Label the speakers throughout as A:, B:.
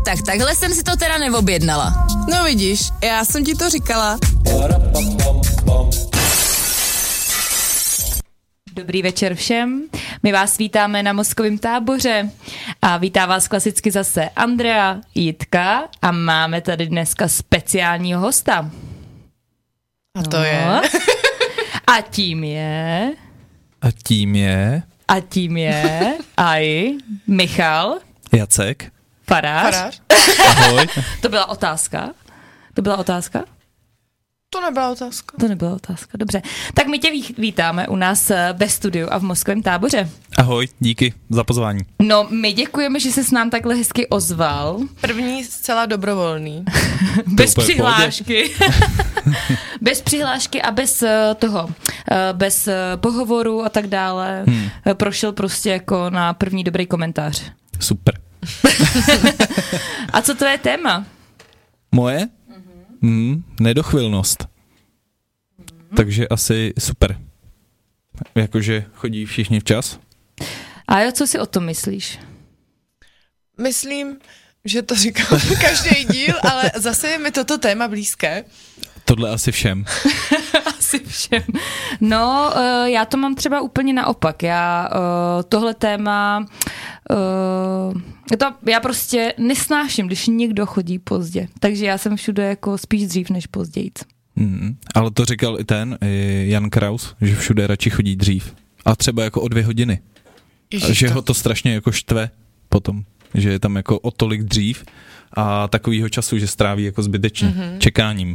A: tak takhle jsem si to teda neobjednala.
B: No vidíš, já jsem ti to říkala.
C: Dobrý večer všem, my vás vítáme na Mozkovém táboře a vítá vás klasicky zase Andrea, Jitka a máme tady dneska speciálního hosta.
B: A to je?
C: A tím je... Aj Michal.
D: Jacek.
C: Farář.
D: Ahoj.
C: To byla otázka?
B: To nebyla otázka.
C: Dobře. Tak my tě vítáme u nás ve studiu a v Mozkovém táboře.
D: Ahoj, díky za pozvání.
C: No, my děkujeme, že ses nám takhle hezky ozval.
B: První zcela dobrovolný.
C: Bez přihlášky. Bez přihlášky a bez pohovoru a tak dále. Prošel prostě jako na první dobrý komentář.
D: Super.
C: A co to je téma?
D: Moje? Nedochvilnost. Takže asi super. Jakože chodí všichni včas.
C: A jo, co si o tom myslíš?
B: Myslím, že to říkám každý díl, ale zase je mi toto téma blízké.
D: Tohle asi všem.
C: Asi všem. No, já to mám třeba úplně naopak. Já tohle téma... já prostě nesnáším, když někdo chodí pozdě. Takže já jsem všude jako spíš dřív než později.
D: Ale to říkal i Jan Kraus, že všude radši chodí dřív. A třeba jako o 2 hodiny.
B: Ježiš,
D: že ho to strašně jako štve potom. Že je tam jako o tolik dřív a takovýho času, že stráví jako zbytečně čekáním.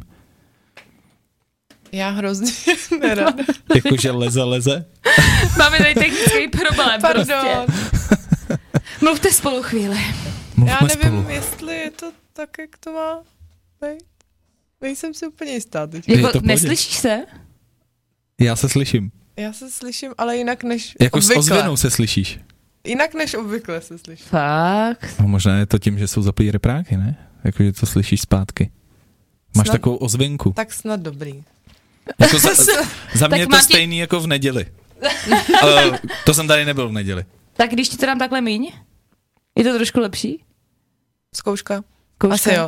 B: Já hrozně nerad.
D: Jakože leze.
C: Máme tady technický problém.
B: Pardon.
C: Prostě. Mluvte spolu chvíli.
B: Já nevím, jestli je to tak, jak to má být. Nejsem si úplně jistá teď.
C: Jako, neslyšíš se?
D: Já se slyším.
B: Já se slyším, ale jinak než
D: jako
B: obvykle.
D: S ozvěnou se slyšíš.
B: Jinak než obvykle se slyším.
C: Fakt?
D: No, možná je to tím, že jsou zaplý repráky, ne? Jakože to slyšíš zpátky. Máš takovou ozvěnku.
B: Tak snad dobrý.
D: Jako za mě je to stejný jako v neděli. To jsem tady nebyl v neděli.
C: Tak když ti to dám takhle míň, je to trošku lepší?
B: Zkouška.
C: Asi jo.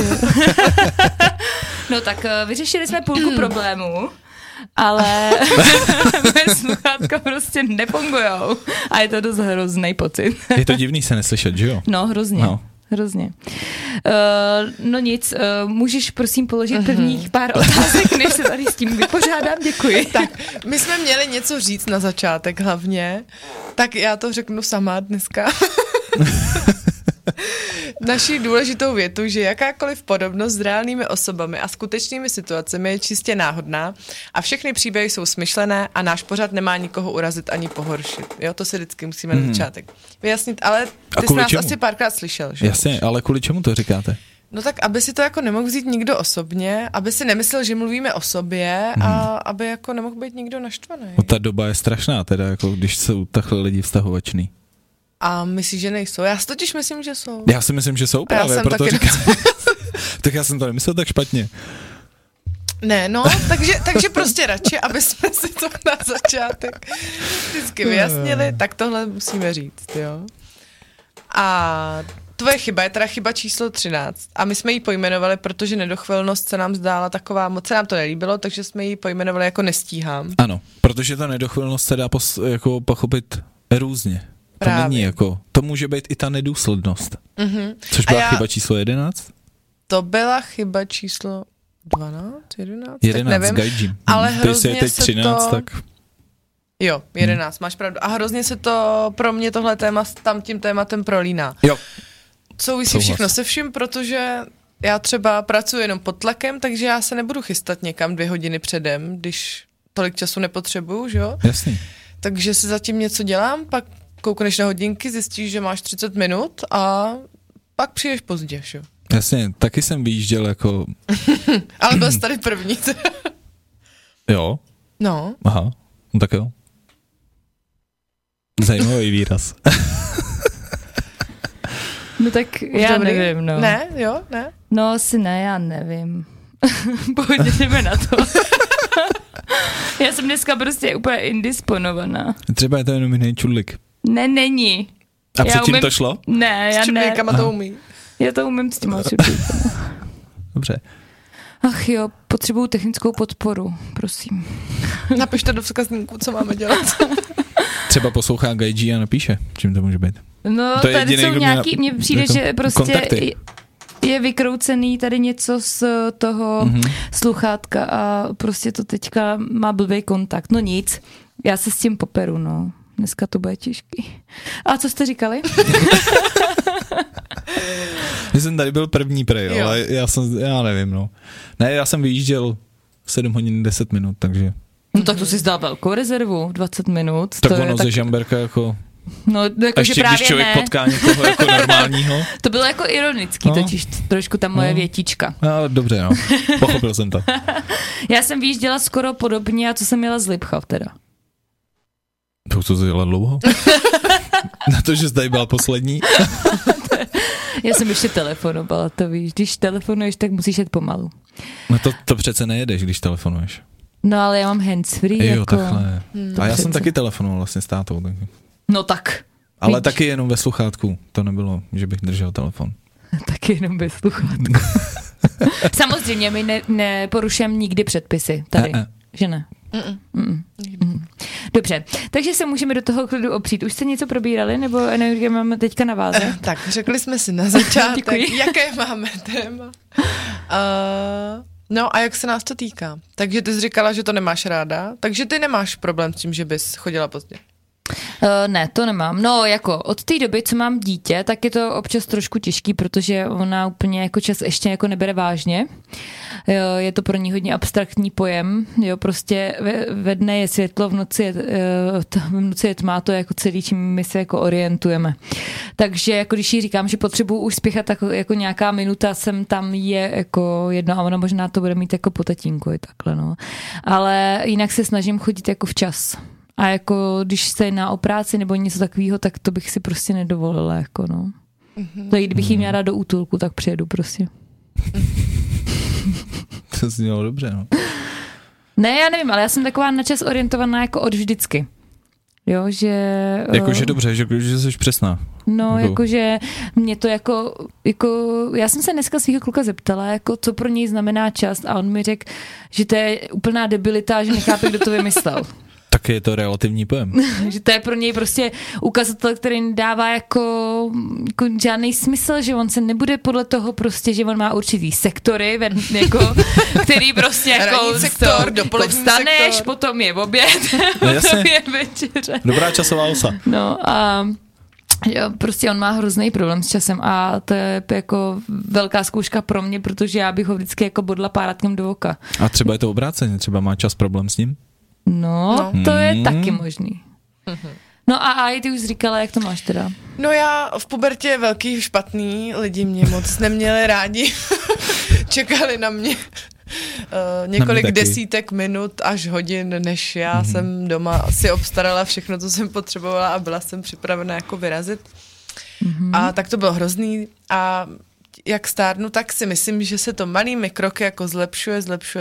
C: No tak vyřešili jsme půlku problémů, ale moje sluchátka prostě nefungujou a je to dost hrozný pocit.
D: Je to divný se neslyšet, že jo?
C: No, hrozně. No. Hrozně. No nic, můžeš prosím položit prvních pár otázek, než se tady s tím vypořádám, děkuji.
B: Tak, my jsme měli něco říct na začátek hlavně, tak já to řeknu sama dneska. Naší důležitou větu, že jakákoliv podobnost s reálnými osobami a skutečnými situacemi je čistě náhodná a všechny příběhy jsou smyšlené a náš pořad nemá nikoho urazit ani pohoršit. Jo, to si vždycky musíme na začátek vyjasnit, ale ty jsi nás asi párkrát slyšel, že?
D: Jasně, ale kvůli čemu to říkáte?
B: No tak, aby si to jako nemohl vzít nikdo osobně, aby si nemyslel, že mluvíme o sobě a aby jako nemohl být nikdo naštvaný.
D: No ta doba je strašná teda, jako když jsou takhle lidi vztahovační.
B: A myslíš, že nejsou? Já si totiž myslím, že jsou.
D: Já si myslím, že jsou právě, proto říkám. Tak já jsem to nemyslel tak špatně.
B: Ne, no, takže prostě radši, aby jsme si to na začátek vždycky vyjasnili, tak tohle musíme říct, jo. A tvoje chyba je teda chyba číslo 13 a my jsme ji pojmenovali, protože nedochvilnost se nám zdála taková, moc se nám to nelíbilo, takže jsme ji pojmenovali jako nestíhám.
D: Ano, protože ta nedochvilnost se dá jako pochopit různě. To není jako, to může být i ta nedůslednost. Což byla chyba číslo 11?
B: To byla chyba číslo 12, 11?
D: 11 s Gaijim.
B: Ale hrozně
D: je teď 13,
B: to...
D: tak...
B: Jo, 11, máš pravdu. A hrozně se to pro mě tohle téma s tam tím tématem prolíná.
D: Jo.
B: Souvisí všechno se vším, protože já třeba pracuji jenom pod tlakem, takže já se nebudu chystat někam 2 hodiny předem, když tolik času nepotřebuju, že jo?
D: Jasný.
B: Takže si zatím něco dělám, pak koukneš na hodinky, zjistíš, že máš 30 minut a pak přijdeš pozdě, že jo?
D: Jasně, taky jsem vyjížděl jako...
B: Ale byl jsi tady první.
D: Jo?
B: No.
D: Aha, no tak jo. Zajímavý výraz.
C: No tak já nevím, no.
B: Ne, jo, ne?
C: No asi ne, já nevím. Pohodě, jdeme na to. Já jsem dneska prostě úplně indisponovaná.
D: Třeba je to jenom jiný čudlik.
C: Ne, není.
D: A předtím to šlo?
C: Ne, já ne.
B: S to umí.
C: Já to umím s tím
D: Dobře.
C: Ach jo, potřebuju technickou podporu, prosím.
B: Napište do vzkazníku, co máme dělat.
D: Třeba poslouchá Gaiji a napíše, čím to může být.
C: No,
D: to
C: tady jsou nějaký, mně přijde,
D: jako
C: že prostě
D: kontakty.
C: Je vykroucený tady něco z toho sluchátka a prostě to teďka má blbý kontakt. No nic, já se s tím poperu, no. Dneska to bude těžký. A co jste říkali?
D: Já jsem tady byl první prej, ale já nevím, no. Ne, já jsem vyjížděl 7 hodin 10 minut, takže...
C: No tak to si zdal velkou rezervu, 20 minut.
D: Tak
C: to
D: ono
C: je
D: ze Žamberka jako...
C: No, jako,
D: ještě
C: že právě
D: když člověk
C: ne.
D: potká někoho jako normálního.
C: To bylo jako ironický, totiž trošku ta moje větička.
D: No, dobře, no. Pochopil jsem to.
C: Já jsem vyjížděla skoro podobně, a co jsem měla z Lipchav teda.
D: To jsi jela dlouho? Na to, že jsi tady byla poslední?
C: Já jsem ještě telefonovala, to víš. Když telefonuješ, tak musíš jet pomalu.
D: No to přece nejedeš, když telefonuješ.
C: No ale já mám handsfree.
D: Jo,
C: jako...
D: takhle. A já
C: přece.
D: jsem taky telefonoval vlastně s tátou. Tak...
C: No tak.
D: Ale
C: víš.
D: taky jenom ve sluchátku. To nebylo, že bych držel telefon.
C: Taky jenom bez sluchátku. Samozřejmě my neporušujeme nikdy předpisy tady. Že ne? Dobře, takže se můžeme do toho klidu opřít. Už jste něco probírali, nebo energie máme teďka na váze?
B: Tak, řekli jsme si na začátek, jaké máme téma. No a jak se nás to týká? Takže ty jsi říkala, že to nemáš ráda, takže ty nemáš problém s tím, že bys chodila pozdě.
C: Ne, to nemám. No, jako od té doby, co mám dítě, tak je to občas trošku těžký, protože ona úplně jako čas ještě jako nebere vážně. Jo, je to pro ní hodně abstraktní pojem. Jo, prostě ve dne je světlo, v noci je tma, to je jako celý, čím my se jako orientujeme. Takže jako když jí říkám, že potřebuju už spěchat, tak jako nějaká minuta sem tam je jako jedno a ona možná to bude mít jako po tatínku i takhle, no. Ale jinak se snažím chodit jako včas. A jako když se jedná o práci nebo něco takového, tak to bych si prostě nedovolila, jako no. To kdybych jí měla dát do útulku, tak přijedu prostě.
D: To znělo dobře, no.
C: Ne, já nevím, ale já jsem taková na čas orientovaná jako od vždycky. Jo, že...
D: Jakože dobře, že jsi přesná.
C: No, jakože mě to jako já jsem se dneska svýho kluka zeptala, jako co pro něj znamená čas a on mi řekl, že to je úplná debilita, že nechápe, kdo to vymyslel.
D: Tak je to relativní pojem.
C: Že to je pro něj prostě ukazatel, který dává jako žádný smysl, že on se nebude podle toho prostě, že on má určitý sektory, jako, který prostě jako
B: sektor, dopolední
C: vstaneš,
B: sektor.
C: Potom je oběd,
D: No,
C: potom je večeře.
D: Dobrá časová osa.
C: No a jo, prostě on má hrozný problém s časem a to je jako velká zkouška pro mě, protože já bych ho vždycky jako bodla párátkem do oka.
D: A třeba je to obráceně, třeba má čas problém s ním?
C: No, to je taky možný. No a ty už říkala, jak to máš teda?
B: No já v pubertě velký špatný, lidi mě moc neměli rádi, čekali na mě několik desítek minut až hodin, než já jsem doma si obstarala všechno, co jsem potřebovala a byla jsem připravena jako vyrazit. A tak to bylo hrozný a jak stárnu, tak si myslím, že se to malými kroky jako zlepšuje.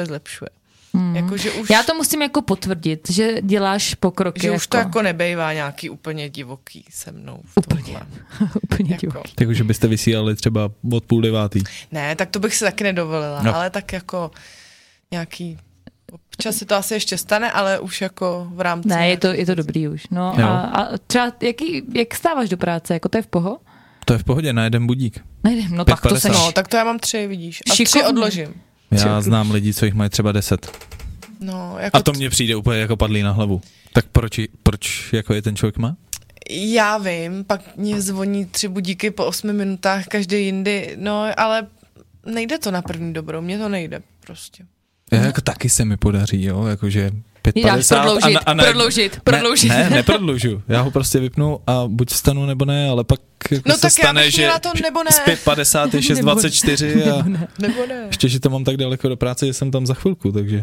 B: Jako, že už,
C: já to musím jako potvrdit, že děláš pokroky.
B: že
C: jako.
B: už to jako nebejvá nějaký úplně divoký se mnou.
C: Úplně
B: jako.
C: divoký.
D: Takže byste vysílali třeba od 8:30.
B: Ne, tak to bych si taky nedovolila, ale tak jako nějaký, občas se to asi ještě stane, ale už jako v rámci.
C: Ne, je to dobrý už. No a třeba jak stáváš do práce, jako to je v poho?
D: To je v pohodě, na jeden budík.
C: No tak to
D: 5:50.
C: seš.
B: No, tak to já mám 3, vidíš. A 3
C: Šikovný.
B: odložím.
D: Já znám lidi, co jich mají třeba 10.
B: No, jako
D: A to mně přijde úplně jako padlý na hlavu. Tak proč jako je ten člověk má?
B: Já vím, pak mě zvoní 3 budíky po 8 minutách, každý jindy, no ale nejde to na první dobrou, mně to nejde prostě.
D: Jako taky se mi podaří, jo, jakože
C: 5:50 prodloužit.
D: Ne, neprodlužu. Já ho prostě vypnu a buď vstanu nebo ne, ale pak jako
B: No
D: se
B: tak
D: stane, že
B: to nebo ne.
D: z 5:50 je 6:24 a
B: Nebo ne.
D: ještě, že to mám tak daleko do práce, že jsem tam za chvilku, takže.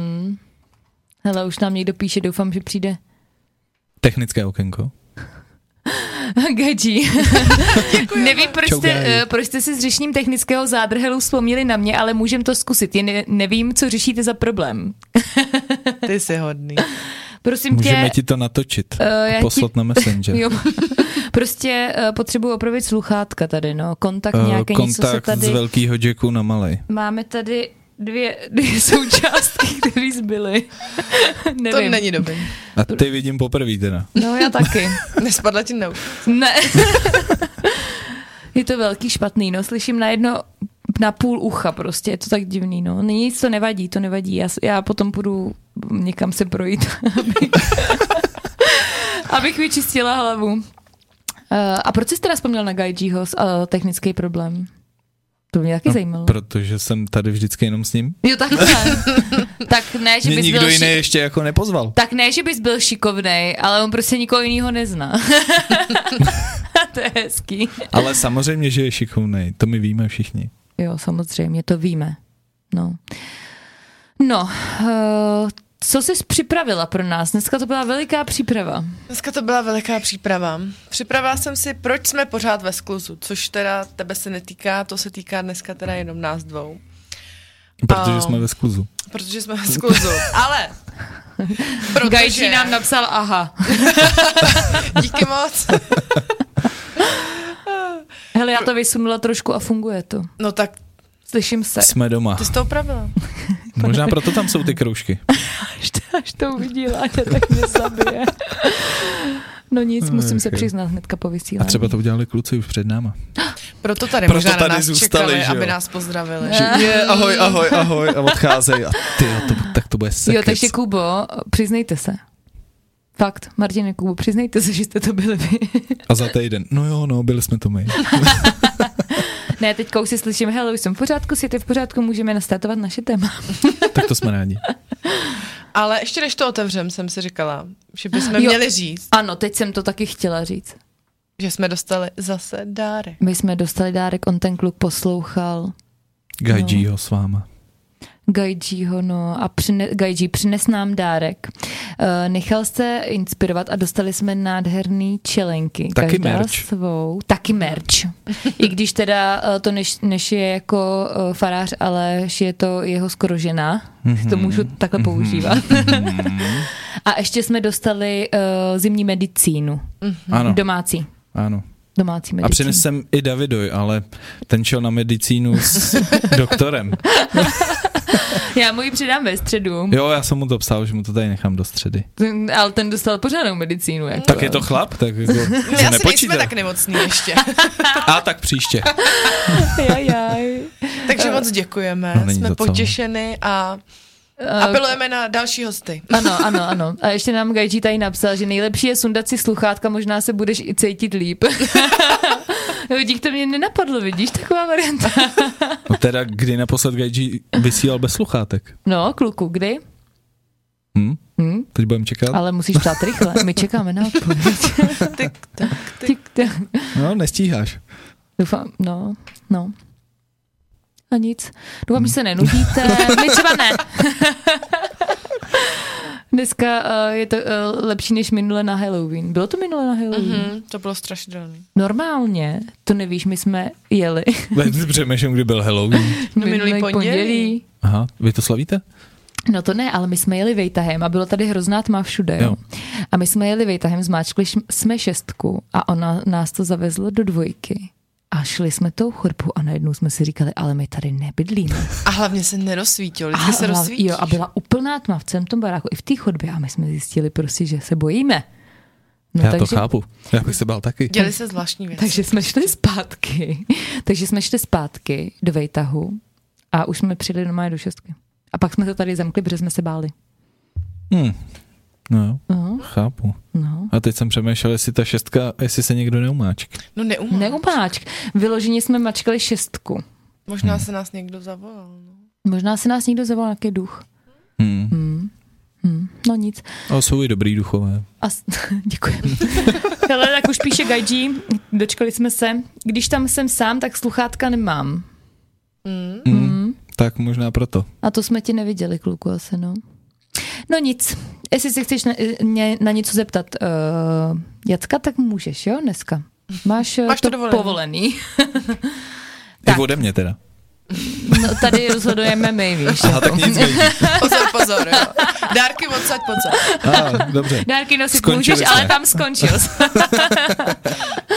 C: Hele, už nám někdo píše, doufám, že přijde.
D: Technické okénko.
C: Gaji. Nevím, proč jste si s řešením technického zádrhelu vzpomněli na mě, ale můžem to zkusit. Nevím, co řešíte za problém.
B: Ty jsi hodný.
C: Prosím
D: Můžeme ti to natočit a poslat na Messenger.
C: Jo. Prostě potřebuji opravit sluchátka tady, no. Kontakt nějaký, něco se tady...
D: Kontakt z velkýho jacku na malej.
C: Máme tady dvě součástky, které zbyly.
B: To není dobrý.
D: A ty vidím poprvé teda.
C: No já taky.
B: Nespadla ti na ucho?
C: Ne. Je to velký špatný, no. Slyším na půl ucha prostě, je to tak divný, no. Nic, to nevadí. Já potom půjdu někam se projít, abych vyčistila hlavu. A proč jsi teda vzpomněl na Gaidžiho technický problém? To mě taky zajímalo.
D: Protože jsem tady vždycky jenom s ním.
C: Jo, takhle. Tak ne, že bys
D: nikdo jiný ještě jako nepozval.
C: Tak ne, že bys byl šikovnej, ale on prostě nikoho jiného nezná. To je hezký.
D: Ale samozřejmě, že je šikovnej, to my víme všichni.
C: Jo, samozřejmě, to víme. No, co jsi připravila pro nás? Dneska to byla veliká příprava.
B: Připravila jsem si, proč jsme pořád ve skluzu, což teda tebe se netýká, to se týká dneska teda jenom nás dvou.
D: Protože jsme ve skluzu.
B: Ale
C: Gaidži nám napsal aha.
B: Díky moc.
C: Hele, já to vysunula trošku a funguje to.
B: No tak
C: slyším se.
D: Jsme doma.
B: Ty jsi to opravila.
D: Možná proto tam jsou ty kroužky.
C: Až to uvidí Láďa, tak mě zabije. No nic, musím se přiznat hnedka po vysílání.
D: A třeba to udělali kluci už před náma.
B: Proto tady možná na nás čekali, aby nás pozdravili.
D: Že ahoj a odcházej. A tak to bude sekec.
C: Jo, takže Kubo, přiznejte se. Fakt, Martine, Kubo, přiznejte se, že jste to byli vy.
D: A za týden, byli jsme to my.
C: Ne, teďka už si slyším, hele, už jsem v pořádku, svět v pořádku, můžeme nastartovat naše téma.
D: Tak to jsme rádi.
B: Ale ještě než to otevřem, jsem si říkala, že bychom měli říct.
C: Ano, teď jsem to taky chtěla říct.
B: Že jsme dostali zase dárek.
C: My jsme dostali dárek, on ten kluk poslouchal.
D: Gaidžiho s váma.
C: Gaidžiho, no a Gaidži přines nám dárek. Nechal se inspirovat a dostali jsme nádherný čelenky.
D: Taky merch.
C: Taky merch. I když teda to nešije jako farář, ale šije to jeho skoro žena. To můžu takhle používat. A ještě jsme dostali zimní medicínu.
D: Ano.
C: Domácí.
D: Ano.
C: Domácí medicínu.
D: A přinesl jsem i Davidoj, ale ten šel na medicínu s doktorem.
C: Já mu ji předám ve středu.
D: Jo, já jsem mu to psal, že mu to tady nechám do středy.
C: Ale ten dostal pořádnou medicínu. Jako.
D: Tak je to chlap? Tak jako,
B: my asi nejsme tak nemocný ještě.
D: A tak příště.
C: Jaj.
B: Takže moc děkujeme, jsme potěšeni a apelujeme na další hosty.
C: Ano. A ještě nám Gaidži tady napsal, že nejlepší je sundat si sluchátka, možná se budeš i cítit líp. Dík, to mě nenapadlo, vidíš, taková varianta.
D: No teda, kdy naposled Gaidži vysílal bez sluchátek?
C: No, kluku, kdy?
D: Teď budeme čekat.
C: Ale musíš ptát rychle, my čekáme na odpověď. Tik.
D: No, nestíháš.
C: Doufám, no. A nic. Doufám, že se nenudíte. My třeba ne. Dneska je to lepší než minule na Halloween. Bylo to minule na Halloween?
B: To bylo strašidelné.
C: Normálně, to nevíš, my jsme jeli.
D: Přemýšlím, kdy byl Halloween.
B: Minulý pondělí.
D: Aha, vy to slavíte?
C: No to ne, ale my jsme jeli vejtahem a bylo tady hrozná tma všude. Jo. A my jsme jeli vejtahem, zmáčkli jsme 6 a ona nás to zavezlo do 2. A šli jsme tou chodbou a najednou jsme si říkali, ale my tady nebydlíme.
B: A hlavně se nerozsvítilo, vždycky se rozsvítí.
C: Jo, a byla úplná tma v celém tom baráku, i v té chodbě a my jsme zjistili prostě, že se bojíme. No,
D: já to chápu, já bych se bál taky.
B: Děli se zvláštní věci.
C: Takže jsme šli zpátky do vejtahu a už jsme přijeli normálně do 6. A pak jsme to tady zamkli, protože jsme se báli.
D: No, chápu.
C: No.
D: A teď jsem přemýšlel, jestli ta 6, jestli se někdo neumáčk.
B: No
C: neumáčk. Vyloženě jsme mačkali 6.
B: Možná se nás někdo zavolal. No.
C: Možná se nás někdo zavolal, nějaký duch. No nic.
D: Ale jsou i dobrý duchové.
C: Děkuji. Hele, tak už píše Gaidži, dočkali jsme se. Když tam jsem sám, tak sluchátka nemám.
D: Tak možná proto.
C: A to jsme ti neviděli, kluku, asi, no. No nic, jestli si chceš na něco zeptat Jacka, tak můžeš, jo, dneska. Máš to povolený.
D: I ode mě teda.
C: No tady rozhodujeme my, víš.
D: Aha, tak nic Gaidži.
B: Pozor, jo. Dárky odsaď.
D: Dobře.
C: Dárky nosit můžeš, ale tam skončil.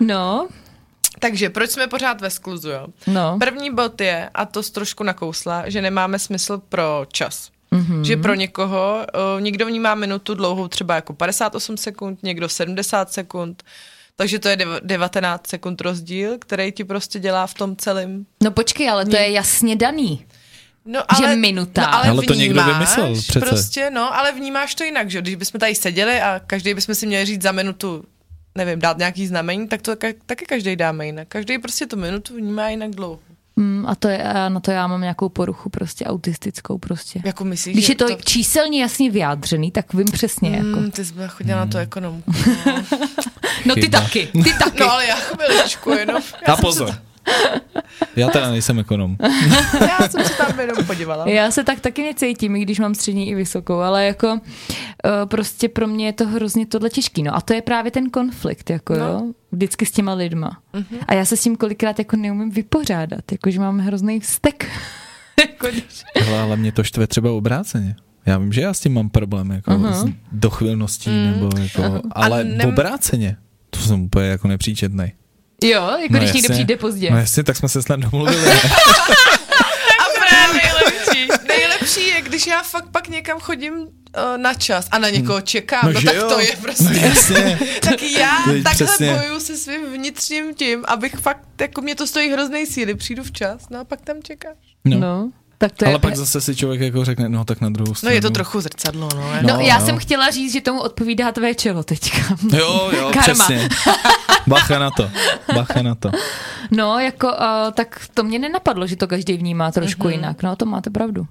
C: No.
B: Takže proč jsme pořád ve skluzu, jo?
C: No.
B: První bod je, a to trošku nakousla, že nemáme smysl pro čas. Mm-hmm. Že pro někoho, někdo vnímá minutu dlouhou třeba jako 58 sekund, někdo 70 sekund, takže to je 19 sekund rozdíl, který ti prostě dělá v tom celém.
C: No počkej, ale to je jasně daný.
B: No, ale,
C: že minuta.
B: No,
D: ale to někdo vymyslel přece.
B: Prostě, no, ale vnímáš to jinak, že když bychom tady seděli a každý bychom si měli říct za minutu, nevím, dát nějaký znamení, tak to taky každý dáme jinak. Každý prostě tu minutu vnímá jinak dlouho.
C: A na to já mám nějakou poruchu prostě autistickou prostě.
B: Jako myslíš,
C: když je to číselně jasně vyjádřený, tak vím přesně jako.
B: Ty jsi chodila na to ekonomku.
C: No ty taky.
B: No ale já chviličku jenom.
D: A pozor. Já teda nejsem ekonom.
B: Já jsem se tam jenom podívala.
C: Já se tak taky necítím, i když mám střední i vysokou, ale jako prostě pro mě je to hrozně tohle těžký. No a to je právě ten konflikt, jako jo, vždycky s těma lidma. Mm-hmm. A já se s tím kolikrát jako neumím vypořádat, jakože mám hrozný vztek.
D: Ale mě to štve třeba obráceně. Já vím, že já s tím mám problém, jako s dochvilností, nebo jako, ale obráceně. To jsem úplně jako nepříčetnej.
C: Jo, jako když někdo přijde pozdě.
D: No jasně, tak jsme se snad domluvili.
B: A právě nejlepší je, když já fakt pak někam chodím na čas a na někoho čekám, no tak jo. To je prostě. No jasně. Tak já takhle bojuju se svým vnitřním tím, abych fakt, jako mě to stojí hroznej síly, přijdu včas, no a pak tam čekáš.
C: No. Tak to
D: ale
C: je...
D: pak zase si člověk jako řekne, no tak na druhou stranu.
B: No je to trochu zrcadlo, no.
C: No já jsem chtěla říct, že tomu odpovídá tvé čelo teďka.
D: Jo, karma. Přesně. Bacha na to. No,
C: jako, tak to mě nenapadlo, že to každý vnímá trošku jinak. No, to máte pravdu.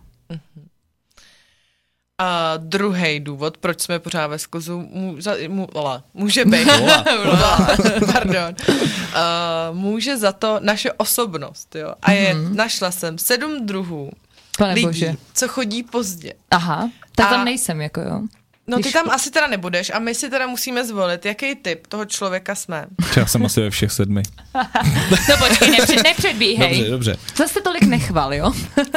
B: A druhý důvod, proč jsme pořád ve skluzu, může být, pardon, může za to naše osobnost, jo. A našla jsem 7 druhů lidí, co chodí pozdě.
C: Aha, tak tam nejsem, jako jo.
B: No ty tam asi teda nebudeš a my si teda musíme zvolit, jaký typ toho člověka jsme.
D: Já jsem asi ve všech 7.
C: No počkej, nepředbíhej.
D: Dobře.
C: Zase tolik nechval, jo?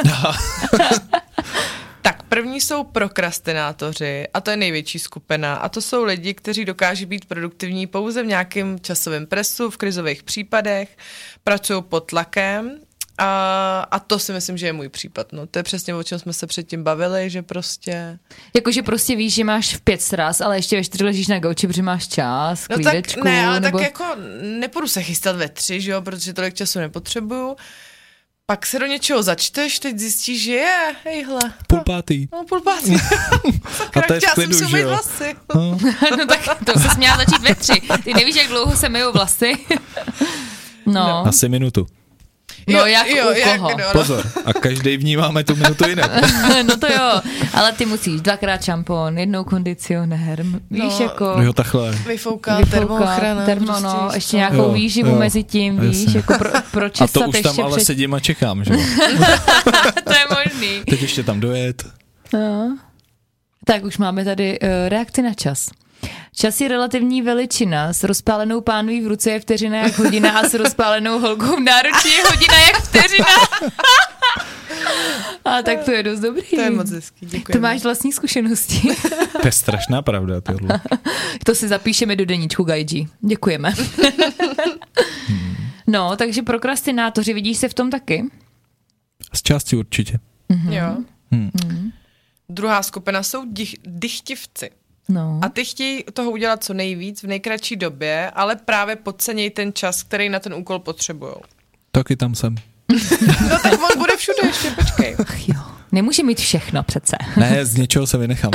B: Tak první jsou prokrastinátoři a to je největší skupina a to jsou lidi, kteří dokáží být produktivní pouze v nějakém časovém presu, v krizových případech, pracují pod tlakem a to si myslím, že je můj případ. No, to je přesně o čem jsme se předtím bavili, že prostě...
C: Jakože prostě víš, že máš v 5 sraz, ale ještě ve 4 ležíš na gauči, protože máš čas, klídečku.
B: No tak ne, ale nebo... tak jako nepůjdu se chystat ve 3, že jo, protože tolik času nepotřebuju. Pak se do něčeho začteš, teď zjistíš, že je, hejhle.
D: 4:30.
B: No, 4:30.
D: A to je v klidu,
B: že jo? Vlasy.
C: No tak to se měla začít ve 3. Ty nevíš, jak dlouho se myjou vlasy. No.
D: Asi minutu.
C: No jak u koho?
D: Pozor, a každý vnímáme tu minutu jinak.
C: No to jo, ale ty musíš 2krát šampon, 1 kondicionér, víš jako...
D: Jo, takhle.
B: Vyfouká, termoochrana.
C: No, ještě nějakou výživu mezi tím, víš, jako pročesat.
D: A to už tam ale sedím a čekám, že jo?
C: To je možný.
D: Teď ještě tam dojet.
C: No. Tak už máme tady reakci na čas. Čas je relativní veličina, s rozpálenou pánví v ruce je vteřina jak hodina a s rozpálenou holkou v náručí je hodina jak vteřina. A tak to je dost dobrý.
B: To je moc hezký, děkujeme.
C: To máš vlastní zkušenosti.
D: To je strašná pravda, tohle.
C: To si zapíšeme do deníčku Gaiji. Děkujeme. No, takže prokrastinátoři, vidíš se v tom taky?
D: Z části určitě.
B: Jo. Druhá skupina jsou dychtivci.
C: No.
B: A ty chtějí toho udělat co nejvíc v nejkratší době, ale právě podcenějí ten čas, který na ten úkol potřebujou.
D: Taky tam jsem.
B: No tak on bude všude, ještě počkej.
C: Ach jo, nemůže mít všechno přece.
D: Ne, z něčeho se vynechám.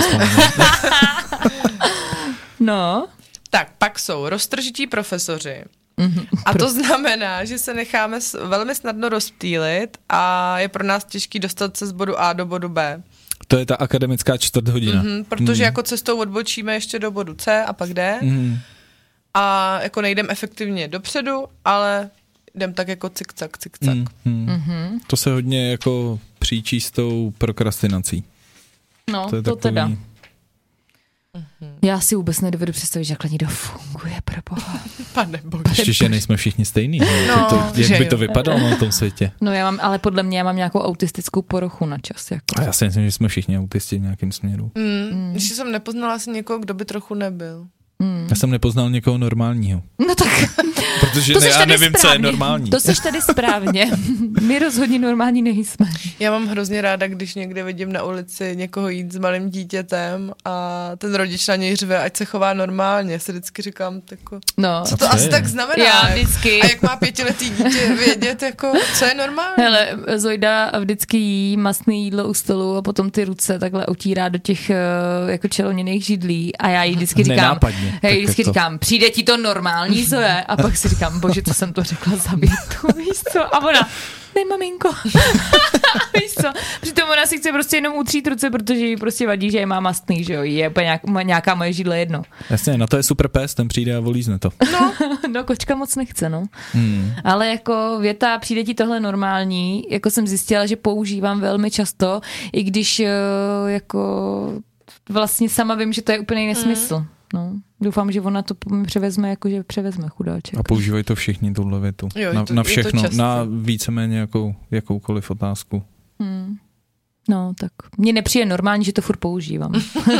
C: No.
B: Tak pak jsou roztržití profesoři. A to znamená, že se necháme velmi snadno rozptýlit a je pro nás těžký dostat se z bodu A do bodu B.
D: To je ta akademická čtvrthodina.
B: Protože jako cestou odbočíme ještě do bodu C a pak D. A jako nejdem efektivně dopředu, ale jdem tak jako cikcak.
D: To se hodně jako příčí s tou prokrastinací.
C: No, to teda. Já si vůbec nedovedu představit, že takhle někdo funguje, proboha.
B: Pane bože.
D: Ještě, že nejsme všichni stejný.
B: No,
D: jak by to vypadalo na tom světě?
C: No ale podle mě já mám nějakou autistickou poruchu na čas. Jako.
D: A já si myslím, že jsme všichni autisti v nějakém směru.
B: Když jsem nepoznala asi někoho, kdo by trochu nebyl.
D: Já jsem nepoznal někoho normálního.
C: No tak...
D: Protože já nevím, co je normální.
C: To seš tady správně. My rozhodně normální nejsme.
B: Já mám hrozně ráda, když někde vidím na ulici někoho jít s malým dítětem a ten rodič na něj řve, ať se chová normálně. Si vždycky říkám, jako, co to asi tak znamená?
C: Já vždycky.
B: A jak má 5letý dítě vědět, jako, co je normální?
C: Hele, Zojda vždycky jí mastný jídlo u stolu a potom ty ruce takhle utírá do těch jako čeloněných židlí a já jí vždycky říkám, přijde ti to normální, Zoje? A pak si říkám, bože, co jsem to řekla za větu, víš co? A ona, ne, maminko. Víš co? Přitom ona si chce prostě jenom utřít ruce, protože jí prostě vadí, že je má mastný, že jo? Je úplně nějaká moje židle jedno.
D: Jasně, na to je super pes, ten přijde a volízne to.
C: No, kočka moc nechce, no. Ale jako věta, přijde ti tohle normální, jako jsem zjistila, že používám velmi často, i když jako vlastně sama vím, že to je úplný nesmysl. No, doufám, že ona to převezme, jakože převezme chudáček.
D: A používají to všichni, tuhle větu.
B: Jo,
D: na všechno, na víceméně jakoukoliv otázku.
C: No, tak mně nepřijde normální, že to furt používám.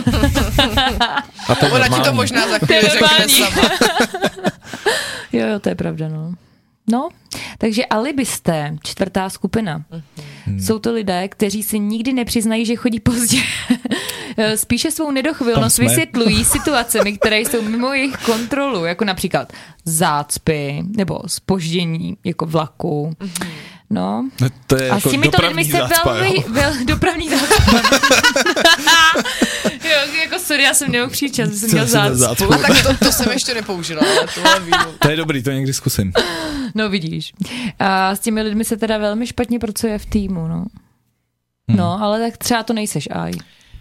D: A to
B: ona ti to možná za chvíli řekne sama.
C: Jo, to je pravda, no. No, takže alibisté, 4. skupina. Jsou to lidé, kteří si nikdy nepřiznají, že chodí pozdě. Spíše svou nedochvilnost vysvětlují situacemi, které jsou mimo jejich kontrolu, jako například zácpy nebo zpoždění jako vlaku. No.
D: To je
C: a
D: jako
C: s těmito lidmi se dopravní zácpa. Jo, jako sorry, já jsem nemohl přijít čas, jsem měl zácpu.
B: A tak to jsem ještě nepoužila, ale tohle vím.
D: To je dobrý, to někdy zkusím.
C: No vidíš. A s těmi lidmi se teda velmi špatně pracuje v týmu, no. No, ale tak třeba to nejseš, aj.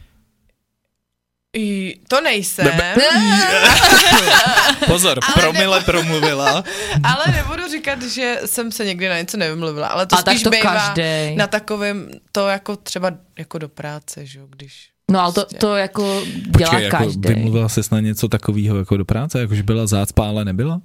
B: To nejsem.
D: Pozor, promile promluvila.
B: Ale nebudu říkat, že jsem se někdy na něco nevymluvila, ale to
C: a
B: spíš
C: to
B: bývá
C: každej.
B: Na takovém, to jako třeba jako do práce, že jo, když...
C: No ale to jako dělá
D: počkej,
C: každý.
D: Jako vymluvila ses na něco takového jako do práce, jakože byla zácpa, ale nebyla?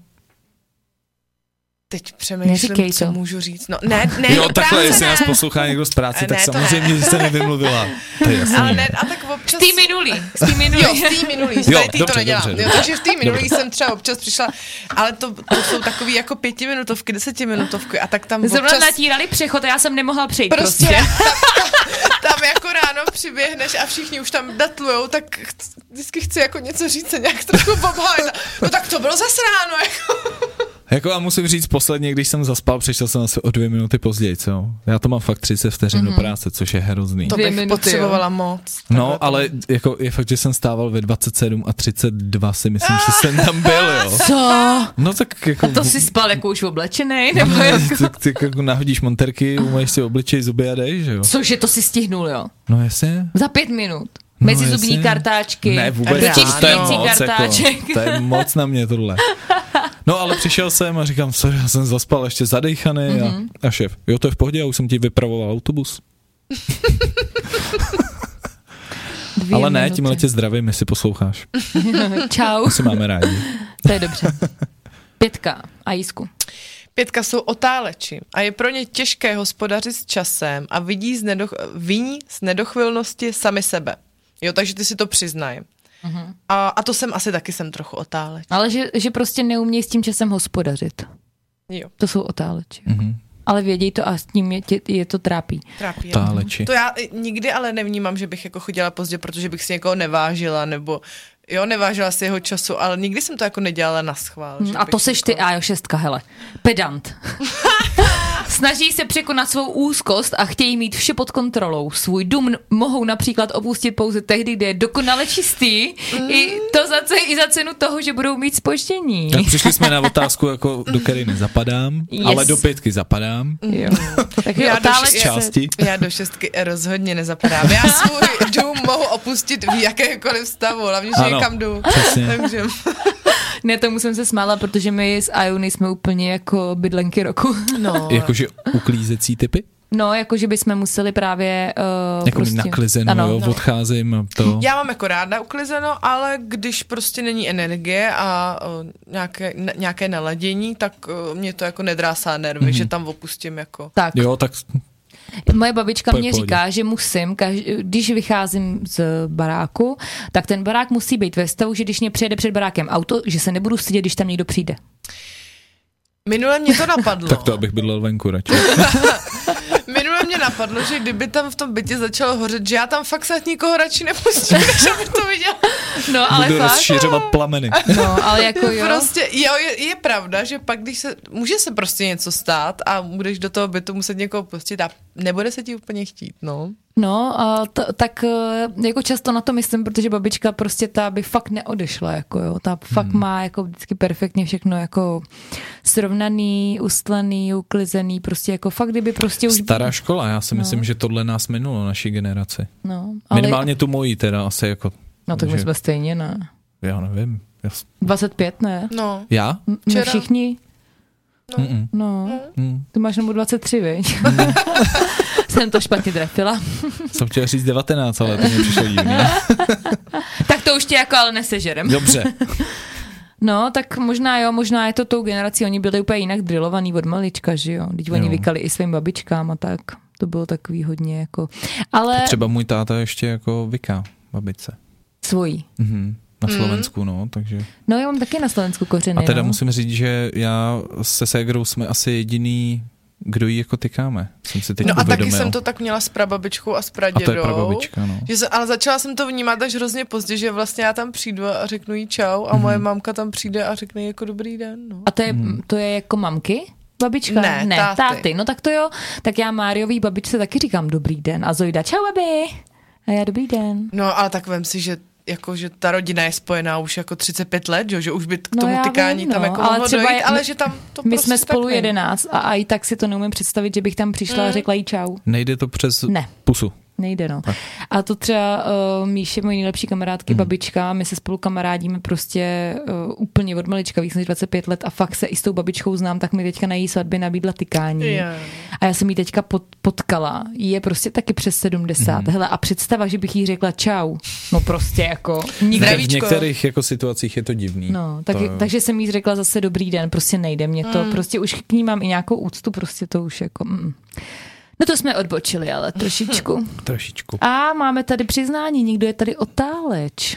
B: Teď přemýšlím, co můžu říct. No, ne,
D: jo, takhle, jestli nás poslouchá někdo z práce, tak samozřejmě, že jste nevymluvila. To je jasný.
B: Ale ne, a tak občas...
C: Z té minulý.
B: Jo, z té minulý.
D: Jo,
B: to nedělám.
D: Dobře.
B: Jo, takže v té minulý jsem třeba občas přišla, ale to jsou takový jako 5minutovky, 10minutovky a tak tam
C: zrovna
B: občas...
C: natírali přechod a já jsem nemohla přejít
B: prostě. Tam jako ráno přiběhneš a všichni už tam datlujou, tak vždycky chci jako něco říct, se nějak trochu pobavit. No tak to bylo zase ráno, jako...
D: Jako a musím říct, posledně, když jsem zaspal, přišel jsem asi o 2 minuty později, co? Já to mám fakt 30 vteřin do práce, což je hrozný.
B: To bych potřebovala moc.
D: No, ale jako je fakt, že jsem stával ve 27:32, si myslím, že jsem tam byl, jo.
C: Co?
D: No tak jako...
C: A to si spal jako už oblečenej, nebo
D: tak jako nahodíš monterky, umyješ si obličej, zuby a dej, že jo.
C: Cože, to si stihnul, jo?
D: No jasně.
C: Za 5 minut. Mezi zubní kartáčky.
D: Ne, vůbec,
C: to je moc,
D: jako, to je moc na mě tohle. No ale přišel jsem a říkám, sorry, já jsem zaspal ještě zadejchaný a šéf, jo, to je v pohodě, já už jsem ti vypravoval autobus. Ale ne, tímhle tě zdravím, jestli posloucháš.
C: Čau.
D: My si máme rádi.
C: To je dobře. 5. A Jízku.
B: 5 jsou otáleči a je pro ně těžké hospodařit s časem a viní z nedochvilnosti sami sebe. Jo, takže ty si to přiznají. A to jsem jsem trochu otáleč.
C: Ale že prostě neumějí s tím časem hospodařit.
B: Jo.
C: To jsou otáleči. Ale vědějí to a s tím je to trápí.
D: Otáleči.
B: To já nikdy ale nevnímám, že bych jako chodila pozdě, protože bych si někoho nevážila, nebo nevážila si jeho času, ale nikdy jsem to jako nedělala naschvál.
C: A to seš ty, a jo, 6, hele. Pedant. Snaží se překonat svou úzkost a chtějí mít vše pod kontrolou. Svůj dům mohou například opustit pouze tehdy, kdy je dokonale čistý, i za cenu toho, že budou mít zpoždění.
D: Tak přišli jsme na otázku, jako do které nezapadám, ale do 5 zapadám.
C: Jo. Tak
B: já do 6 rozhodně nezapadám. Já svůj dům mohu opustit v jakékoliv stavu, hlavně, že někam jdu. Takže...
C: Ne, tomu jsem se smála, protože my s Ajony jsme úplně jako bydlenky roku.
B: No.
D: Jakože uklízecí typy?
C: No, jakože bychom museli právě...
D: jako prostě... naklizeno, ano, jo, odcházím a to...
B: Já mám jako ráda uklizeno, ale když prostě není energie a nějaké naladění, tak mě to jako nedrásá nervy, že tam opustím jako...
C: Tak.
D: Jo, tak...
C: Moje babička mě říká, že musím, když vycházím z baráku, tak ten barák musí být ve stavu, že když mě přijede před barákem auto, že se nebudu stydět, když tam někdo přijde.
B: Minule mě to napadlo.
D: Tak to abych bydlel venku radši.
B: Minule mě napadlo, že kdyby tam v tom bytě začalo hořet, že já tam fakt se nikoho radši nepustím, než aby to viděl.
C: No, ale
D: budu
C: fakt.
D: rozšířovat plameny.
C: No, ale jako jo.
B: Prostě je pravda, že pak když může se prostě něco stát a budeš do toho bytu muset někoho pustit a nebude se ti úplně chtít, no.
C: No, a tak jako často na to myslím, protože babička prostě ta by fakt neodešla, jako jo, ta fakt má jako vždycky perfektně všechno jako srovnaný, ustlaný, uklizený, prostě jako fakt, kdyby prostě už...
D: Stará škola, já si myslím, že tohle nás minulo, naší generaci.
C: No, ale...
D: Minimálně tu mojí teda asi jako...
C: No tak my jsme stejně, ne?
D: Já nevím.
C: 25, ne?
B: No.
D: Já?
C: My všichni?
D: No.
C: Ty máš nebo 23, viď? Jsem to špatně trefila.
D: Jsem chtěl říct 19, ale to mě přišlo divný.
C: Tak to už tě jako ale nesežerem.
D: Dobře.
C: No, tak možná jo, možná je to tou generací, oni byli úplně jinak drillovaný od malička, že jo? Teď oni vykali i svým babičkám a tak. To bylo takový hodně jako... Ale...
D: Třeba můj táta ještě jako vyká babičce.
C: Svojí.
D: Na Slovensku, no, takže...
C: No, já mám taky na Slovensku kořeny,
D: A teda
C: no.
D: musím říct, že já se ségrou jsme asi jediný, kdo jí jako tykáme. Jsem si teď
B: No a
D: uvědomil.
B: taky jsem to tak měla s prababičkou a s pradědou.
D: A to je prababička, no.
B: Ale začala jsem to vnímat až hrozně pozdě, že vlastně já tam přijdu a řeknu jí čau a moje mamka tam přijde a řekne jí jako dobrý den. No.
C: A to je jako mamky? Babička?
B: Ne, táty.
C: No tak to jo. Tak já Máriový babičce taky říkám dobrý den. A Zojda, čau babi. A já dobrý den.
B: No ale tak vem si, že jako, že ta rodina je spojená už jako 35 let, že už by k tomu tykání tam jako mohlo dojít, ale že tam to
C: my
B: prostě
C: jsme spolu
B: tak
C: 11 a i tak si to neumím představit, že bych tam přišla a řekla jí čau.
D: Nejde to přes pusu.
C: Nejde, no. A to třeba Míše, mojí nejlepší kamarádky, babička, my se spolu kamarádíme prostě úplně od malička, víc než 25 let a fakt se i s tou babičkou znám, tak mi teďka na její svatbě nabídla tykání.
B: Yeah.
C: A já jsem jí teďka potkala. Je prostě taky přes 70. Hele, a představa, že bych jí řekla čau. No prostě jako nikdy.
D: V některých jako situacích je to divný.
C: No, takže jsem jí řekla zase dobrý den, prostě nejde mě to. Prostě už k ní mám i nějakou úctu, prostě to už jako... No to jsme odbočili, ale trošičku.
D: Trošičku.
C: A máme tady přiznání, někdo je tady otáleč.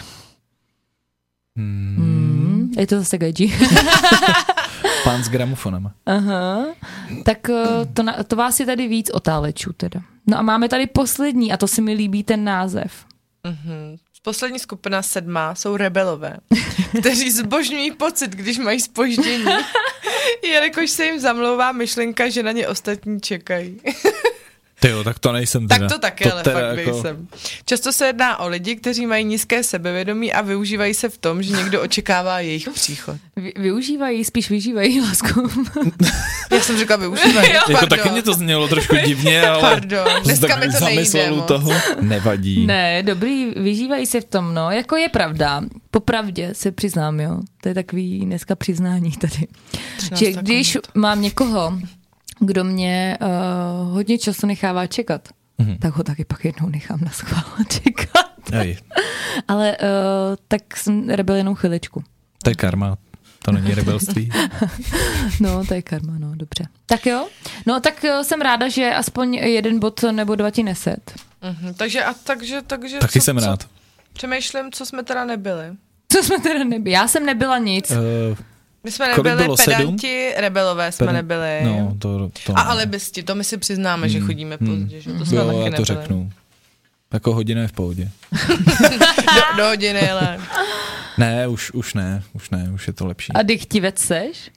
C: Je to zase gajdí.
D: Pán s gramofonem.
C: Aha. Tak to vás je tady víc otálečů teda. No a máme tady poslední, a to se mi líbí ten název.
B: Poslední skupina 7 jsou rebelové, kteří zbožňují pocit, když mají zpoždění, jelikož se jim zamlouvá myšlenka, že na ně ostatní čekají.
D: Tyjo, tak to nejsem teda.
B: Tak to taky, ale fakt
D: jako...
B: nejsem. Často se jedná o lidi, kteří mají nízké sebevědomí a využívají se v tom, že někdo očekává jejich příchod.
C: Využívají, spíš vyžívají, lásku.
B: Já jsem řekla využívají.
D: Jako taky mě to znělo trošku divně, ale...
B: Pardon, dneska mi to nejde moc.
D: Toho nevadí.
C: Ne, dobrý, vyžívají se v tom, no. Jako je pravda. Popravdě se přiznám, jo. To je takový dneska přiznání tady. Že když mám někoho, kdo mě hodně času nechává čekat, tak ho taky pak jednou nechám na schvál čekat. Ale tak jsem rebel jenom chviličku.
D: To je karma, to není rebelství.
C: No, to je karma, no, dobře. Tak jo, no tak jsem ráda, že aspoň jeden bod nebo dva ti neset.
B: Takže
D: taky jsem rád.
B: Přemýšlím, co jsme teda nebyli.
C: Co jsme teda nebyli? Já jsem nebyla nic.
B: My jsme nebyli pedanti, rebelové jsme nebyli.
D: No, to
B: a alibisti, to my si přiznáme, že chodíme pozdě, že to jsme taky nebyli.
D: Já to řeknu. Jako hodina je v pohodě.
B: do hodiny, ale...
D: Ne, už je to lepší.
C: A dyktivec seš?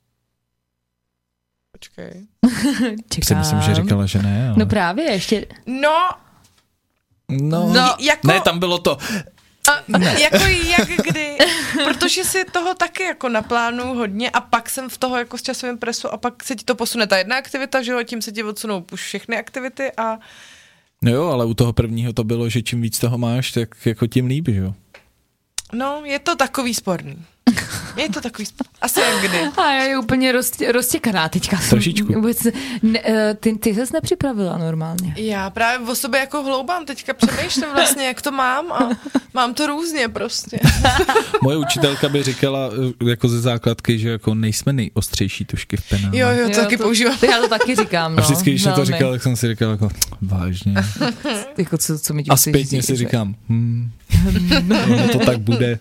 B: Počkej.
D: Si myslím, že říkala, že ne. Ale...
C: No právě, ještě...
D: No, jako... Ne, tam bylo to...
B: Jako jak kdy, protože si toho taky jako naplánuju hodně a pak jsem v toho jako s časovým presu a pak se ti to posune ta jedna aktivita, že jo, tím se ti odsunou už všechny aktivity a...
D: No jo, ale u toho prvního to bylo, že čím víc toho máš, tak jako tím líp, že jo?
B: No, je to takový sporný. Je to takový, asi jak kdy.
C: A já je úplně roztěkaná teďka.
D: Trošičku.
C: Vůbec, ty ses nepřipravila normálně.
B: Já právě o sobě jako hloubám, teďka přemýšlím vlastně, jak to mám a mám to různě prostě.
D: Moje učitelka by říkala jako ze základky, že jako nejsme nejostřejší tušky v penále.
B: Jo, to taky používám.
C: Já to taky říkám, no.
D: A vždycky, když jsem to
C: velmi.
D: říkal, tak jsem si říkal jako vážně.
C: Jako co mi
D: A zpětně si říkám, to tak bude.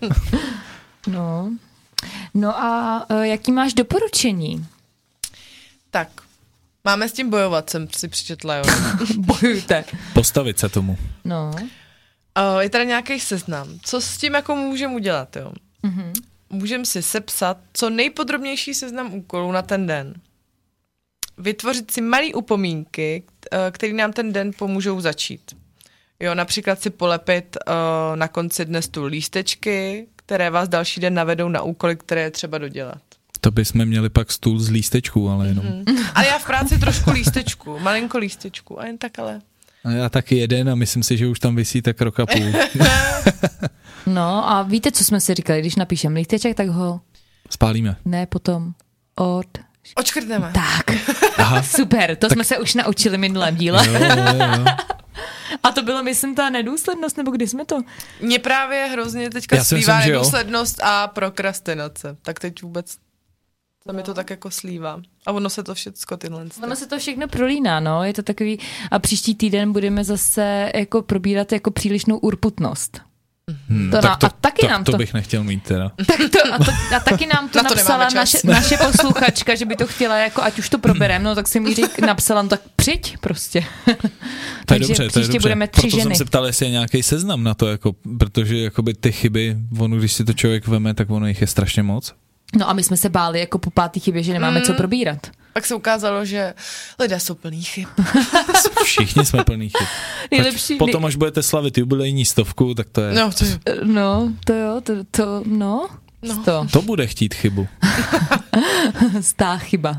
C: No a jaký máš doporučení?
B: Tak, máme s tím bojovat, jsem si přečetla, jo.
C: Bojujte.
D: Postavit se tomu.
C: No.
B: Je tady nějaký seznam. Co s tím jako můžeme udělat, jo?
C: Mhm.
B: Můžeme si sepsat co nejpodrobnější seznam úkolů na ten den. Vytvořit si malý upomínky, které nám ten den pomůžou začít. Jo, například si polepit na konci dne stůl lístečky, které vás další den navedou na úkoly, které je třeba dodělat.
D: To bychom měli pak stůl z lístečků, ale jenom.
B: Ale já v práci trošku lístečku, malinko lístečku, a jen tak ale.
D: A já taky jeden a myslím si, že už tam visí tak rok a půl.
C: No a víte, co jsme si říkali, když napíšem lísteček, tak ho
D: Spálíme.
C: ne potom
B: Odškrtneme.
C: Tak, super, to tak jsme se už naučili v minulém díle.
D: Jo.
C: A to bylo, myslím, ta nedůslednost, nebo kdy jsme to?
B: Mně právě hrozně teďka
D: Já si
B: slívá
D: myslím, že jo.
B: nedůslednost a prokrastinace. Tak teď vůbec se mi to tak jako slívá. A ono se to všechno tyhle.
C: Ono se to všechno prolíná, no, je to takový, a příští týden budeme zase jako probírat jako přílišnou urputnost.
D: To bych nechtěl mít teda.
C: A taky nám to napsala naše posluchačka, že by to chtěla, jako ať už to proberem, no tak jsem jí napsala, no tak přijď prostě.
D: To je dobře,
C: příště budeme 3
D: Proto
C: ženy.
D: jsem se ptal, jestli je nějaký seznam na to, jako, protože jakoby ty chyby, když si to člověk veme, tak ono jich je strašně moc.
C: No a my jsme se báli jako po 5. chybě, že nemáme co probírat.
B: Pak se ukázalo, že lidé jsou plný chyb.
D: Všichni jsme plný chyb.
C: Nejlepší.
D: Potom, až budete slavit jubilejní 100, tak to je... To bude chtít chybu.
C: 100 chyba.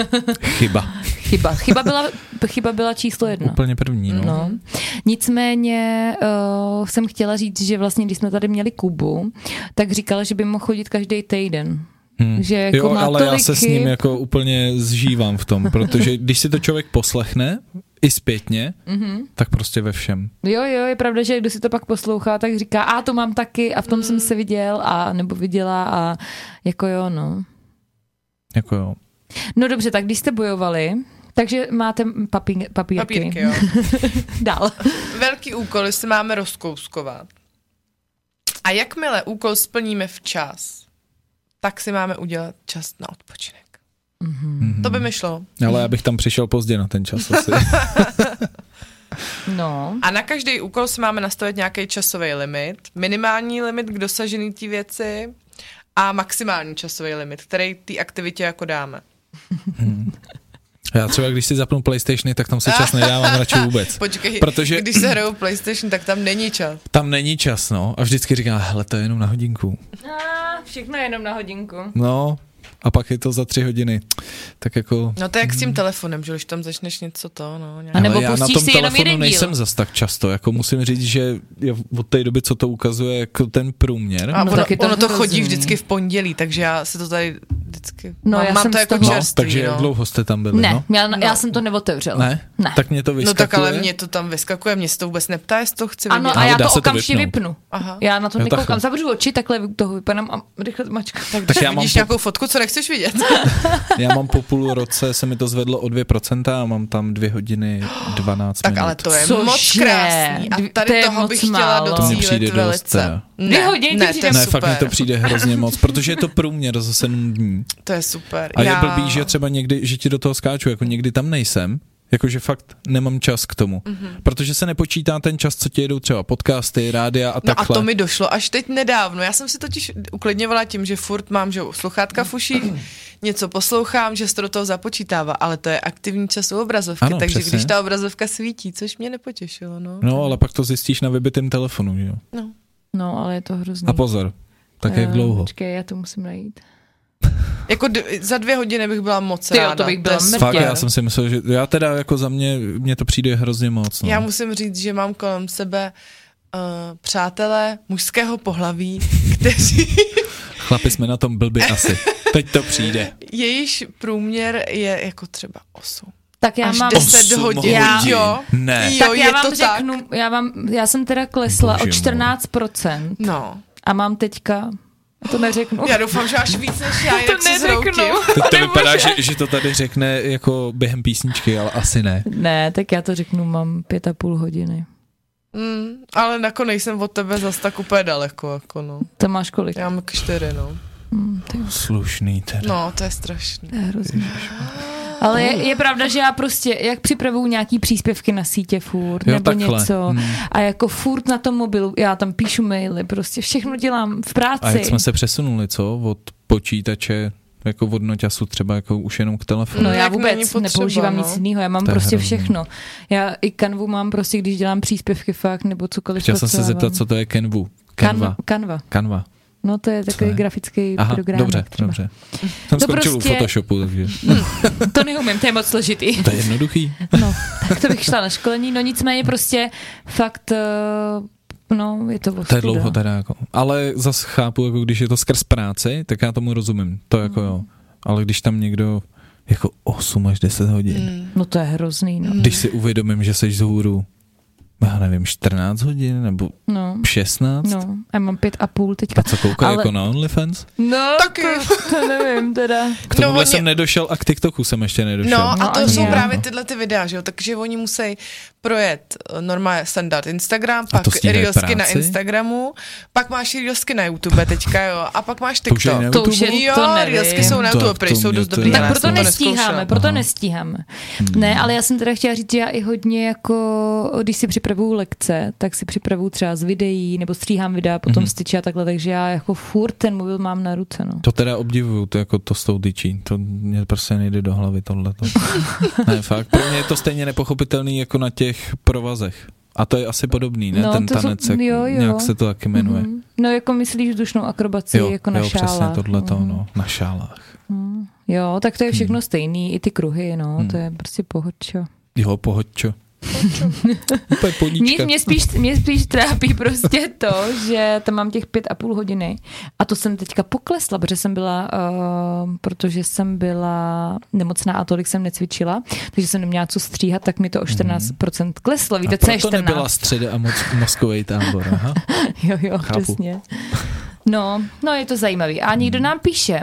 C: Chyba byla číslo 1.
D: Úplně první, no.
C: Nicméně jsem chtěla říct, že vlastně, když jsme tady měli Kubu, tak říkala, že by mohl chodit každý týden. Že jako
D: jo, ale já se
C: chyb.
D: s ním jako úplně zžívám v tom, protože když si to člověk poslechne i zpětně, tak prostě ve všem.
C: Jo, je pravda, že kdo si to pak poslouchá, tak říká, to mám taky a v tom jsem se viděl nebo viděla a jako jo, no.
D: Jako jo.
C: No dobře, tak když jste bojovali, takže máte papírky.
B: Jo.
C: Dál.
B: Velký úkoly si máme rozkouskovat. A jakmile úkol splníme včas, tak si máme udělat čas na odpočinek. To by mi šlo.
D: Ale já bych tam přišel pozdě na ten čas asi.
C: No.
B: A na každý úkol si máme nastavit nějaký časový limit, minimální limit k dosažení té věci a maximální časový limit, který té aktivitě jako dáme.
D: Já třeba, když si zapnu PlayStationy, tak tam si čas nedávám radši vůbec.
B: Počkej,
D: protože
B: když se hrajou PlayStation, tak tam není čas.
D: Tam není čas, no. A vždycky říkám, hele, to je jenom na hodinku.
C: Všechno jenom na hodinku.
D: No, a pak je to za 3 hodiny. Tak jako...
B: No to je jak s tím telefonem, že když tam začneš něco to, no.
C: A nebo
D: já na
C: pustíš
D: tom
C: si jenom
D: telefonu
C: jeden díl.
D: nejsem zas tak často, jako musím říct, že od té doby, co to ukazuje, jako ten průměr.
B: A ono to
C: hrozný.
B: chodí vždycky v pondělí, takže já se to tady vždycky...
C: No, já
B: mám
C: jsem
B: to
C: z
B: jako
C: toho-
B: čerstvý,
D: Takže jak dlouho jste tam byli,
C: Ne,
D: no?
C: já jsem to neotevřela.
D: Ne? Tak mě to
B: No
D: vyskakuje.
B: tak ale mě to tam vyskakuje, mě se to vůbec neptá, jestli to chci vidět.
C: Ano, a
D: Ale
C: já
D: dá
C: to
D: se to
C: okamžitě
D: vypnout.
C: vypnu.
B: Aha.
C: Já na to
D: Jo,
C: nekoukám,
D: takhle.
C: zavřu oči, takhle toho vypadám a rychle mačkám.
B: Tak
D: já mám
B: vidíš nějakou fotku, co nechceš vidět.
D: Já mám po půl roce, se mi to zvedlo o 2% a mám tam 2 hodiny 12
B: Tak
D: minut.
B: ale to je
C: Cože?
B: moc krásný. A
C: To
B: tady
C: je
B: toho
C: moc
B: bych chtěla
C: málo.
D: To mně
B: docílit
D: přijde dost,
B: velice.
D: teda.
C: 2 hodiny
B: ne,
C: ti
B: to
C: přijde
B: je
D: Ne,
B: super.
D: fakt mi to přijde hrozně moc, protože je to průměr za 7 dní.
B: To je super.
D: A je blbý, že třeba někdy, že ti do toho skáču, jako někdy tam nejsem, jakože fakt nemám čas k tomu. Protože se nepočítá ten čas, co ti jedou třeba podcasty, rádia a
B: No
D: takhle.
B: a to mi došlo až teď nedávno. Já jsem si totiž uklidňovala tím, že furt mám že sluchátka v uších, něco poslouchám, že se to do toho započítává, ale to je aktivní čas u obrazovky,
D: Ano,
B: takže
D: přesně.
B: když ta obrazovka svítí, což mě nepotěšilo.
D: No, ale pak to zjistíš na vybitém telefonu, že jo?
C: No, ale je to hrozný.
D: A pozor, tak jak dlouho?
C: Počkej, já to musím najít.
B: Jako za 2 hodiny bych byla moc
C: Ty jo,
B: ráda.
C: to bych byla
B: je
C: mrtě.
D: Fakt,
B: super.
D: já jsem si myslel, že já teda jako za mě to přijde hrozně moc. No.
B: Já musím říct, že mám kolem sebe přátelé mužského pohlaví, kteří
D: Chlapi jsme na tom blbě asi. Teď to přijde.
B: Jejíž průměr je jako třeba 8.
C: Tak já
B: až
C: mám
B: 10 hodin. Jo.
D: Ne.
B: Jo,
C: tak já
B: je
C: vám
B: to
C: řeknu, já jsem teda klesla
D: Bože
C: o 14%.
B: No.
C: A mám teďka, to neřeknu.
B: Já doufám, že až víc než já, jinak se zroutím.
D: Teď to vypadá, že to tady řekne jako během písničky, ale asi ne.
C: Ne, tak já to řeknu, mám 5,5 hodiny.
B: Ale nakonec jsem od tebe zas tak úplně daleko, jako no.
C: To máš kolik?
B: Já mám 4, no.
D: Slušný teda.
B: No, to je strašný.
C: To je hrozný. Ale je pravda, že já prostě, jak připravuju nějaký příspěvky na sítě furt,
D: jo,
C: nebo
D: takhle.
C: něco, a jako furt na tom mobilu, já tam píšu maily, prostě všechno dělám v práci.
D: A jak jsme se přesunuli, co? Od počítače, jako od noťasu třeba jako už jenom k telefonu.
C: No já
B: Jak není
C: vůbec
B: potřeba,
C: nepoužívám nic jiného, já mám
D: To je
C: prostě
D: hrozný.
C: všechno. Já i Canvu mám prostě, když dělám příspěvky fakt, nebo cokoliv.
D: Chtěl jsem se zeptat, co to je Canva.
C: Canva. No to je takový grafický program.
D: Dobře. Jsem
C: To
D: skončil
C: prostě-
D: u Photoshopu, takže
C: To neumím, to je moc složitý.
D: to je jednoduchý.
C: No, tak to bych šla na školení, no nicméně prostě fakt, no je to ostuda.
D: To je dlouho teda jako. Ale zas chápu, jako když je to skrz práci, tak já tomu rozumím. To jako jo. Ale když tam někdo jako 8 až 10 hodin.
C: No to je hrozný, no.
D: Když si uvědomím, že seš vzhůru, já nevím, 14 hodin nebo
C: No.
D: 16?
C: No, a já mám 5,5 teďka.
D: A co kouká jako na OnlyFans?
C: No,
B: Taky.
C: to nevím teda.
D: K tomuhle
B: oni-
D: jsem nedošel a k TikToku jsem ještě nedošel.
B: No a
C: No,
B: to
C: ani
B: jsou
C: já.
B: právě tyhle ty videa, že jo, takže oni musí projet normálně standard Instagram, pak
D: to stíhají
B: reelsky na
D: práci?
B: Instagramu, pak máš reelsky na YouTube teďka, jo, a pak máš
D: To už je
B: TikTok.
D: na
C: To už je,
B: Jo,
C: to nevím.
B: reelsky jsou na
D: To-
B: YouTube, prý
D: to
B: jsou
D: mě
B: dost
D: to
B: dobrý.
D: je-
B: já
C: Tak
B: jsem
C: proto
B: to
C: nestíháme,
B: nezkoušela.
C: proto nestíháme. Ne, ale já jsem teda chtěla říct, že já i hodně jako, když si připravuju lekce, tak si připravuju třeba z videí, nebo stříhám videa, potom styče a takhle, takže já jako furt ten mobil mám na ruce, no.
D: To teda obdivuju, to jako to s tou tyčí. To mě prostě nejde do hlavy tohleto. Ne, fakt. Pro mě je to stejně nepochopitelný jako na těch provazech. A to je asi podobný, ne?
C: No,
D: Ten
C: to jsou-
D: tanec, jak,
C: jo.
D: nějak se to taky jmenuje.
C: Mhm. No jako myslíš vzdušnou akrobaci, jako na
D: přesně
C: šálách.
D: tohleto, no, na šálách.
C: Jo, tak to je všechno stejný, i ty kruhy, no, to je prostě pohodčo.
D: Jo, pohodčo. Úplně podíčka.
C: Mě spíš trápí prostě to, že tam mám těch 5,5 hodiny a to jsem teďka poklesla, protože jsem byla nemocná a tolik jsem necvičila, takže jsem neměla co stříhat, tak mi to o 14% kleslo. Víte,
D: A
C: co je
D: proto
C: 14?
D: nebyla středa a mozkovej tábor, aha.
C: Jo,
D: Chápu.
C: přesně. No, je to zajímavý. A někdo nám píše,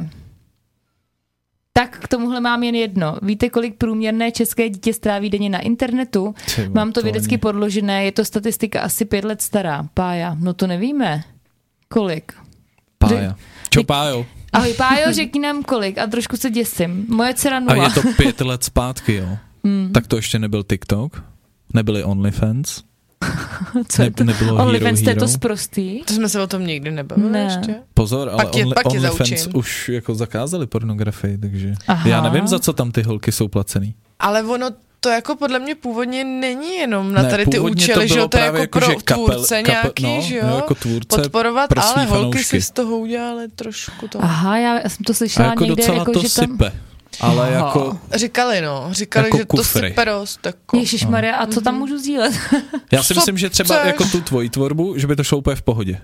C: tak k tomuhle mám jen jedno. Víte, kolik průměrné české dítě stráví denně na internetu? Mám to vědecky podložené, je to statistika asi 5 let stará. Pája, no to nevíme. Kolik?
D: Pája. Čo Pájo?
C: Ahoj Pájo, řekni nám kolik a trošku se děsím. Moje dcera 0.
D: A je to 5 let zpátky, jo? Tak to ještě nebyl TikTok? Nebyly OnlyFans?
C: Co je to?
D: Nebylo Hero
C: OnlyFans, to je to
D: Hero?
C: sprostý?
B: To jsme se o tom nikdy nebavili
C: Ne.
B: ještě.
D: Pozor, ale
B: Pak tě
D: OnlyFans
B: zaučím.
D: už jako zakázali pornografii, takže
C: Aha.
D: já nevím, za co tam ty holky jsou placený.
B: Ale ono to jako podle mě původně není jenom na
D: Ne,
B: tady ty
D: původně
B: účely, že jo, to je
D: právě
B: jako pro
D: že
B: tvůrce nějaký, že jo,
D: jako tvůrce
B: podporovat,
D: pro svý
B: ale holky
D: fanoušky.
B: si z toho udělali trošku to.
C: Aha, já jsem to
D: A
C: slyšela
D: jako
C: někde,
D: docela
C: jako,
D: to
C: že tam...
D: sype. Ale
C: Aha.
D: jako,
B: Říkali,
D: Jako
B: že
D: kufry.
B: to sype dost. Jako.
C: Ježišmarja, a co tam můžu sdílet?
D: já si
B: Co
D: myslím, že třeba
B: chceš?
D: jako tu tvoji tvorbu, že by to šlo úplně v pohodě.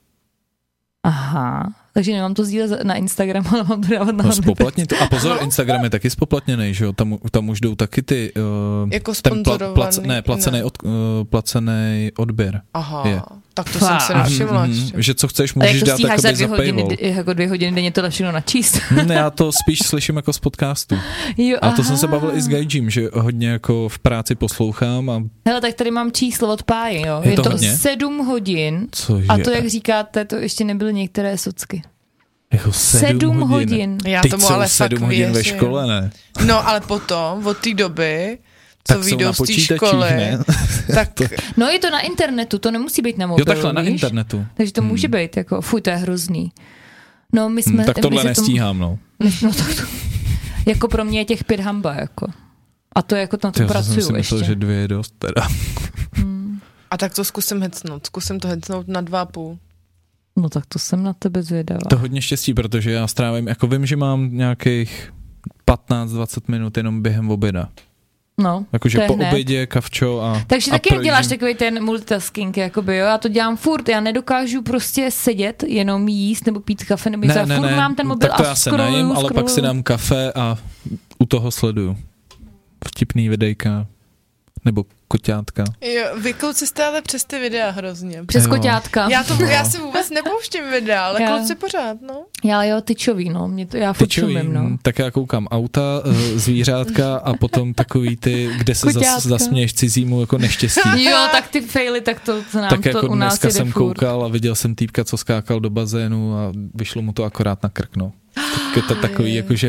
C: Aha, takže nemám to sdílet na Instagram, ale mám to dávat na
D: No,
C: OnlyFans.
D: spoplatnit. A pozor, Instagram je taky spoplatněný, že jo? Tam už jdou taky ty...
B: Jako
D: ten
B: sponzorovaný.
D: placený odběr.
B: Aha,
D: je.
B: tak to jsem se nevšimla ještě.
D: Že co chceš,
C: A jak
D: můžeš
C: to
D: dát
C: stíháš za
D: jakoby
C: 2
D: za
C: hodiny,
D: paywall.
C: jako 2 hodiny denně tohle všechno načíst?
D: Ne, já to spíš slyším jako z podcastu.
C: Jo,
D: A to jsem
C: aha.
D: se bavil i s Gajím, že hodně jako v práci poslouchám a
C: Hele, tak tady mám číslo od Páji, jo.
D: Je
C: Je
D: to
C: to
D: hodně?
C: 7 hodin.
D: cože?
C: A to, jak říkáte, to ještě nebyly některé socky.
D: Jako
C: 7 hodin.
B: Já
D: Teď
B: tomu
D: jsou
B: ale
D: 7
B: fakt
D: hodin ve
B: věřím.
D: škole, ne?
B: No, ale potom, od té doby, co
D: Tak jsou
B: vyjdou
D: na
B: z té
D: počítačích,
B: školy,
D: ne?
B: tak
C: No je to na internetu, to nemusí být na mobilu,
D: Jo, takhle, na
C: víš?
D: internetu.
C: Takže to může být, jako, fuj, to je hrozný. No, my jsme...
D: Tak tohle
C: my se tomu-
D: nestíhám, no.
C: No, jako pro mě je těch 5 hamba, jako. A to jako na to
D: Já jsem
C: pracuju
D: si myslel,
C: ještě.
D: že 2 je dost teda.
B: a tak to zkusím hecnout. Zkusím to hecnout na 2,5.
C: No tak to jsem na tebe zvědavá.
D: To hodně štěstí, protože já strávím, jako vím, že mám nějakých 15-20 minut jenom během oběda.
C: No,
D: jakože po obědě, kavčo a
C: takže
D: a
C: taky
D: projím.
C: děláš takový ten multitasking, jakoby, jo, já to dělám furt, já nedokážu prostě sedět, jenom jíst nebo pít kafe, nebo furt mám ten mobil
D: tak to
C: a
D: já se najím, ale pak si dám kafe a u toho sleduju. Vtipný videjka. Nebo koťátka.
B: Jo, vy kluci jste ale přes ty videa hrozně.
C: Přes koťátka.
B: Já si vůbec nepouštím videa, ale kluci pořád, no.
C: Já tyčový, no, já furt šumím, no.
D: Tak já koukám auta, zvířátka a potom takový ty, kde se zasměješ cizímu jako neštěstí.
C: Jo, tak ty faily, tak to znám,
D: tak
C: to
D: jako
C: u nás
D: dneska jsem
C: furt.
D: koukal a viděl jsem týpka, co skákal do bazénu a vyšlo mu to akorát na krk, no. Tak je to takový, jakože...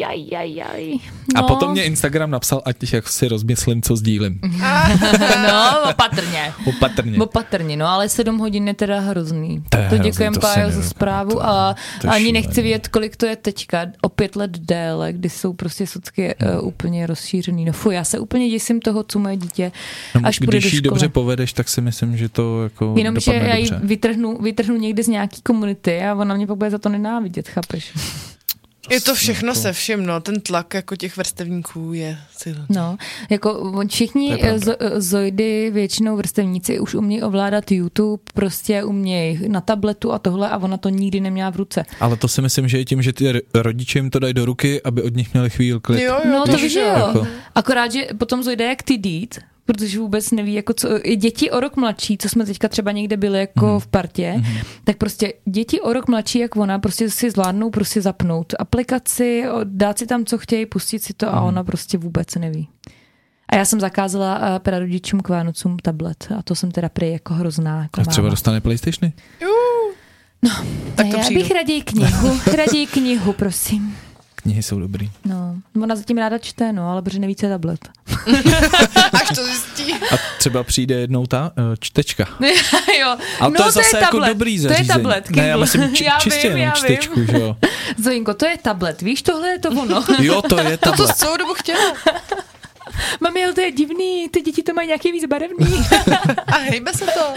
C: No.
D: A potom mě Instagram napsal, ať jak si rozmyslím, co sdílím.
C: No, opatrně, no, ale 7 hodin je teda hrozný. To děkujem, Pájo, za zprávu a ani nechci vědět, kolik to je teďka, o 5 let déle, kdy jsou prostě socky úplně rozšířený. No fuj, já se úplně děsím toho, co moje dítě, až půjde do školy.
D: Když ji dobře povedeš, tak si myslím, že to jako
C: jenom, že já ji
D: dobře.
C: vytrhnu někde z nějaký komunity a ona mě pak bude za to nenávidět, chápeš?
B: Je to všechno se vším, no, ten tlak jako těch vrstevníků je silný.
C: No, jako všichni Zojdy, většinou vrstevníci už umějí ovládat YouTube, prostě umějí na tabletu a tohle a ona to nikdy neměla v ruce.
D: Ale to si myslím, že je tím, že ty rodiče jim to dají do ruky, aby od nich měli chvíli klid.
B: Jo,
C: no to víš, jo.
D: Jako.
C: Akorát, že potom Zojda jak ty dít, protože vůbec neví, jako co, i děti o rok mladší, co jsme teďka třeba někde byli jako v partě, tak prostě děti o rok mladší, jak ona, prostě si zvládnou prostě zapnout aplikaci, dát si tam, co chtějí, pustit si to a ona prostě vůbec neví. A já jsem zakázala prarodičům k Vánocům tablet a to jsem teda prý jako hrozná. Jako
D: a třeba dostane PlayStationy?
C: No,
B: tak to
C: já bych raději knihu, prosím.
D: Knihy jsou dobrý.
C: No, ona zatím ráda čte, no, ale protože neví, co je tablet.
B: Až to zjistí.
D: A třeba přijde jednou ta čtečka.
C: Jo.
D: Ale to je zase jako dobrý zařízení.
C: To je tablet,
D: ne, já myslím čistě
C: já
D: jenom čtečku, že jo.
C: Zojinko, to je tablet, víš, tohle je to ono.
D: Jo, to je tablet.
B: To celou dobu chtěla.
C: Mami, ale to je divný, ty děti to mají nějaký víc barevný.
B: A hejbe se to.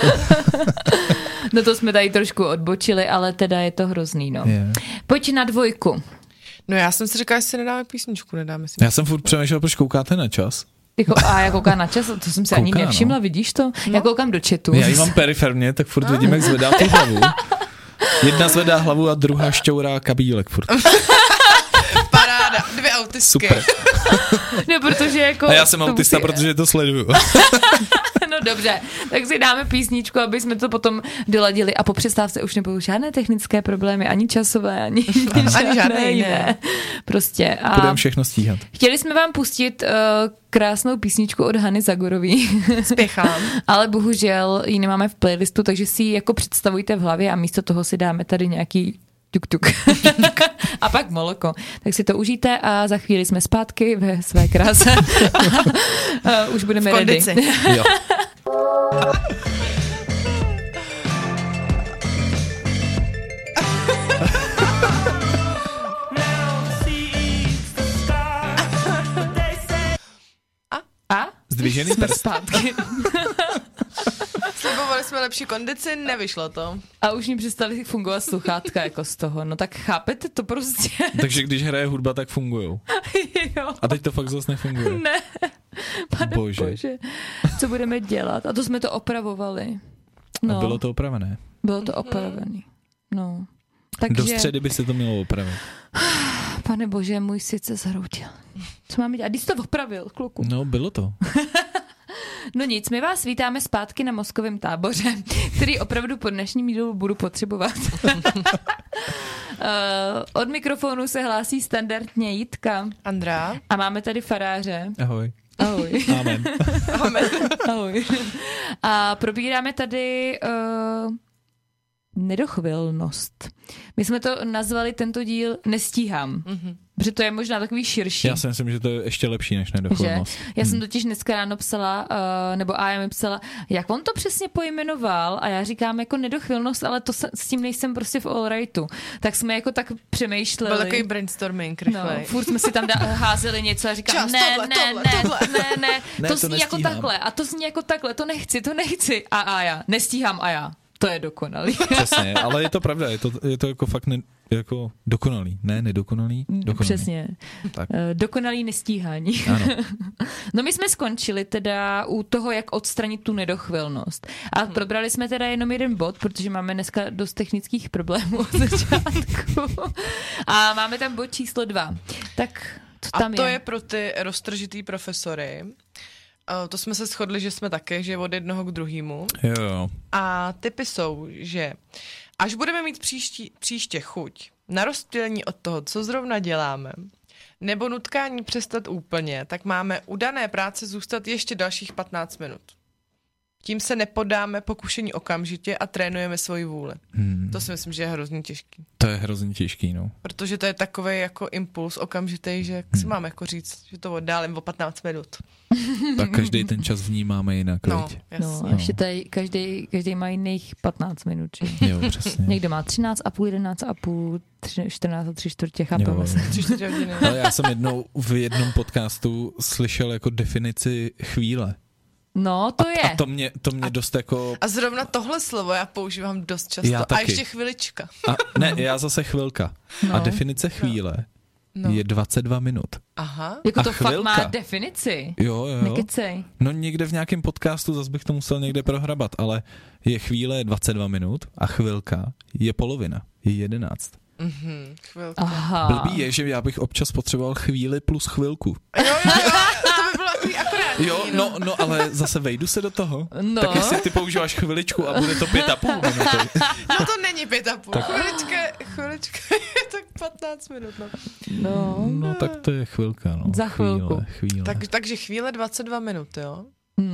C: No to jsme tady trošku odbočili, ale teda je to hrozný, no.
D: Yeah.
C: Pojď na 2.
B: No já jsem si říkala, že si nedáme písničku, nedáme si.
D: Já jsem furt přemýšlel, proč koukáte na čas.
C: A já koukám na čas, to jsem si ani nevšimla, vidíš to? No. Já koukám do chatu.
D: Já ji mám periferně, tak furt vidím, jak zvedá tu hlavu. Jedna zvedá hlavu a druhá šťourá kabílek furt.
B: Paráda, 2 autistky.
D: Super.
C: No, protože jako...
D: A já jsem autista, protože to sleduju.
C: No dobře, tak si dáme písničku, aby jsme to potom doladili a po přestávce už nebudou žádné technické problémy, ani časové, ani žádné jiné. Prostě. A
D: budeme všechno stíhat.
C: Chtěli jsme vám pustit krásnou písničku od Hany Zagorový.
B: Spěchám.
C: Ale bohužel ji nemáme v playlistu, takže si ji jako představujte v hlavě a místo toho si dáme tady nějaký tuk. A pak moloko. Tak si to užijte a za chvíli jsme zpátky ve své kráse. A už budeme ready.
D: Jo.
C: A?
D: Zdvižený prst.
C: Zpátky.
B: Slibovali jsme lepší kondici, nevyšlo to.
C: A už mi přestali fungovat sluchátka jako z toho. No tak chápete to prostě.
D: Takže když hraje hudba, tak fungujou.
C: Jo.
D: A teď to fakt zase nefunguje.
C: Ne. Pane Bože. Co budeme dělat? A to jsme to opravovali. No.
D: A bylo to opravené.
C: Bylo to opravené. No. Takže...
D: Do středy by se to mělo opravit.
C: Pane Bože, můj svět se zhroutil. Co máme dělat? A když jsi to opravil, kluku?
D: No, bylo to.
C: No nic, my vás vítáme zpátky na mozkovém táboře, který opravdu po dnešním jídlu budu potřebovat. Od mikrofonu se hlásí standardně Jitka.
B: Andrá.
C: A máme tady faráře.
D: Ahoj.
C: Ahoj.
D: Amen.
B: Amen.
C: Ahoj. A probíráme tady nedochvilnost. My jsme to nazvali tento díl Nestíhám. Mm-hmm. Protože to je možná takový širší.
D: Já si myslím, že to je ještě lepší než nedochvilnost.
C: Já jsem totiž dneska ráno psala, nebo Aja mi psala, jak on to přesně pojmenoval a já říkám jako nedochvilnost, ale to s tím nejsem prostě v all rightu. Tak jsme jako tak přemýšleli.
B: Byl takový brainstorming rychlej.
C: No, furt jsme si tam házeli něco a říkám, ne, to zní jako takhle a to zní jako takhle, to nechci. A já, nestíhám a já. To je dokonalý.
D: Přesně, ale je to pravda, je to jako fakt jako dokonalý, ne nedokonalý, dokonalý.
C: Přesně.
D: Tak.
C: Dokonalý nestíhání.
D: Ano.
C: No my jsme skončili teda u toho, jak odstranit tu nedochvilnost. A probrali jsme teda jenom jeden bod, protože máme dneska dost technických problémů od začátku. A máme tam bod číslo 2. Tak co tam
B: a to je pro ty roztržitý profesory. To jsme se shodli, že jsme také, že od jednoho k druhému.
D: Jo.
B: A tipy jsou, že až budeme mít příště chuť na rozptýlení od toho, co zrovna děláme, nebo nutkání přestat úplně, tak máme u dané práce zůstat ještě dalších 15 minut. Tím se nepodáme pokušení okamžitě a trénujeme svoji vůli. To si myslím, že je hrozně těžký.
D: To je hrozně těžký, no.
B: Protože to je takový jako impuls okamžitý, že jak si máme jako říct, že to oddálím o 15 minut.
D: Tak každý ten čas vnímáme jinak,
B: No,
D: viď?
B: jasně.
C: ještě tady každý má jiných 15 minut. Že?
D: Jo, přesně.
C: Někdo má 13,5, 11,5, 14 a 3/4, chápeme se.
B: 3/4 hodiny.
D: Ale já jsem jednou v jednom podcastu slyšel jako definici chvíle.
C: No, to je.
D: A to mě dost jako...
B: A zrovna tohle slovo já používám dost často.
D: Já
B: A
D: taky.
B: ještě chvilička.
D: Ne, já zase chvilka.
C: No.
D: A definice chvíle je 22 minut.
B: Aha.
C: Jako
D: A
C: to
D: chvilka.
C: fakt má definici.
D: Jo.
C: Nekecej.
D: No někde v nějakém podcastu, zase bych to musel někde prohrabat, ale je chvíle 22 minut a chvilka je polovina, je 11.
B: Chvilka.
C: Aha.
D: Blbý je, že já bych občas potřeboval chvíli plus chvilku.
B: Jo, to by bylo takový akorátní.
D: Jo, no, ale zase vejdu se do toho.
C: No.
D: Tak jestli ty používáš chviličku a bude to 5,5 minuty.
B: No to není 5,5. Chvilička je tak 15 minut. No.
D: No tak to je chvilka, no.
C: Za chvilku.
D: Chvíle.
B: Takže chvíle 22 minut, jo?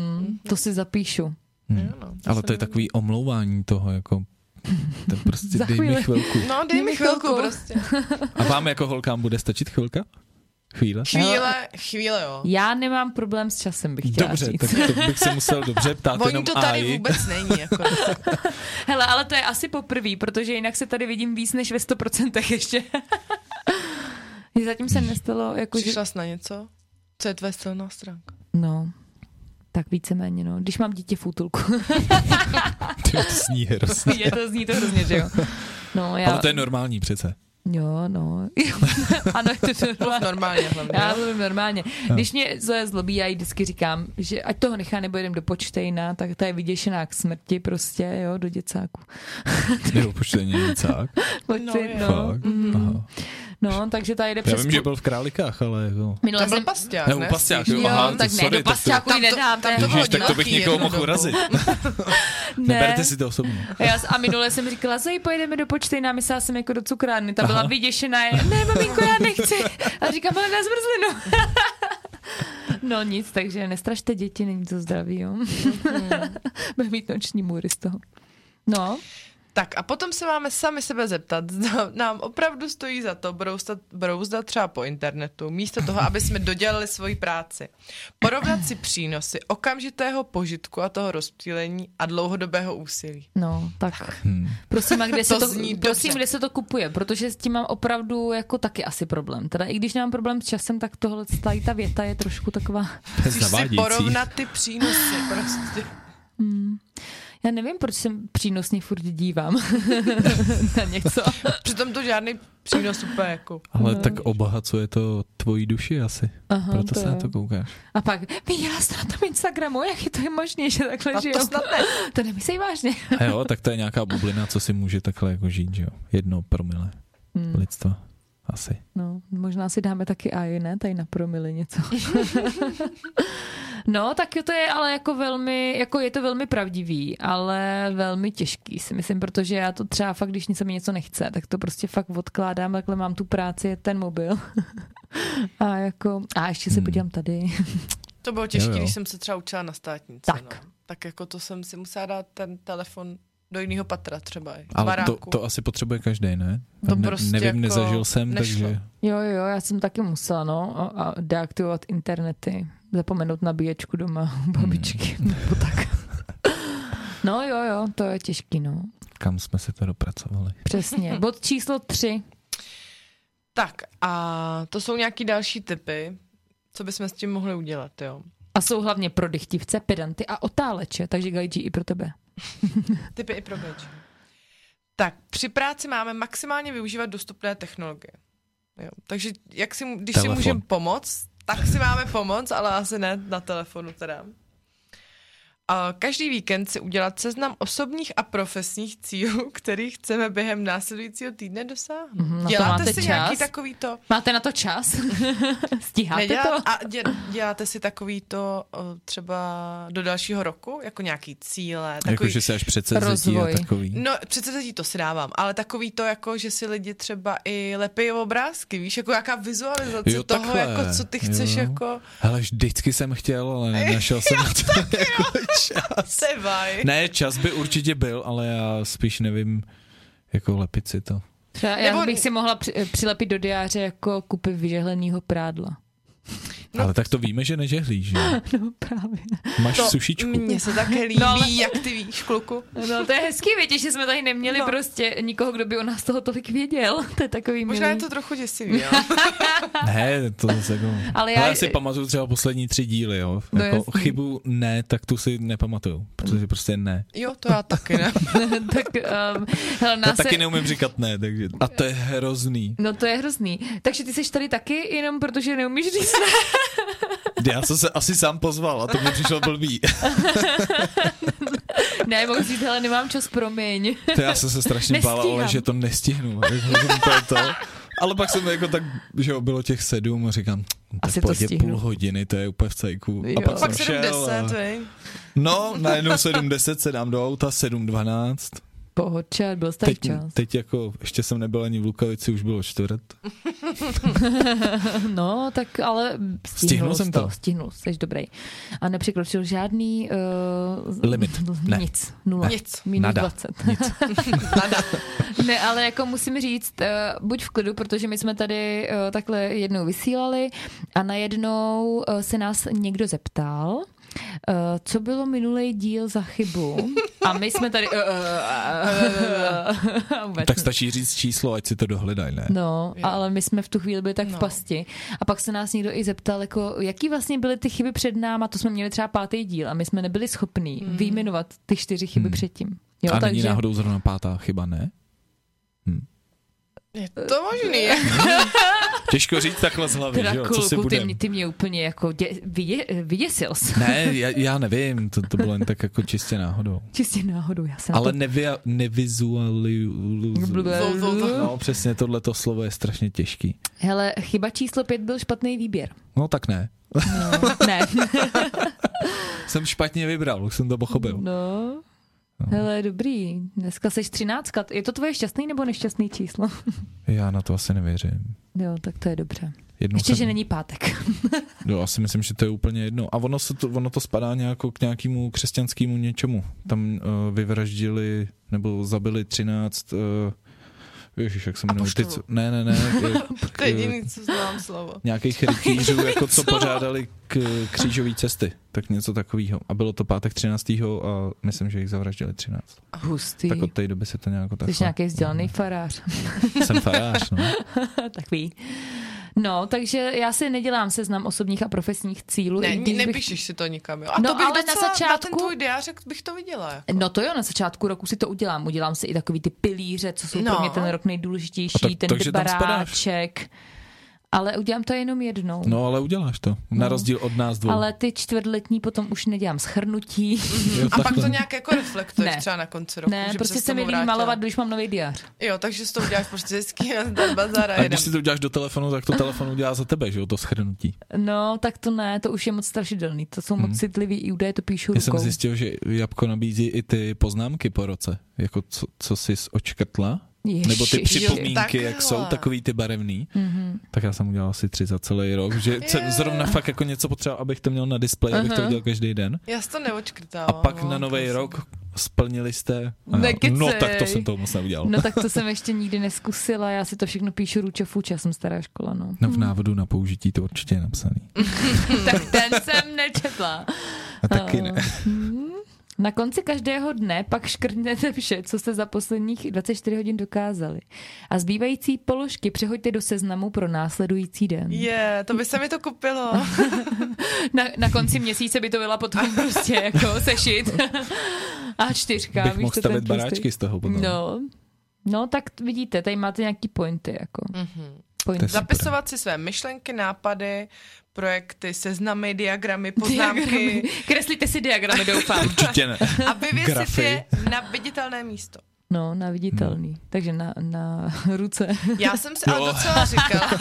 C: To si zapíšu.
B: Jo, no,
D: Ale to je takový omlouvání toho, jako to prostě
C: Za
D: dej
C: chvíli.
D: mi chvilku.
B: No, dej mi chvilku prostě.
D: A vám jako holkám bude stačit chvilka? Chvíle?
B: Chvíle, jo.
C: Já nemám problém s časem, bych chtěla
D: Dobře,
C: říct.
D: tak to bych se musel dobře ptát
B: Oni
D: jenom
B: to tady
D: AI.
B: vůbec není. Jako.
C: Hele, ale to je asi poprvý, protože jinak se tady vidím víc než ve 100% ještě. Zatím se nestalo, jako že...
B: Přišla jsi na něco? Co je tvoje silná stránka?
C: No, tak víceméně, no. Když mám dítě v útulku.
D: To zní hrozně.
C: Zní to hrozně, že jo. No, já...
D: Ale to je normální přece.
C: Jo, no. Ano, je to normálně.
B: Normálně hlavně.
C: Já mluvím normálně. Když mě Zoe zlobí, já jí vždycky říkám, že ať toho nechá, nebo jedem do počtejna, tak ta je vyděšená k smrti prostě, jo, do děcáku.
D: Nebo počtejně děcák. Fakt? Aha.
C: No, takže ta jede
D: Já
C: přes...
D: vím, že byl v Králikách, ale jako...
C: Minule
B: Tam byl
C: jsem...
B: pasťák,
D: Nebo
B: ne?
D: pasťák,
C: Jo,
D: aha,
C: tak ne, do pasťáku ji nedám.
B: tam to
D: Ježiš, tak to bych někoho mohl urazit. Neberte si to osobně.
C: A minule jsem říkala, Zoe, pojedeme do počtejna, myslela jsem jako do cukrárny, ta byla vyděšená, ne, maminko, já nechci. A říkám, ale na zmrzlinu. No nic, takže nestrašte děti, není to zdraví, jo. Bude mít noční můry z toho. No.
B: Tak a potom se máme sami sebe zeptat, zda nám opravdu stojí za to brouzdat třeba po internetu, místo toho, aby jsme dodělali svoji práci. Porovnat si přínosy okamžitého požitku a toho rozptýlení a dlouhodobého úsilí.
C: No, tak. Prosím, a kde se to kupuje, protože s tím mám opravdu jako taky asi problém. Teda i když nemám problém s časem, tak tohle ta věta je trošku taková...
B: Musíš si porovnat ty přínosy prostě.
C: Já nevím, proč se přínosně furt dívám na něco.
B: Přitom to žádný přínos úplně jako.
D: Ale tak obohacuje to tvoji duši asi.
C: Aha,
D: proto
C: to
D: se
C: je.
D: na to koukáš.
C: A pak, viděla jsi na tom Instagramu, jak je to možné, že takhle
B: A
C: žijou?
B: to snad ne.
C: To nemyslej vážně.
D: A jo, tak to je nějaká bublina, co si může takhle jako žít, že jo. 1 promile lidstva. Asi.
C: No, možná si dáme taky AI, ne? Tady na promily něco. No, tak to je ale jako velmi, jako je to velmi pravdivý, ale velmi těžký si myslím, protože já to třeba fakt, když se mi něco nechce, tak to prostě fakt odkládám, takhle mám tu práci, ten mobil. A ještě se podívám tady.
B: To bylo těžké,
D: Jo.
B: když jsem se třeba učila na státnici.
C: Tak.
B: No. Tak jako to jsem si musela dát ten telefon do jiného patra třeba.
D: Ale to asi potřebuje každý, ne?
B: To
D: Ne,
B: prostě
D: nevím,
B: jako
D: nezažil jsem,
B: nešlo.
D: takže...
C: Jo, já jsem taky musela, no, a deaktivovat internety, zapomenout nabíječku doma u babičky, nebo tak. No jo, to je těžký, no.
D: Kam jsme se to dopracovali?
C: Přesně. Bod číslo 3.
B: Tak a to jsou nějaký další tipy, co bychom s tím mohli udělat, jo.
C: A jsou hlavně pro dychtivce, pedanty a otáleče, takže Gajji i pro tebe.
B: Tipy i pro Beč. Tak, při práci máme maximálně využívat dostupné technologie. Jo. Takže když si můžeme pomoct, tak si máme pomoct, ale asi ne na telefonu teda. Každý víkend si udělat seznam osobních a profesních cílů, kterých chceme během následujícího týdne dosáhnout. Děláte si nějaký takovýto...
C: Máte na to čas? Stíháte to?
B: A děláte si takovýto třeba do dalšího roku? Jako nějaký cíle?
D: Jako, že se až předsevzetí a takový.
B: No, předsevzetí to si dávám, ale takový to, jako, že si lidi třeba i lepí obrázky, víš, jako jaká vizualizace toho, jako co ty chceš, jako...
D: Hele, vždycky jsem chtěl, ale nenašel jsem na to jako čas. Ne, čas by určitě byl, ale já spíš nevím, jako lepit si to.
C: Třeba já bych si mohla přilepit do diáře jako kupy vyžehlenýho prádla.
D: No. Ale tak to víme, že nežehlíš, že?
C: No právě.
D: Máš sušičku.
B: Mně se také líbí, jak ty víš, kluku.
C: No to je hezký, víte, že jsme tady neměli prostě nikoho, kdo by o nás toho tolik věděl. To je takový
B: možná
C: milý.
B: Je to trochu děsivý, jo?
D: Ne, to zase jako... Ale já si pamatuju třeba poslední 3 díly, jo? No jako chybu ne, tak tu si nepamatuju, protože prostě ne.
B: Jo, to já taky ne.
C: Tak, hele,
D: já taky neumím říkat ne, takže... A to je hrozný.
C: No to je hrozný. Takže ty seš tady taky jenom protože neumíš říct ne.
D: Já jsem se asi sám pozval a to mi přišlo blbý.
C: Ne, mohu říct, hele, nemám čas, promiň.
D: To já jsem se strašně bála, ale že to nestihnu. Ale pak jsem jako tak, že bylo těch 7 a říkám, tak pojď půl hodiny, to je úplně v cajku. A pak jsem šel.
B: 7:10,
D: No, najednou 7:10 se dám do auta, 7:12.
C: Pohodčat, byl starý čas.
D: Teď jako, ještě jsem nebyl ani v Lukavici, už bylo 4.
C: No, tak ale
D: stihnul jsem to.
C: Stihnul, jsi dobrý. A nepřekročil žádný
D: limit.
C: Nic. 0.
B: Nic.
C: Minus
D: Nada.
C: 20.
D: Nic.
B: Nada.
C: Ne, ale jako musím říct, buď v klidu, protože my jsme tady takhle jednou vysílali a najednou se nás někdo zeptal, co bylo minulý díl za chybu? A my jsme tady...
D: Tak stačí říct číslo, ať si to dohledaj, ne?
C: No, ale my jsme v tu chvíli byli tak v pasti. A pak se nás někdo i zeptal, jako, jaký vlastně byly ty chyby před náma, to jsme měli třeba 5. díl a my jsme nebyli schopní vyjmenovat ty 4 chyby předtím. Jo,
D: a není náhodou zrovna 5. chyba, ne?
B: Je to možný.
D: Těžko říct takhle z hlavy,
C: teda
D: že jo? Co si budem?
C: Ty mě úplně jako vyděsil jsi.
D: Ne, já nevím, to bylo jen tak jako čistě náhodou.
C: Čistě náhodou, já jsem
D: ale nevizualizuju. No, přesně tohleto slovo je strašně těžký.
C: Hele, chyba číslo 5 byl špatný výběr.
D: No tak ne.
C: No, ne.
D: Jsem špatně vybral, už jsem to pochopil.
C: No. Hele, dobrý. Dneska seš 13. Je to tvoje šťastný nebo nešťastný číslo?
D: Já na to asi nevěřím.
C: Jo, tak to je dobře. Ještě, že není pátek.
D: Jo, asi myslím, že to je úplně jedno. A ono to spadá nějako k nějakému křesťanskému něčemu. Tam vyvraždili nebo zabili 13... Ježiš, jak se jmenuje? Ne.
B: To je jediný, co znám slovo.
D: Nějakých rytířů, jako co pořádali k křížové cesty. Tak něco takového. A bylo to pátek 13. a myslím, že jich zavraždili 13.
C: Hustý.
D: Tak od té doby se to nějak takhle...
C: Jsi nějaký vzdělaný farář.
D: Jsem farář, no.
C: Takový. No, takže já si nedělám seznam osobních a profesních cílů.
B: Ne, nepíšeš si to nikam, jo. A to bych ale docela, na ten tvůj diářek bych to viděla. Jako.
C: No to jo, na začátku roku si to udělám. Udělám si i takový ty pilíře, co jsou pro mě ten rok nejdůležitější, ten baráček. Ale udělám to jenom jednou.
D: No, ale uděláš to. Na rozdíl od nás dvou.
C: Ale ty čtvrtletní potom už nedělám shrnutí.
B: A pak to nějak jako reflektuješ třeba na konci roku.
C: Ne, prostě se mi líbí malovat, když mám nový diář.
B: Jo, takže si to uděláš prostě hezký a bazar
D: a když si to uděláš do telefonu, tak to telefon udělá za tebe, že jo, to shrnutí.
C: No, tak to ne, to už je moc strašidelný. To jsou moc citlivý údaje, to píšu rukou.
D: Já jsem zjistil, že Jabko nabízí i ty poznámky po roce. Jako co jsi očkrtla. Nebo ty připomínky, jak jsou takový ty barevný, tak já jsem udělal asi 3 za celý rok, že zrovna fakt jako něco potřeba, abych to měl na displeji, abych to udělal každý den.
B: Já si to neočkrtávám.
D: A pak na nový rok splnili jste. No tak to jsem to moc neudělal.
C: No tak to jsem ještě nikdy neskusila, já si to všechno píšu ruče fuč, já jsem stará škola, no.
D: No v návodu na použití to určitě je napsaný.
C: Tak ten jsem nečetla.
D: A taky ne.
C: Na konci každého dne pak škrtněte vše, co jste za posledních 24 hodin dokázali. A zbývající položky přehoďte do seznamu pro následující den.
B: To by se mi to kupilo.
C: Na konci měsíce by to byla potom prostě jako sešit. A4.
D: Bych mohl stavět baráčky z toho potom.
C: No, tak vidíte, tady máte nějaký pointy. Jako. Pointy.
B: Zapisovat si své myšlenky, nápady, projekty, seznamy, diagramy, poznámky.
C: Kreslíte si diagramy, doufám.
D: Určitě ne.
B: A vyvěsit je na viditelné místo.
C: No, na viditelný. Takže na ruce.
B: Já jsem si ale docela říkala,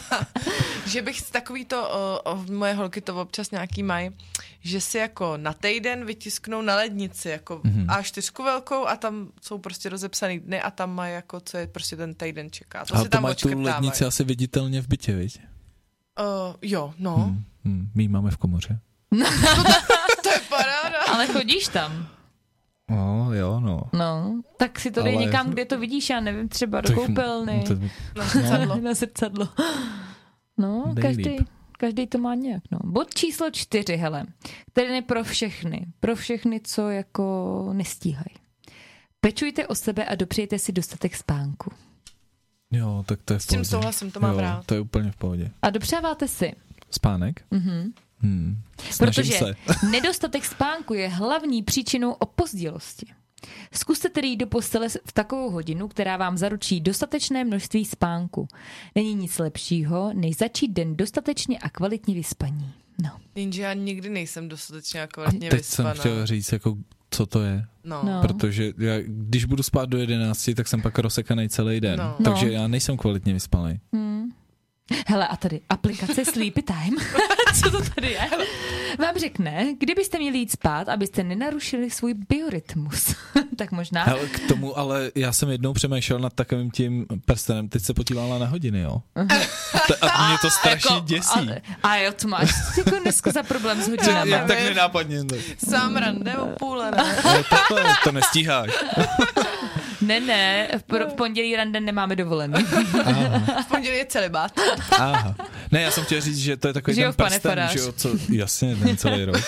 B: že bych takový to, moje holky to občas nějaký mají, že si jako na týden vytisknou na lednici jako A4 velkou a tam jsou prostě rozepsaný dny a tam mají jako, co je prostě ten týden čeká. To
D: ale
B: si tam
D: to mají tu lednici asi viditelně v bytě, viď?
B: Jo, no.
D: My máme v komoře.
B: To je paráda.
C: Ale chodíš tam?
D: No, jo, no.
C: No, tak si to dej někam, kde to vidíš, já nevím, třeba do koupelny.
B: Na zrcadlo.
C: Na zrcadlo. No, každý to má nějak, no. Bod číslo 4, hele, který je pro všechny, co jako nestíhají. Pečujte o sebe a dopřejte si dostatek spánku.
D: Jo, tak to je v pohodě.
B: S tím souhlasím, to mám rád.
D: To je úplně v pohodě.
C: A dopřáváte si?
D: Spánek?
C: Protože nedostatek spánku je hlavní příčinou opozdělosti. Zkuste tedy jít do postele v takovou hodinu, která vám zaručí dostatečné množství spánku. Není nic lepšího, než začít den dostatečně a kvalitně vyspaní. No.
B: Jenže já nikdy nejsem dostatečně a kvalitně
D: vyspaná. Teď jsem chtěl říct, jako, co to je.
B: No.
D: Protože já, když budu spát do 11, tak jsem pak rozsekanej celý den. Takže já nejsem kvalitně vyspalý.
C: Hele, a tady aplikace Sleepy Time, co to tady je, vám řekne, kdybyste měli jít spát, abyste nenarušili svůj biorytmus. Tak možná.
D: Hele, k tomu, ale já jsem jednou přemýšlel nad takovým tím prstenem, teď se podívala na hodiny, jo? A mě to strašně děsí.
C: A jo, to máš jako dneska za problém s hodinami.
D: Já tak nenápadně.
B: Sám rande o půle,
D: To nestíháš.
C: Ne, v pondělí rande nemáme dovolený.
B: V pondělí je celibát.
D: Aha. Ne, já jsem chtěl říct, že to je takový ten prsten, že jo, co, jasně, ten celý rok.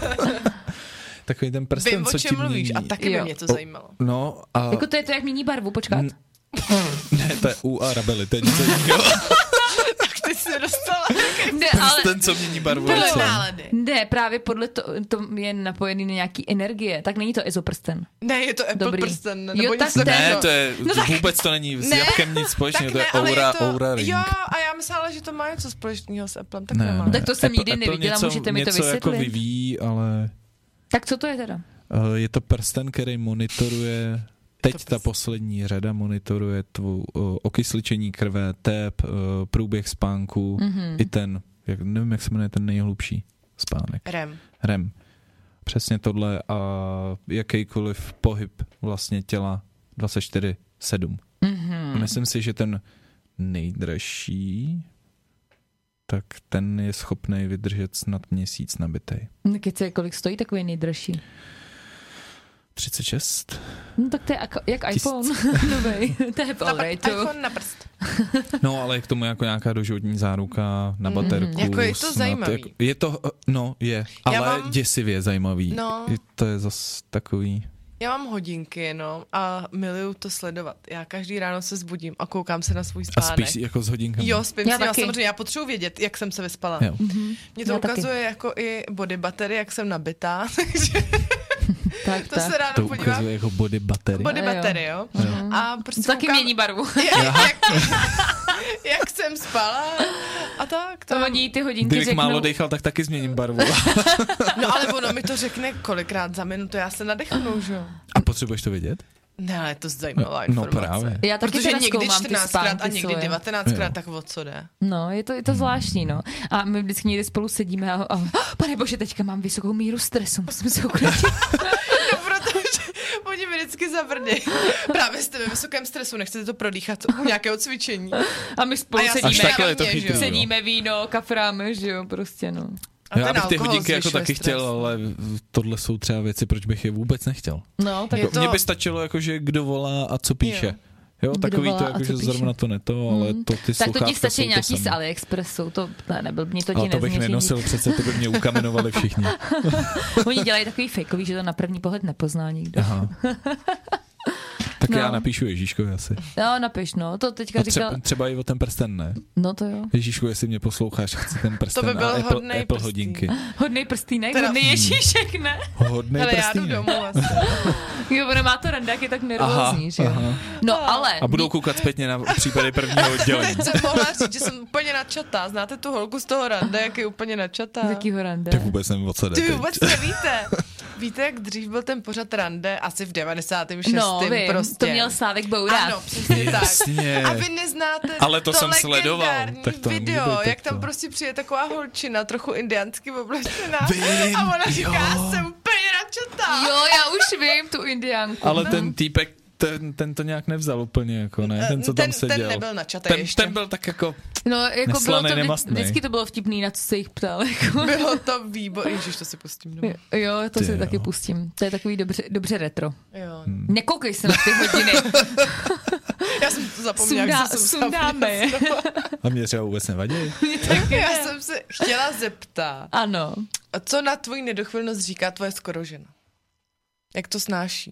D: Takový ten prsten,
B: vím,
D: co ti
B: mluvíš a taky by mě to zajímalo.
D: No, a...
C: Jako to je to, jak mění barvu, počkat.
D: Ne, to je u Arabely, to je něco jiného.
B: Tak ty jsi dostala.
D: Prsten, co mění barvu.
C: Ne, právě podle to je napojený na nějaký energie, tak není to EZO-prsten.
B: Ne, je to Apple prsten. Nebo
C: jo, tak
D: ne, to je, vůbec to není s jabkem nic společného, to je Aura Ring.
B: Jo, a já myslela, že to má něco společného s Applem, tak nemá.
C: Tak to jsem nikdy neviděla, můžete mi to vysvětlit.
D: Něco jako vyvíjí, ale...
C: Tak co to je teda?
D: Je to prsten, který monitoruje... Teď ta poslední řada monitoruje tvou okysličení krve, tep, průběh spánku, i ten, nevím, jak se jmenuje ten nejhlubší spánek. REM. Přesně tohle a jakýkoliv pohyb vlastně těla 24/7. Myslím si, že ten nejdražší, tak ten je schopný vydržet snad měsíc nabitej.
C: Kolik stojí takový nejdražší?
D: 36.
C: No tak to je jak iPhone novej. To je
B: iPhone na prst.
D: No, ale je k tomu jako nějaká doživotní záruka na baterku.
B: Jako je to zajímavý.
D: Je to, ale děsivě zajímavý.
B: No.
D: To je zase takový...
B: Já mám hodinky, a miluju to sledovat. Já každý ráno se zbudím a koukám se na svůj spánek.
D: A spíš jako s hodinkami?
B: Jo, spím s nima, samozřejmě. Já potřebuji vědět, jak jsem se vyspala. Mě to ukazuje jako i body battery, jak jsem nabitá, takže... To se ráno
D: podívám. To ukazuje jako body battery.
B: Body battery, jo. A prostě
C: taky mění barvu.
B: Jak jsem spala a tak.
C: To hodí ty hodinky
D: Kdybych málo dechal, tak taky změním barvu.
B: No ale ono mi to řekne kolikrát za minutu, já se nadechnu, že jo.
D: A potřebuješ to vědět?
B: Ne, ale je to zajímavá informace.
D: No právě.
C: Já taky
B: protože někdy
C: zkoumám
B: 14krát a někdy 19krát, tak o co jde?
C: No, je to zvláštní, no. A my vždycky někdy spolu sedíme a pane bože, teďka mám vysokou míru stresu, musím se uklidit.
B: No, protože oni mi vždycky zavrdí. Právě jste ve vysokém stresu, nechcete to prodýchat u nějakého cvičení.
C: A my spolu sedíme víno, kafráme, že jo, prostě, no.
D: Já bych ty hodinky jako taky chtěl, ale tohle jsou třeba věci, proč bych je vůbec nechtěl.
C: No, tak
D: mně by stačilo, jakože kdo volá a co píše. Jo, takový to, jakože zrovna to neto, ale to ty
C: tak to ti stačí nějaký
D: z
C: AliExpressu, to neblbně, to ti
D: ale to bych nenosil, přece to by mě ukamenovali všichni.
C: Oni dělají takový fejkový, že to na první pohled nepozná nikdo.
D: Aha. Tak já napíšu Ježíškovi asi.
C: No, napiš, no, to teďka říkal.
D: Třeba i o ten prsten, ne?
C: No to jo.
D: Ježíšku, jestli mě posloucháš, chci ten prsten
B: to by byl
D: a Apple hodinky.
C: Hodnej prstýnek, hodnej Ježíšek, ne?
D: Hodnej
B: ale
D: prstýnek.
B: já jdu domů asi.
C: Jo, ono má to randák, je tak nervózní, že jo? No, ale...
D: A budou koukat zpětně na případy prvního oddělení.
B: Teď jsem mohla říct, že jsem úplně nadšatá. Znáte tu holku z toho rande, jak je úplně nadšatá?
C: Z jakýho rande?
D: Tak vůbec nevím, o co jde.
B: Ty vůbec nevíte. Víte, jak dřív byl ten pořad rande? Asi v 96.
C: No, vím,
B: prostě.
C: To měl Slávek Boura.
B: Ano, přesně
D: Jasně.
B: tak. A vy neznáte
D: ale to jsem sledoval. Tak to
B: video, jak tam prostě přijde taková holčina, trochu indiánsky oblečená.
D: Vím,
B: a ona říká, jsem úplně nadšatá.
C: Jo, já už vím tu indiánku.
D: Ale ten týpek, ten to nějak nevzal úplně, jako ne, ten, co tam seděl.
B: Ten nebyl načatý ještě.
D: Ten byl tak jako
C: no, jako
D: neslanej,
C: bylo to,
D: nemastnej.
C: vždycky to bylo vtipný, na co se jich ptal. Jako.
B: Bylo to výborné. Ježiš, to si pustím domů.
C: Jo, to si taky pustím. To je takový dobře retro.
B: Jo.
C: Nekoukej se na ty hodiny.
B: Já jsem to zapomněla,
C: sundáme je.
D: A mě třeba vůbec nevadí.
B: Já jsem se chtěla zeptat.
C: Ano.
B: Co na tvoji nedochvilnost říká tvoje skorožena? Jak to snáší?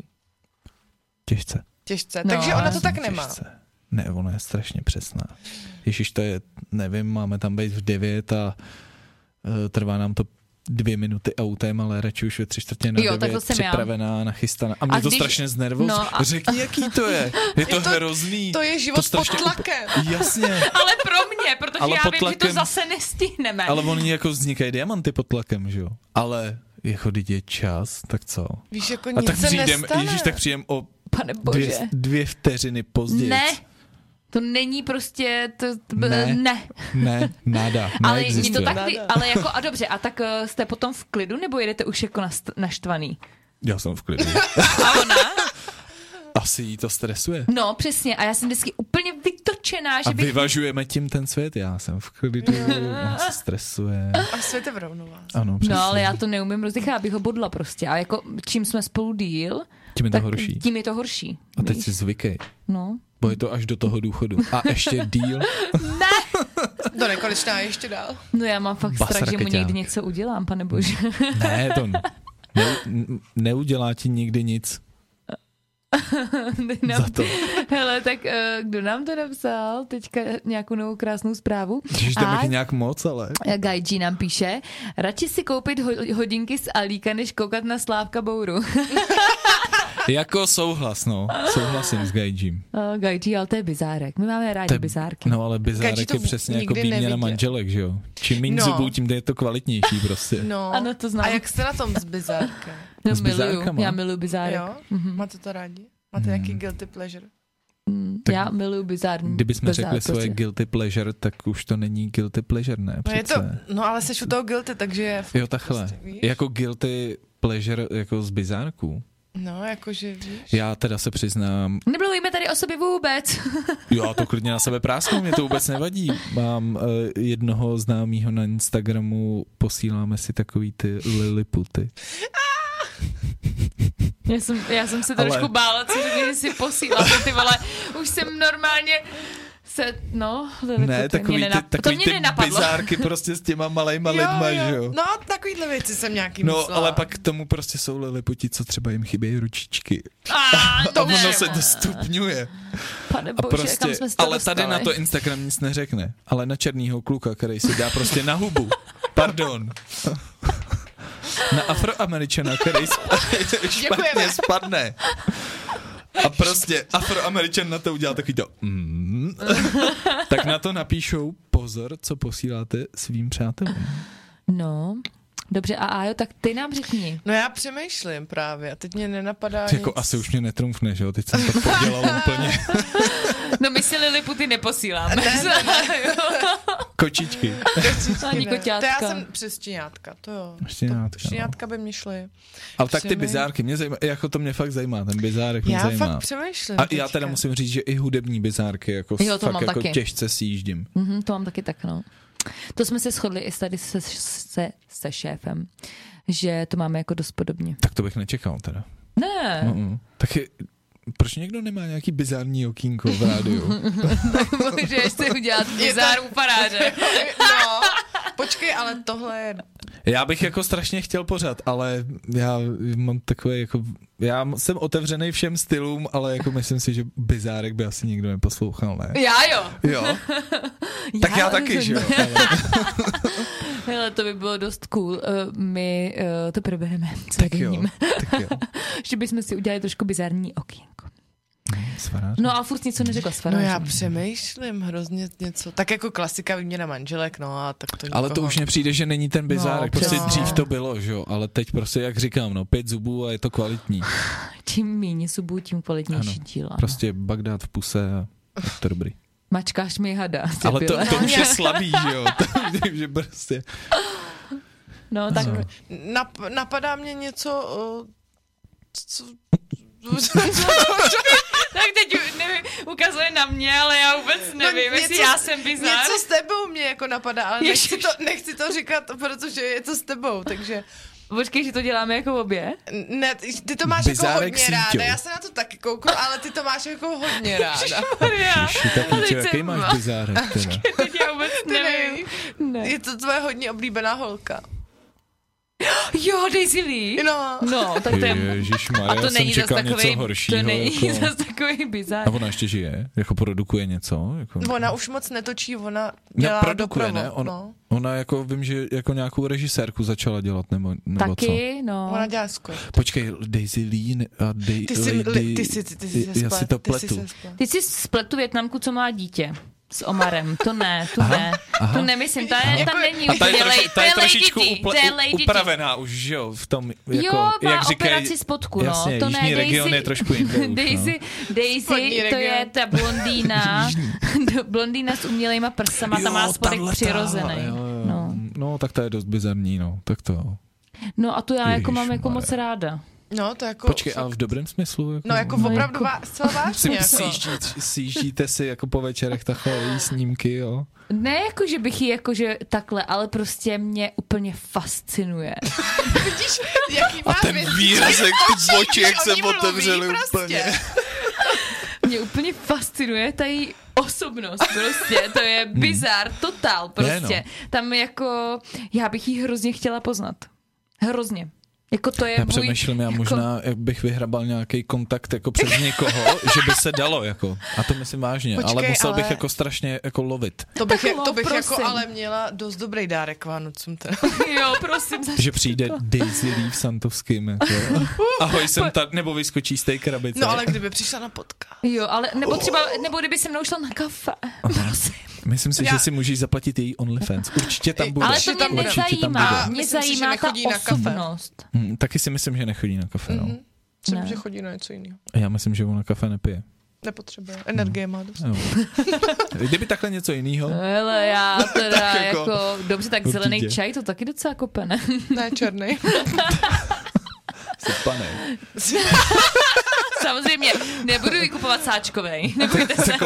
B: Těžce.
C: No,
B: takže ona to tak nemá.
D: Ne, ona je strašně přesná. Ježiš, to je, nevím, máme tam být v 9 a trvá nám to 2 minuty autem, ale radši už ve 3/4 na 9 připravená, nachystaná. A mě to strašně znervozí. No řekni, jaký to je. Je to hrozný.
B: To je život pod tlakem.
D: Jasně.
C: Ale pro mě, protože ale já vím, že to zase nestihneme.
D: Ale oni jako vznikají diamanty pod tlakem, že jo? Ale jako když je čas, tak co?
B: Víš, jako nic se nestane.
D: Ježíš, tak přijdem o
C: Pane bože.
D: 2 vteřiny později.
C: Ne. To není prostě,
D: Ne, nada,
C: ale je to tak, ale jako, a dobře, a tak jste potom v klidu, nebo jedete už jako naštvaný?
D: Já jsem v klidu.
C: A ona?
D: Asi jí to stresuje.
C: No, přesně, a já jsem vždycky úplně vytočená, že bych...
D: vyvažujeme tím ten svět, já jsem v klidu, ona se stresuje.
B: A svět je v rovnováze.
D: Ano, přesně.
C: No, ale já to neumím rozdechat, abych ho bodla prostě. A jako, čím jsme spolu díl,
D: tím je to horší.
C: Tím je to horší.
D: A teď si zvykej.
C: No.
D: Bo je to až do toho důchodu. A ještě díl.
C: Ne!
B: Do nekonečná ještě dál.
C: No já mám fakt strach, že mu někdy něco udělám, pane bože.
D: Ne, to neudělá ti nikdy nic. Za to.
C: Hele, tak kdo nám to napsal? Teďka nějakou novou krásnou zprávu.
D: Ježiš, tam je nějak moc, ale...
C: Gaiji nám píše, radši si koupit hodinky z Alíka, než koukat na Slávka Bouru.
D: Jako souhlasím s Gaijím.
C: Gaiji, ale to je bizárek. My máme rádi bizárky.
D: No, ale bizárek je přesně jako výměna manželek, že jo? Čím méně zubů, tím je to kvalitnější prostě.
B: No.
C: Ano, to znám.
B: A jak jste na tom s bizárkem?
C: No, já miluju bizárek.
B: Jo? Máte to rádi? Máte nějaký guilty pleasure?
C: Já miluju bizární.
D: Kdybychom řekli svoje guilty pleasure, tak už to není guilty pleasure, ne? Přece.
B: No ale seš u toho guilty, takže je...
D: Jo, takhle. Prostě, jako guilty pleasure jako z bizárků.
B: No, jakože víš.
D: Já teda se přiznám...
C: Nemluvíme tady o sobě vůbec.
D: Já to klidně na sebe prásknu, mě to vůbec nevadí. Mám jednoho známýho na Instagramu, posíláme si takový ty liliputy.
C: Já jsem se trošku bála, co že si posílala, ty vole, už jsem normálně
D: ne, takový ty bizárky prostě s těma malejma lidma, že jo?
B: No, takovýhle věci jsem nějaký
D: myslela. No, ale pak k tomu prostě jsou liliputi, co třeba jim chybějí ručičky. A ono se to stupňuje.
C: Pane bože,
D: prostě,
C: kam jsme se to
D: ale
C: dostali?
D: tady na to Instagram nic neřekne. Ale na černýho kluka, který si dá prostě na hubu. Pardon. Na Afroameričana, který špatně spadne. A prostě Afroameričan na to udělal takový to tak na to napíšou pozor, co posíláte svým přátelům.
C: No, dobře, a Ajo, tak ty nám řekni.
B: No já přemýšlím právě a teď mě nenapadá
D: jako nic. Asi už mě netrumfne, že jo? Teď jsem to podělal úplně.
C: No my si liliputy neposíláme.
B: Ne.
D: Kočičky.
C: Ani koťátka.
B: To já jsem přes štěňátka, to jo. Štěňátka by mě šly.
D: Ale tak ty bizárky, mě zajímá, jako to mě fakt zajímá, ten bizárek mě zajímá.
B: Já fakt přemýšlím.
D: A já teda musím říct, že i hudební bizárky, jako
C: jo,
D: fakt jako
C: taky.
D: Těžce sjíždím.
C: To mám taky tak, no. To jsme se shodli i tady se šéfem, že to máme jako dost podobně.
D: Tak to bych nečekal teda.
C: Ne.
D: Taky proč někdo nemá nějaký bizární okýnko v rádiu?
C: Tak můžeš si udělat bizár u faráře.
B: No, Počkej, ale tohle je...
D: Já bych jako strašně chtěl pořád, ale já mám takové jako... Já jsem otevřený všem stylům, ale jako myslím si, že bizárek by asi nikdo neposlouchal, ne?
C: Já jo.
D: Jo? Tak já taky, že jo?
C: Hele, to by bylo dost cool. My to probereme.
D: Tak jo.
C: Že bychom si udělali trošku bizarní okýnko.
D: Svarář.
C: No a furt něco neřekla svarář.
B: No já přemýšlím hrozně něco. Tak jako klasika výměna manželek, no a tak to
D: ale to už mně přijde, že není ten bizárek. Prostě dřív to bylo, že jo? Ale teď prostě, jak říkám, 5 zubů a je to kvalitní. Čím
C: méně zubů, tím kvalitnější díla.
D: Prostě Bagdád v puse a to dobrý.
C: Mačkáš mi hada.
D: Ale to už je slabý, že jo? Že prostě...
C: No tak...
B: Napadá mě něco...
C: Tak teď nevím, ukazuje na mě, ale já vůbec nevím, jestli já jsem bizár.
B: Něco s tebou mě jako napadá, ale nechci to říkat, protože je to s tebou, takže...
C: Počkej, že to děláme jako obě?
B: Ne, ty to máš
D: bizárek
B: jako hodně ráda, já se na to taky kouknu, ale ty to máš jako hodně ráda.
D: Jaký máš bizárek teda?
C: Teď já vůbec nevím.
B: Ne. Je to tvoje hodně oblíbená holka.
C: Jo, Daisy Lee. No, tak to je...
D: Ježišmarja,
C: a to není
D: jsem čekal
C: takový,
D: něco horšího.
C: To není
D: jako...
C: zase takový bizár.
D: A ona ještě žije? Jako produkuje něco? Jako...
B: Ona už moc netočí, ona dělá
D: produkuje,
B: dopravu.
D: Ne? Ona jako, vím, že jako nějakou režisérku začala dělat, nebo
C: taky,
D: co?
C: no.
B: Ona dělá skvěle.
D: Počkej, Daisy Lee a já si to pletu.
C: Ty si spletu Vietnamku, co má dítě. S Omarem, to ne. Tu nemyslím, tam není už.
D: Ta je trošičku upravená už, že jo, v tom, jako,
C: jo, má
D: jak říkají,
C: operaci spodku, no.
D: Jasně,
C: to
D: jižní
C: ne,
D: region je trošku jinde.
C: Daisy, to je ta blondýna s umělejma prsama, ta má spodek přirozený.
D: No, tak to je dost bizarní, no, tak to.
C: No a to já jako mám jako moc ráda.
B: No, to jako...
D: Počkej, ale v dobrém smyslu? Jako,
B: no, jako opravdu zcela vážně.
D: Sjíždíte si jako po večerech takové snímky, jo?
C: Ne, jako že bych ji jakože takhle, ale prostě mě úplně fascinuje.
B: Vidíš, jaký má
D: a ten výrazek v oči, jak se otevřeli úplně.
C: Mě úplně fascinuje ta její osobnost, prostě, to je bizár, totál, prostě. Tam jako, já bych ji hrozně chtěla poznat. Hrozně. Jako to je
D: já přemýšlím, já možná bych vyhrabal nějaký kontakt jako přes někoho, že by se dalo, jako. A to myslím vážně,
B: počkej,
D: ale musel bych jako strašně jako lovit.
B: To bych jako ale měla dost dobrý dárek k Vánocům teda.
C: Jo, prosím.
D: Že přijde Daisy Lee v Santovským, jako. Ahoj, jsem tady, nebo vyskočí z té krabice.
B: No ale kdyby přišla na podcast.
C: Jo, ale nebo kdyby se mnou šla na kafe. Prosím.
D: Myslím si, že si můžeš zaplatit její OnlyFans. Určitě tam bude.
C: Ale to mě nezajímá. Mě zajímá ta osobnost.
D: Taky si myslím, že nechodí na kafe, no.
B: Myslím, že chodí na něco jiného.
D: Já myslím, že ona kafe nepije.
B: Nepotřebuje. Energie má dost.
D: Kdyby takhle něco jiného.
C: Hele, já teda jako dobře, tak zelený čaj to taky docela kope, ne?
B: Ne, černý.
D: Sypanej.
C: Samozřejmě, nebudu ji kupovat sáčkovej. Nebojte se.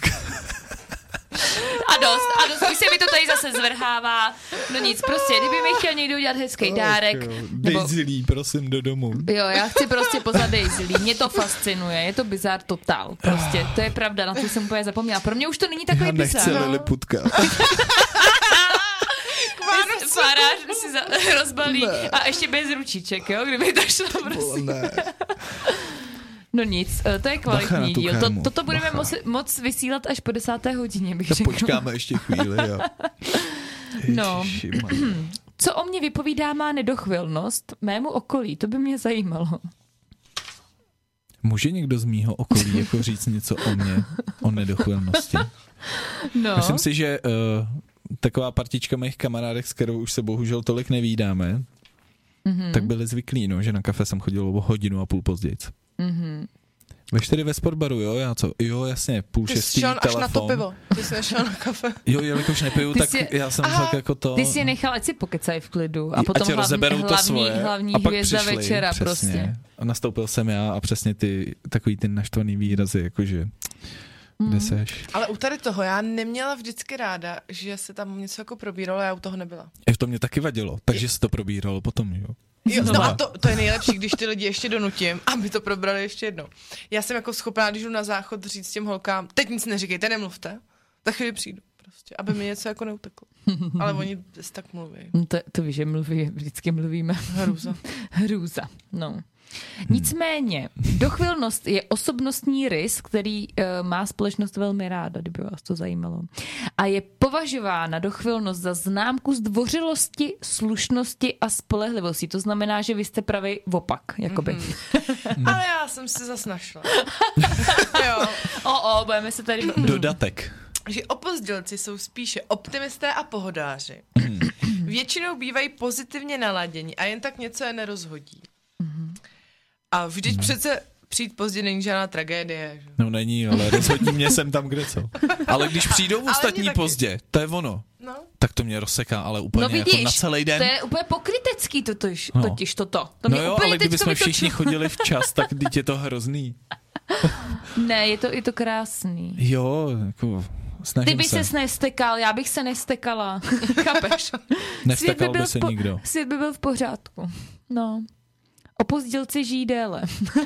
C: A dost, už se mi to tady zase zvrhává. No nic, prostě, kdyby mi chtěl někdo udělat hezký dárek.
D: Daisy Lee, prosím, do domu.
C: Jo, já chci prostě poznat Daisy Lee, mě to fascinuje, je to bizár totál, prostě, to je pravda, na to jsem úplně zapomněla. Pro mě už to není takový bizár.
D: Já nechci Liliputka.
C: Farář si rozbalí a ještě bez ručiček, jo, kdyby to šlo prostě. No nic, to je kvalitní díl. Toto budeme moc vysílat až po 10. hodině, bych řekla.
D: Počkáme ještě chvíli, jo.
C: No. Co o mě vypovídá má nedochvilnost mému okolí? To by mě zajímalo.
D: Může někdo z mýho okolí jako říct něco o mě, o nedochvilnosti?
C: No.
D: Myslím si, že taková partička mých kamarádek, s kterou už se bohužel tolik nevídáme, tak byli zvyklí, no, že na kafe jsem chodil o 1,5 hodiny později. Ve 4 ve sportbaru, jo, já co? Jo, jasně, 5:30
B: telefon. Ty jsi šel až na to pivo, ty jsi nešel na kafe.
D: Jo, jelikož nepiju, tak já jsem fakt jako to...
C: Ty jsi je nechal, ať si pokecají v klidu a potom hlavní hvězda večera, přesně. Prostě.
D: A nastoupil jsem já a přesně takový ty naštvaný výrazy, jakože... Kde seš?
B: Ale u tady toho já neměla vždycky ráda, že se tam něco jako probíralo a já u toho nebyla.
D: To mě taky vadilo, takže se to probíralo potom, jo.
B: Jo, no a to je nejlepší, když ty lidi ještě donutím, aby to probrali ještě jednou. Já jsem jako schopná, když jdu na záchod, říct těm holkám, teď nic neříkejte, nemluvte, tak chvíli přijdu. prostě, aby mi něco jako neuteklo. Ale oni tak mluví.
C: To víš, že vždycky mluvíme. Hrůza, no. Nicméně, dochvilnost je osobnostní rys, který má společnost velmi ráda, kdyby vás to zajímalo. A je považována dochvilnost za známku zdvořilosti, slušnosti a spolehlivosti. To znamená, že vy jste pravý opak, jakoby.
B: Ale já jsem si zas našla. Jo.
C: Budeme se tady...
D: Dodatek.
B: Že opozdělci jsou spíše optimisté a pohodáři. Většinou bývají pozitivně naladěni a jen tak něco je nerozhodí. A vždyť přece přijít pozdě není žádná tragédie. Že?
D: No není, ale rozhodně mě jsem tam, kde co. Ale když přijdou ostatní pozdě, to je ono. No. Tak to mě rozseká, ale úplně
C: vidíš,
D: jako na celý den.
C: To je úplně pokrytecký totiž toto.
D: No jo, ale kdybychom všichni chodili včas, tak teď je to hrozný.
C: Ne, je to krásný.
D: Jo, jako...
C: Ty by ses nestekal, já bych se nestekala. Chápeš?
D: Nevstekal by se nikdo.
C: Svět by byl v pořádku. No. Opozdělci žijí déle.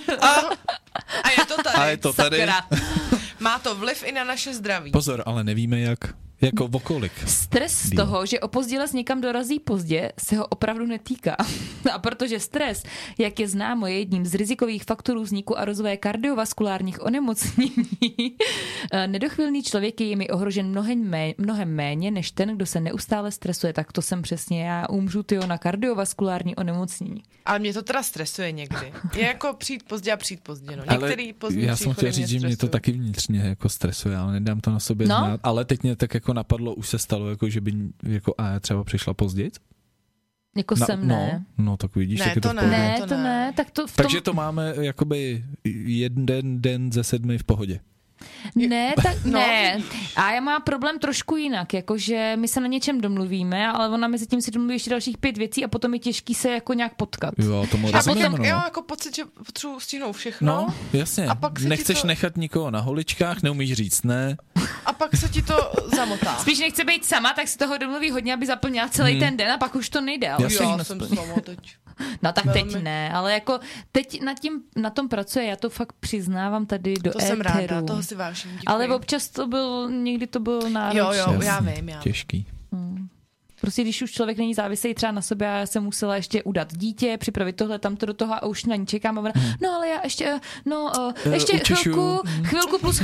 B: A je to tady.
D: A je to tady.
B: Má to vliv i na naše zdraví.
D: Pozor, ale nevíme jak. Jako vokolik.
C: Stres z toho, že opozdělec někam dorazí pozdě, se ho opravdu netýká. A protože stres, jak je známo, je jedním z rizikových faktorů vzniku a rozvoje kardiovaskulárních onemocnění, nedochvilný člověk je jimi ohrožen mnohem méně, než ten, kdo se neustále stresuje. Tak to jsem přesně já, umřu na kardiovaskulární onemocnění.
B: Ale mě to teda stresuje někdy. Je jako přijít pozdě a přijít pozdě. No. Některý pozdě
D: já jsem chtěl říct, že mě to taky vnitřně jako stresuje, ale nedám to na sobě znát. Ale teď mě tak jako napadlo, už se stalo, jako, že by jako já třeba přišla později?
C: Jako jsem ne.
D: No tak vidíš,
B: ne,
D: tak je to v
B: pohodě.
C: Ne, to ne.
D: Takže to máme jakoby jeden den ze 7 v pohodě.
C: Ne, tak ne. A já mám problém trošku jinak, jakože my se na něčem domluvíme, ale ona mezi tím si domluví ještě dalších 5 věcí a potom je těžký se jako nějak potkat.
D: Jo, tomu rozumím, no.
B: Jo, jako pocit, že potřebuji stihnout všechno.
D: No, jasně. A pak nechceš nechat nikoho na holičkách, neumíš říct ne.
B: A pak se ti to zamotá.
C: Spíš nechce být sama, tak si toho domluví hodně, aby zaplnila celý ten den a pak už to nejde.
B: Já jsem sama teď.
C: No tak teď ne, ale jako teď na tom pracuje, já to fakt přiznávám tady do éteru.
B: To jsem ráda, toho si vážím, děkuji.
C: Ale občas někdy to bylo náročné.
B: Jo, já vím.
D: Těžký.
C: Prostě když už člověk není závislý třeba na sobě, já jsem musela ještě udat dítě, připravit tohle, tamto do toho a už na ní čekám. No ale já ještě, ještě chvilku plus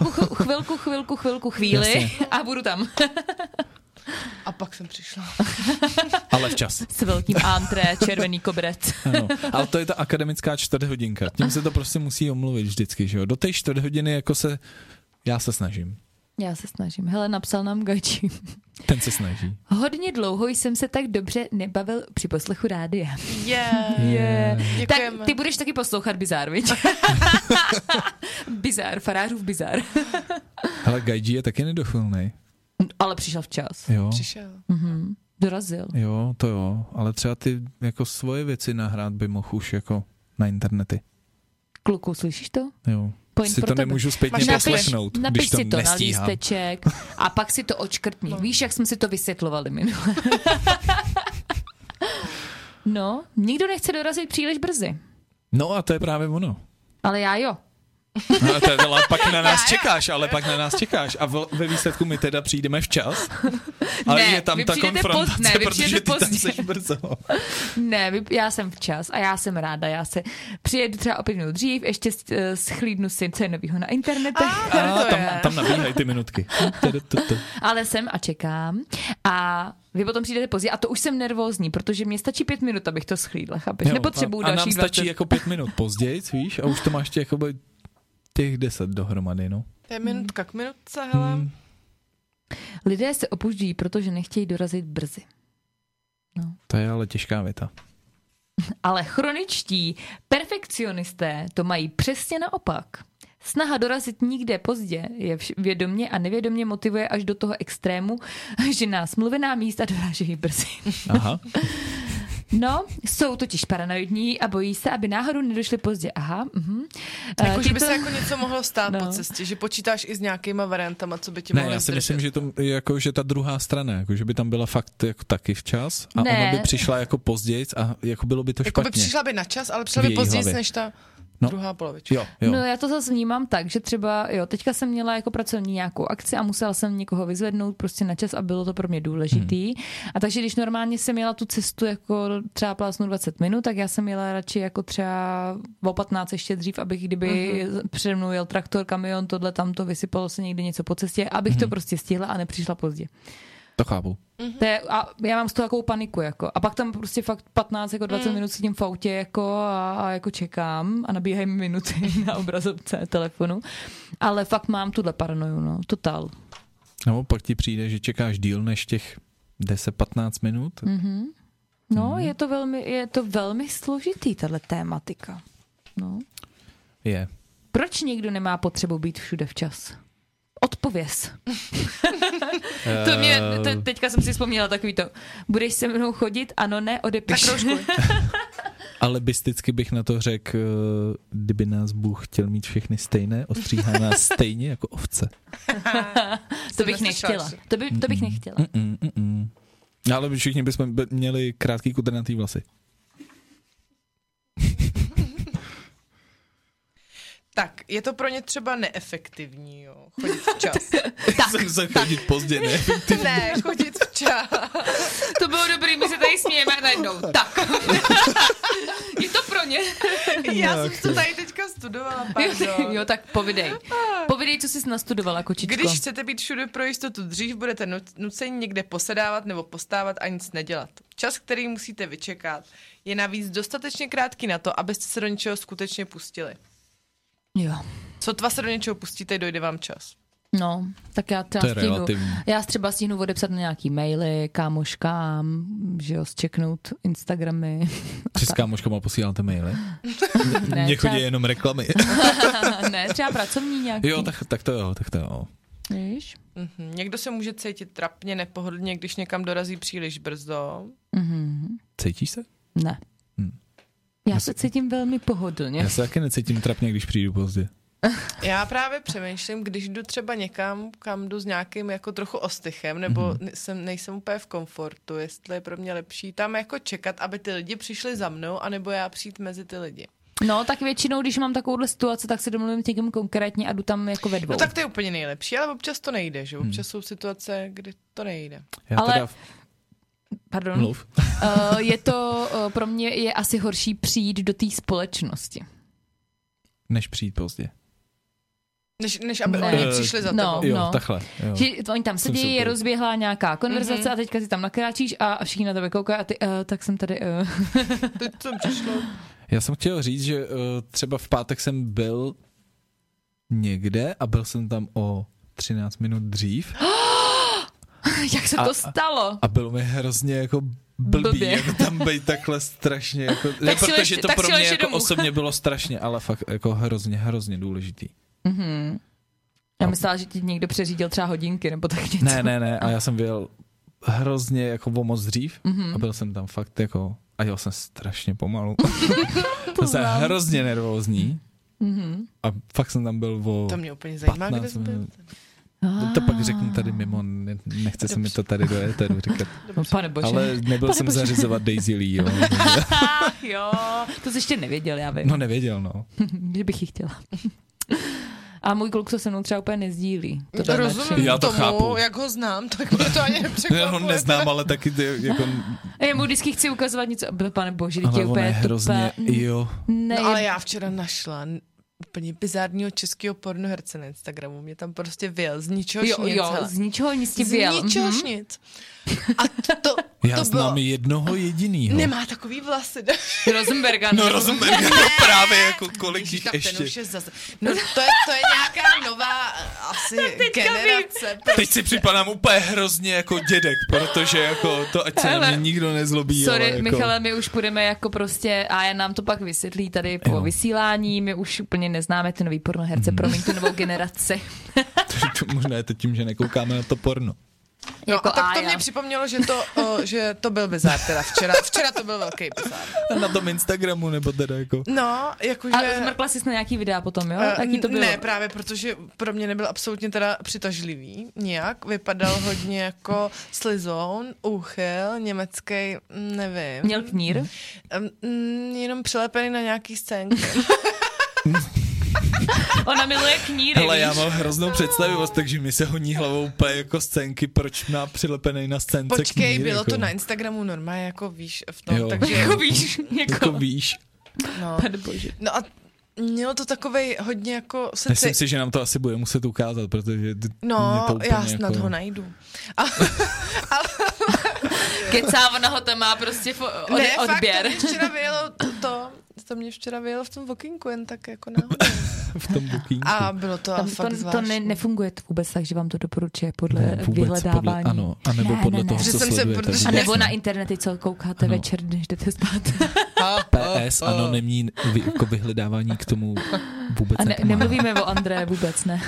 C: chvíli jasně. A budu tam.
B: A pak jsem přišla.
D: Ale včas.
C: S velkým antré, červený koberec.
D: Ano, ale to je ta akademická 4 hodinka. Tím se to prostě musí omluvit vždycky, že jo. Do té 4 hodiny jako já se snažím.
C: Já se snažím. Hele, napsal nám Gajči.
D: Ten se snaží.
C: Hodně dlouho jsem se tak dobře nebavil při poslechu rádia. Tak ty budeš taky poslouchat Bizár, viď? Bizár, farářův Bizár.
D: Ale Gajči je taky nedochvilnej.
C: Ale přišel včas.
D: Jo.
B: Přišel.
C: Dorazil.
D: Jo, to jo. Ale třeba ty jako svoje věci nahrát by mohl už jako na internety.
C: Kluku, slyšíš to?
D: Jo. Si to nemůžu zpětně poslechnout,
C: napiš
D: když
C: si to
D: nestíhám.
C: Na lísteček a pak si to odškrtni. No. Víš, jak jsme si to vysvětlovali minule. No, nikdo nechce dorazit příliš brzy.
D: No a to je právě ono.
C: Ale já jo.
D: No, ale pak na nás čekáš. A ve výsledku my teda přijdeme včas. Ale je tam ta konfrontace, protože ty tam seš brzo.
C: Ne, já jsem včas a já jsem ráda. Já se přijedu třeba o 5 minut dřív, ještě schlídnu si, co je novýho na internetu.
D: Tam nabíhají ty minutky.
C: Ale jsem a čekám. A vy potom přijdete pozdě a to už jsem nervózní, protože mě stačí 5 minut, abych to schlídla, chápeš? Nepotřebuju další 20.
D: A nám stačí jako 5 minut později, víš? A už to máš jako těch 10 dohromady, no.
B: To je minutka k minutce, hele.
C: Lidé se opuštějí, protože nechtějí dorazit brzy. No.
D: To je ale těžká věta.
C: Ale chroničtí perfekcionisté to mají přesně naopak. Snaha dorazit nikde pozdě je vědomě a nevědomě motivuje až do toho extrému, že nás mluvená místa dorážejí brzy.
D: Aha.
C: No, jsou totiž paranoidní a bojí se, aby náhodou nedošli pozdě. Aha.
B: Jako, že by se jako něco mohlo stát po cestě, že počítáš i s nějakýma variantama, co by ti mohlo
D: já si myslím, že to jako, že ta druhá strana, jako, že by tam byla fakt jako taky včas a ona by přišla jako později a jako bylo by to špatně.
B: Jako by přišla by na čas, ale přišla by později než ta... druhá polovička.
D: Jo.
C: No já to zase vnímám tak, že třeba, teďka jsem měla jako pracovní nějakou akci a musela jsem někoho vyzvednout prostě na čas a bylo to pro mě důležitý. A takže když normálně jsem měla tu cestu jako třeba plásnu 20 minut, tak já jsem jela radši jako třeba o 15 ještě dřív, abych kdyby přede mnou jel traktor, kamion, tohle, tamto, vysypalo se někde něco po cestě, abych to prostě stihla a nepřišla pozdě.
D: To chápu.
C: A já mám z toho takovou paniku, jako. A pak tam prostě fakt 15, jako 20 minut sedím v autě, jako a jako čekám a nabíhají mi minuty na obrazovce telefonu. Ale fakt mám tuhle paranoju, no, totál.
D: No, pak ti přijde, že čekáš díl než těch 10-15 minut.
C: No, je to velmi složitý, tahle tématika. No.
D: Je.
C: Proč někdo nemá potřebu být všude včas? Odpověz. Teďka jsem si vzpomněla takový to. Budeš se mnou chodit? Ano, ne, odepiš.
B: Tak trošku.
D: Alibisticky bych na to řekl, kdyby nás Bůh chtěl mít všechny stejné, ostříhá nás stejně jako ovce.
C: To bych nechtěla. To bych nechtěla.
D: Ale všichni bychom měli krátký kudrnatý vlasy.
B: Tak, je to pro ně třeba neefektivní, jo, chodit včas.
D: Tak. Chodit pozdě, neefektivní.
B: Ne, chodit včas.
C: To bylo dobrý, my se tady smějeme a najednou. Tak. Je to pro ně.
B: Já jsem to tady teďka studovala, pardon.
C: Jo, tak povidej. Povidej, co jsi nastudovala, kočičko.
B: Když chcete být všude pro jistotu dřív, budete nuceni někde posedávat nebo postávat a nic nedělat. Čas, který musíte vyčekat, je navíc dostatečně krátký na to, abyste se do něčeho skutečně pustili.
C: Jo.
B: Sotva se do něčeho pustíte, dojde vám čas.
C: No, tak já třeba stihnu odepsat na nějaký maily, kámoškám, že jo, zčeknout Instagramy.
D: Ty s kámoškama posíláte maily? Mně chodí jenom reklamy.
C: Ne, třeba pracovní nějaký.
D: Jo, tak to jo.
C: Víš?
B: Někdo se může cítit trapně, nepohodlně, když někam dorazí příliš brzo.
D: Cítíš se?
C: Ne. Já se cítím velmi pohodlně.
D: Já se taky necítím trapně, když přijdu pozdě.
B: Já právě přemýšlím, když jdu třeba někam, kam jdu s nějakým jako trochu ostychem, nebo nejsem úplně v komfortu, jestli je pro mě lepší tam jako čekat, aby ty lidi přišli za mnou, anebo já přijít mezi ty lidi.
C: No, tak většinou, když mám takovouhle situaci, tak se domluvím s někým konkrétně a jdu tam jako ve dvou.
B: No tak to je úplně nejlepší, ale občas to nejde, že? Občas jsou situace, kdy to nejde.
C: Pardon. Je to, pro mě je asi horší přijít do té společnosti.
D: Než přijít pozdě.
B: Než aby oni přišli za tebou.
D: Jo, takhle. Jo.
C: Že oni tam sedí, je rozběhlá nějaká konverzace a teďka si tam nakráčíš a všichni na tebe koukají a ty, tak jsem tady.
B: Teď jsem přišla.
D: Já jsem chtěl říct, že třeba v pátek jsem byl někde a byl jsem tam o 13 minut dřív.
C: Jak se to stalo?
D: A bylo mi hrozně jako blbý, jako tam být takhle strašně, jako, ne, protože to pro mě jako osobně bylo strašně, ale fakt jako hrozně důležitý.
C: Já myslela, že ti někdo přeřídil třeba hodinky, nebo tak něco.
D: Ne, a já jsem byl hrozně jako o moc dřív a byl jsem tam fakt jako, a jel jsem strašně pomalu. To jsem hrozně nervózní a fakt jsem tam byl o
B: to mě úplně zajímá, kde jsi byl.
D: To pak řeknu tady mimo, nechce se mi to tady do éteru říkat.
C: Pane bože.
D: Ale nebyl jsem zařizovat Daisy Lee, jo.
C: Jo, to jsi ještě nevěděl, já vím.
D: No nevěděl, no.
C: Že bych ji chtěla. A můj kluk to se mnou třeba úplně nezdílí.
B: Rozumím
D: já to
B: tomu,
D: chápu.
B: jak ho znám, tak mě to ani nepřekvapuje.
D: Já ho neznám, ale taky ty, jako...
C: Já mu vždycky chci ukazovat něco, pane bože, je úplně
D: hrozně, jo.
B: No ale já včera našla úplně bizárního českého pornoherce na Instagramu. Mě tam prostě vyjel z ničeho nic.
C: Jo, z ničeho nic ti vyjel.
B: Z ničeho nic. A to
D: já znám jednoho jedinýho.
B: Nemá takový vlasy.
C: Rosenberga.
D: No Rosenberga, právě jako kolik jich ještě.
B: Už je zase. No to je nějaká nová asi generace.
D: Prostě. Teď si připadám úplně hrozně jako dědek, protože jako to ať se na mě nikdo nezlobí.
C: Sorry,
D: ale jako...
C: Michale, my už půjdeme jako prostě, a nám to pak vysvětlí tady po vysílání, my už úplně neznáme ty nový pornoherce, promiň tu novou generaci.
D: to možná je to tím, že nekoukáme na to porno.
B: No jako a tak to mě připomnělo, že to byl bizár teda včera to byl velký bizár.
D: Na tom Instagramu nebo teda jako...
B: No, jakože...
C: A zmrkla jsi na nějaký videa potom, jo? Jaký to bylo?
B: Ne, právě protože pro mě nebyl absolutně teda přitažlivý nějak. Vypadal hodně jako slizoun, úchyl, německý, nevím.
C: Měl knír?
B: Jenom přilepený na nějaký scénky.
C: Ona miluje kníry,
D: hele,
C: víš?
D: já mám hroznou představivost, takže mi se honí hlavou úplně jako scénky, proč má přilepenej na scénce
B: Počkej,
D: kníry,
B: bylo
D: jako.
B: to na Instagramu normálně, jako víš, v tom,
D: Jo.
B: takže...
C: Jako víš,
D: Jako víš.
B: No.
C: Bože.
B: No a mělo to takovej hodně jako...
D: Myslím si, že nám to asi bude muset ukázat, protože mě to úplně
B: já snad
D: jako...
B: ho najdu.
C: Kecá, ona ho tam má prostě odběr.
B: To mě včera vyjelo v tom Vokinku, jen tak jako náhodou.
D: v tom Bookingu.
B: A bylo to fakt zvláštní.
C: To nefunguje vůbec tak, že vám to doporučuje podle vyhledávání.
D: Ano, anebo podle toho, co sledujete.
B: Protože...
C: A nebo na internety, co koukáte večer, než jdete spát.
D: PS, anonymní jako vyhledávání k tomu vůbec
C: nemluvíme o André, vůbec ne.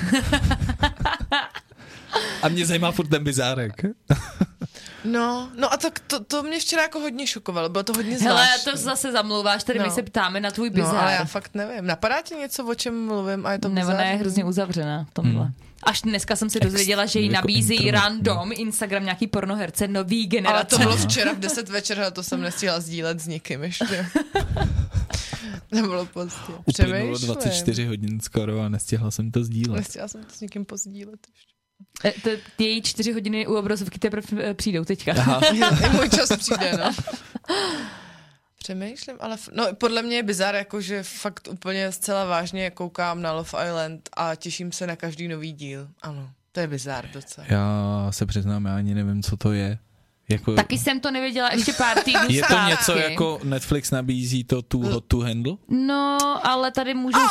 D: A mě zajímá furt ten bizárek.
B: No a to mě včera jako hodně šokovalo, bylo to hodně zvláštní.
C: Hele, to zase zamlouváš, tady my se ptáme na tvůj bizár.
B: No, ale já fakt nevím. Napadá ti něco, o čem mluvím a je to bizár?
C: Nebo ne, je hrozně uzavřená v tomhle. Až dneska jsem se dozvěděla, že jí nabízí random Instagram nějaký pornoherce nový generace.
B: Ale to bylo včera v 10 večer, ale to jsem nestihla sdílet s nikým ještě. Nebylo pozdě.
D: Uplynulo 24 hodin skoro a nestihla jsem to sdílet.
B: Nestihla jsem to s někým pozdílet ještě.
C: Její 4 hodiny u obrazovky teprve přijdou teďka.
D: Aha.
B: I můj čas přijde, no. Přemýšlím, ale podle mě je bizár, jakože fakt úplně zcela vážně koukám na Love Island a těším se na každý nový díl. Ano, to je bizár docela.
D: Já se přiznám, já ani nevím, co to je. Jako...
C: Taky jsem to nevěděla ještě pár týdnů
D: Je to
C: zpátky.
D: něco jako Netflix nabízí to Too Hot to Handle?
C: No, ale tady můžou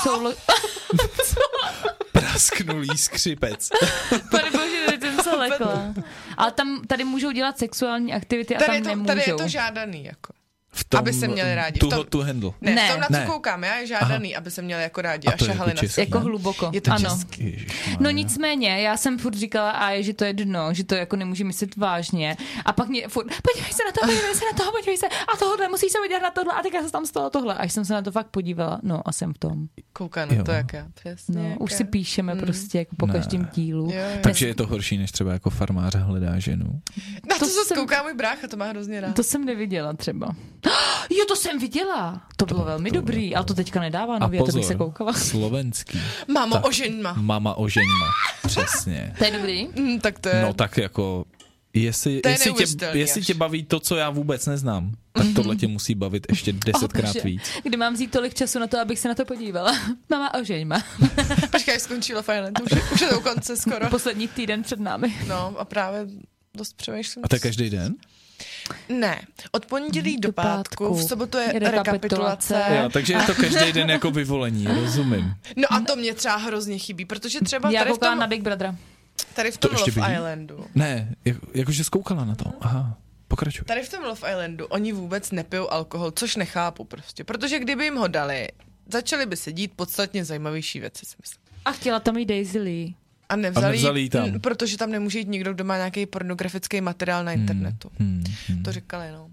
D: Prasknulý skřipec.
C: Pane bože, tady jsem se lekla. Ale tady můžou dělat sexuální aktivity a tam nemůžou.
B: Tady je to žádaný, jako.
D: V tom,
B: aby se měli rádi.
D: Too Hot to Handle.
B: Ne, v tom, na co koukám já, je žádaný, aby se měli jako rádi a šahali na
D: český,
C: jako hluboko.
B: Je to
C: ano.
B: český.
C: No nicméně, já jsem furt říkala, že to je dno, že to jako nemůže myslet vážně. A pak mě furt, podívej se na to, podívej se. A tohle, musíš se podívat na tohle. A teďka se tam stalo tohle. Až jsem se na to fakt podívala. No a jsem v tom.
B: Kouká na to, jak já. Přesně.
C: No, už si píšeme prostě jako po každém dílu.
B: Jo.
D: Takže je to horší, než třeba jako farmář hledá ženu.
B: Na to se kouká můj brácha, to má hrozně rád.
C: To jsem neviděla třeba. Jo, to jsem viděla. To bylo velmi dobrý, ale to teďka nedává nově, to bych se koukala.
D: Slovenský.
B: Mama ožeňma.
D: Mama ožeňma, přesně.
C: To je dobrý?
B: Tak to je...
D: No tak jako, jestli tě baví to, co já vůbec neznám, tak tohle tě musí bavit ještě 10krát víc.
C: Kdy mám vzít tolik času na to, abych se na to podívala? Mama ožeňma.
B: Počkej, skončila Fine, už je to u konce skoro.
C: Poslední týden před námi.
B: No a právě dost přemýšlím.
D: A to je každý den?
B: Ne, od pondělí do pátku, v sobotu je rekapitulace.
D: Jo, takže je to každý den jako vyvolení, rozumím.
B: No a to mě třeba hrozně chybí, protože třeba
C: já koukala na Big Brothera.
B: Tady v tom Love Islandu.
D: Ne, jakože zkoukala na to. Aha, pokračuj.
B: Tady v tom Love Islandu oni vůbec nepijou alkohol, což nechápu prostě, protože kdyby jim ho dali, začali by se dít podstatně zajímavější věci, si myslím.
C: A chtěla tam jít Daisy Lee.
B: A nevzali jí tam. Protože tam nemůže jít nikdo, kdo má nějaký pornografický materiál na internetu. To říkali, no.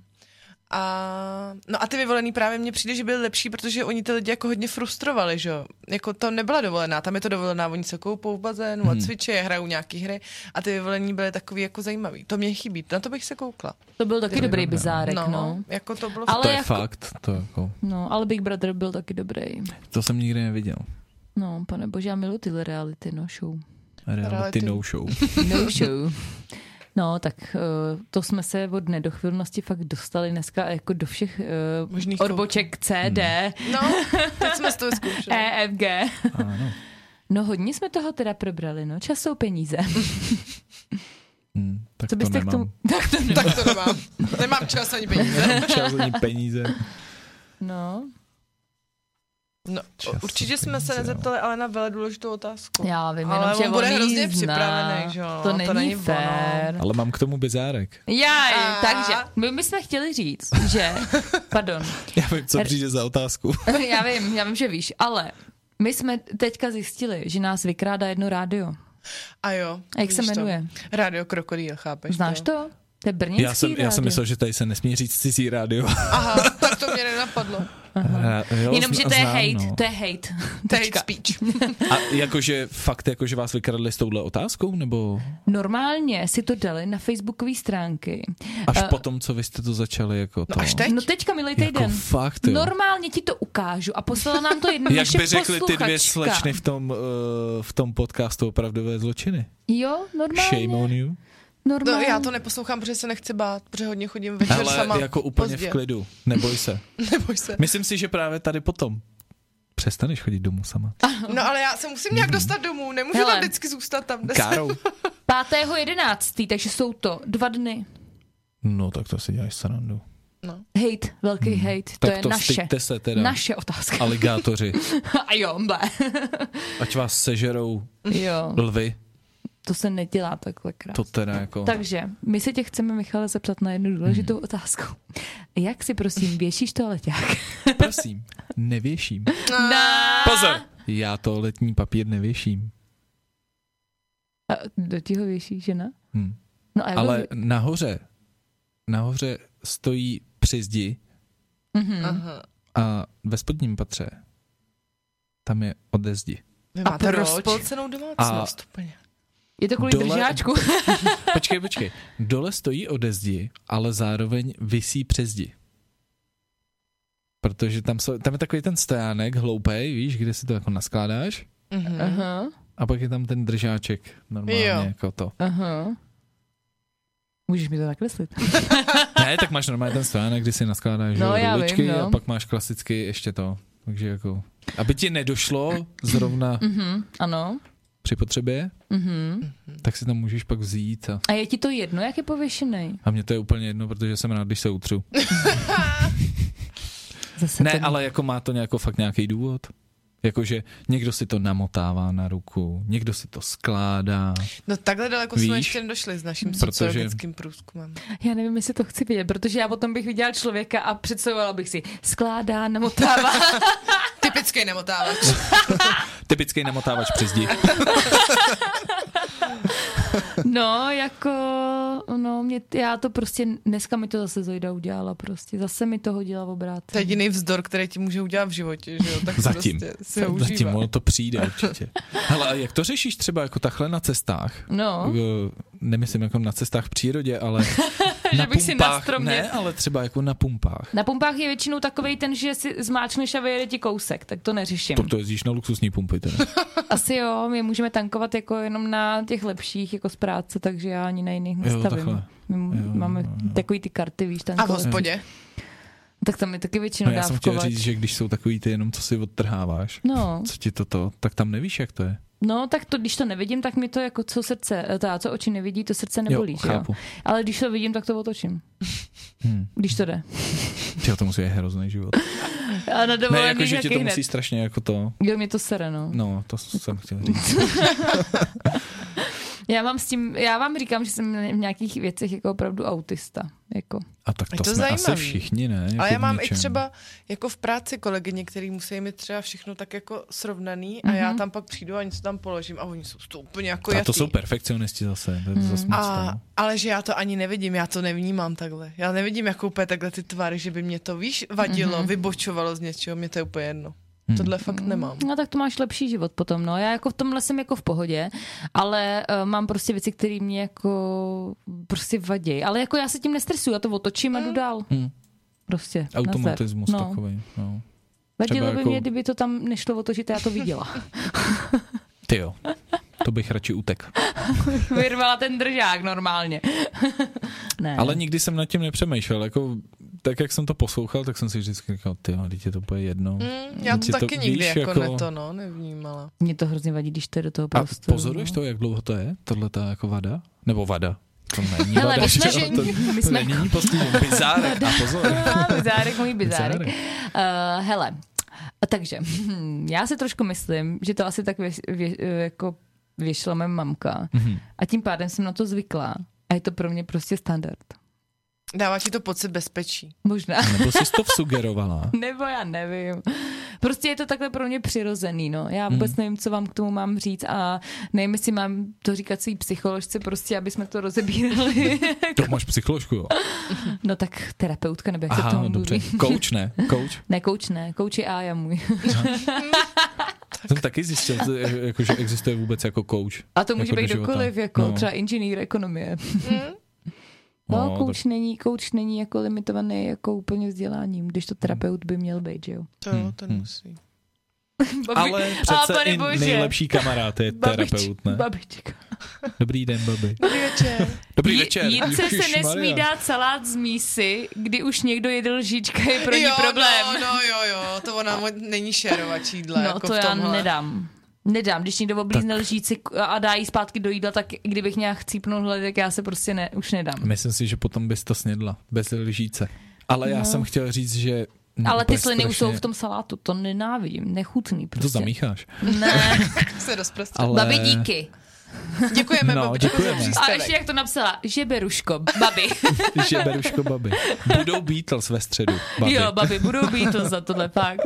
B: A ty vyvolený právě mně přijde, že byly lepší, protože oni ty lidi jako hodně frustrovali, že jo. Jako to nebyla dovolená, tam je to dovolená, oni se koupou v bazénu a cvičí, hrajou nějaký hry a ty vyvolení byly takový jako zajímavý. To mě chybí, na to bych se koukla.
C: To byl taky dobrý bizárek, no.
B: Jako to bylo...
D: Ale to je fakt. To jako...
C: No, ale Big Brother byl taky dobrý.
D: To jsem nikdy neviděl.
C: No, pane bože, já miluji tyhle reality, no show.
D: Reality no show.
C: No show. No, tak to jsme se od nedochvilnosti fakt dostali dneska jako do všech odboček CD.
B: No, teď jsme to zkoušeli.
C: EFG.
D: Ano.
C: No, hodně jsme toho teda probrali, no. Čas jsou peníze.
D: Tak
C: co
D: to nemám.
B: Tak to nemám. Nemám čas ani peníze.
D: Nemám čas ani peníze.
C: No.
B: No, určitě jsme se nezeptali ale na velmi důležitou otázku.
C: Já vím,
B: ale
C: jenom, že
B: on bude hrozně připravený, že jo.
C: To není fér.
D: Ale mám k tomu bizárek.
C: Takže my jsme chtěli říct, že... Pardon.
D: Já vím, co přijde za otázku.
C: Já vím, že víš, ale my jsme teďka zjistili, že nás vykrádá jedno rádio.
B: A jo.
C: A jak se jmenuje?
B: Rádio Krokodýl, chápeš?
C: Znáš to? To je brněnský rádio.
D: Já jsem myslel, že tady se nesmí říct cizí rádio.
B: Aha, tak to mě nenapadlo.
C: Jenomže to je hate, to je hate.
B: To je hate speech.
C: A
D: jakože fakt, jakože vás vykradli s touhle otázkou, nebo?
C: Normálně si to dali na facebookové stránky.
D: Až potom, co vy jste to začali jako to?
B: No až teď?
C: No teďka, milý týden.
D: Jako fakt, jo.
C: Normálně ti to ukážu a poslala nám to jedna naše posluchačka. Jak by řekli
D: ty dvě slečny v tom podcastu Opravdové zločiny?
C: Jo, normálně.
D: Shame on you.
B: No, já to neposlouchám, protože se nechci bát, protože hodně chodím večer sama.
D: Ale jako úplně
B: pozdě.
D: V klidu, neboj se.
B: Neboj se.
D: Myslím si, že právě tady potom přestaneš chodit domů sama.
B: No ale já se musím nějak dostat domů, nemůžu tam vždycky zůstat tam.
D: Károu.
C: 5.11., takže jsou to 2 dny.
D: No tak to si děláš srandu.
C: No. Hate, velký hate, to
D: tak
C: je
D: to
C: naše.
D: Se teda.
C: Naše otázka.
D: Aligátoři.
C: A jo, ble.
D: Ať vás sežerou lvy.
C: To se nedělá takhle krásně.
D: To teda jako...
C: Takže my se tě chceme, Michale, zeptat na jednu důležitou otázku. Jak si, prosím, věšíš toaleťák?
D: Prosím, nevěším. Pozor! Já toaletní papír nevěším.
C: A do ti ho věší žena?
D: No a ale nahoře stojí při zdi a ve spodním patře tam je ode zdi.
B: Vy máte rozpolcenou domácnost úplně.
C: Je to kvůli držáčku.
D: Počkej. Dole stojí ode zdi, ale zároveň visí přes zdi. Protože tam je takový ten stojánek hloupej, víš, kde si to jako naskládáš. A pak je tam ten držáček normálně jako to.
C: Můžeš mi to nakreslit?
D: Ne, tak máš normálně ten stojánek, kdy si naskládáš ruličky a pak máš klasicky ještě to. Takže jako, aby ti nedošlo zrovna
C: ano.
D: při potřebě, tak si tam můžeš pak vzít.
C: A je ti to jedno, jak je pověšený?
D: A mně to je úplně jedno, protože jsem rád, když se utřu. Ne, ale jako má to fakt nějaký důvod. Jakože někdo si to namotává na ruku, někdo si to skládá.
B: No takhle daleko jsme ještě nedošli s naším sociologickým průzkumem.
C: Já nevím, jestli to chci vidět, protože já potom bych viděla člověka a představovala bych si skládá, namotává.
B: Typický namotávač.
D: Typický namotávač přes zdi.
C: No, jako, já to prostě, dneska mi to zase Zojda udělala prostě, zase mi to hodila obráceně.
B: To je jediný vzdor, který ti může udělat v životě, že jo? Tak
D: zatím,
B: prostě si ho užívá.
D: Zatím ono to přijde určitě. Hele, a jak to řešíš třeba jako takhle na cestách?
C: No.
D: Nemyslím jako na cestách v přírodě, ale
C: na pumpách,
D: ne, ale třeba jako na pumpách.
C: Na pumpách je většinou takovej ten, že si zmáčkneš a vyjede ti kousek, tak to neřeším.
D: To jezdíš na luxusní pumpy teda.
C: Asi jo, my můžeme tankovat jako jenom na těch lepších jako z práce, takže já ani na jiných nestavím. My máme takový ty karty, víš, tankovat.
B: A v hospodě?
C: Tak tam je taky většinou dávkovač.
D: Já jsem chtěl říct, že když jsou takový ty jenom, co si odtrháváš, co ti tak tam nevíš, jak to je.
C: No, tak to, když to nevidím, tak mi to jako co oči nevidí, to srdce nebolí. Jo. Ale když to vidím, tak to otočím. Když to jde.
D: To musí být hrozný život.
C: A na dovolený
D: jako, že ti to musí strašně jako to...
C: Jo, mě to sere, no.
D: No, to jsem chtěl říct.
C: Já vám říkám, že jsem v nějakých věcech jako opravdu autista. Jako.
D: A tak to jsme zajímavý. Asi všichni, ne? Jako
B: ale já mám i třeba jako v práci kolegyně, který musí mít třeba všechno tak jako srovnaný a já tam pak přijdu a něco tam položím a oni jsou to úplně jako jatý.
D: A to jsou perfekcionisti zase.
B: Ale že já to ani nevidím, já to nevnímám takhle. Já nevidím jako úplně takhle ty tvary, že by mě to, víš, vadilo, vybočovalo z něčeho, mě to je úplně jedno. Tohle fakt nemám.
C: No tak to máš lepší život potom, no. Já jako v tomhle jsem jako v pohodě, ale mám prostě věci, které mě jako prostě vadí. Ale jako já se tím nestresuju, já to otočím a jdu dál. Prostě.
D: Automatismus takovej, no.
C: Vadilo by mě, kdyby to tam nešlo otočit, já to viděla.
D: Ty jo. To bych radši utek.
C: Vyrvala ten držák normálně. Ne.
D: Ale nikdy jsem nad tím nepřemýšlel, jako tak, jak jsem to poslouchal, tak jsem si vždycky říkal, teď je to bude jedno.
B: Já to taky nikdy jako nevnímala.
C: Mě to hrozně vadí, když to je do toho prostoru.
D: A pozoruješ to, jak dlouho to je? Tohle ta jako vada? Nebo vada? To není
C: hele,
D: vada,
C: my jsme
D: není postižení. Bizárek, a pozor.
C: Bizárek, můj bizárek. Hele, takže já si trošku myslím, že to asi tak jako věšila moje mamka. A tím pádem jsem na to zvykla. A je to pro mě prostě standard.
B: Dává ti to pocit bezpečí.
C: Možná.
D: Nebo jsi to vsugerovala.
C: Nebo já nevím. Prostě je to takhle pro mě přirozený, no. Já vůbec nevím, co vám k tomu mám říct a nevím, jestli mám to říkat svý psycholožce, prostě, aby jsme to rozebírali.
D: To máš psycholožku, jo?
C: No tak terapeutka, nebo jak se tomu
D: dobře.
C: mluví.
D: Coach ne?
C: Coach ne. Coach je Ája můj.
D: Jsem taky zjistil, že existuje vůbec jako coach.
C: A to může být kdokoliv, jako třeba inženýr ekonomie. No, coach není jako limitovaný jako úplně vzděláním, když to terapeut by měl být, že jo?
B: To ten musí.
D: Ale přece i nejlepší kamarád je terapeut, ne?
C: Babička.
D: Dobrý den, babi.
B: Dobrý večer.
C: Jídce se nesmí dát salát z mísy, kdy už někdo jedl lžička, je pro ní problém.
B: Jo, to ona není šerovač jídla.
C: No
B: jako
C: to
B: v tomhle.
C: já nedám, když někdo oblízne lžíci a dá jí zpátky do jídla, tak kdybych nějak chcípnul, tak já se prostě už nedám.
D: Myslím si, že potom bys to snědla, bez lžíce. Ale já jsem chtěl říct, že...
C: Ale ty sliny už jsou v tom salátu, to nenávidím, nechutný prostě.
D: To zamícháš.
C: Ne.
B: Se rozprostřed.
C: Ale... Babi, díky.
B: Děkujeme, babičko, za
C: příspěvek. A ještě jak to napsala, žeberuško, babi.
D: Žeberuško, babi. Budou Beatles ve středu, babi.
C: Jo, babi, budou Beatles za tohle, fakt.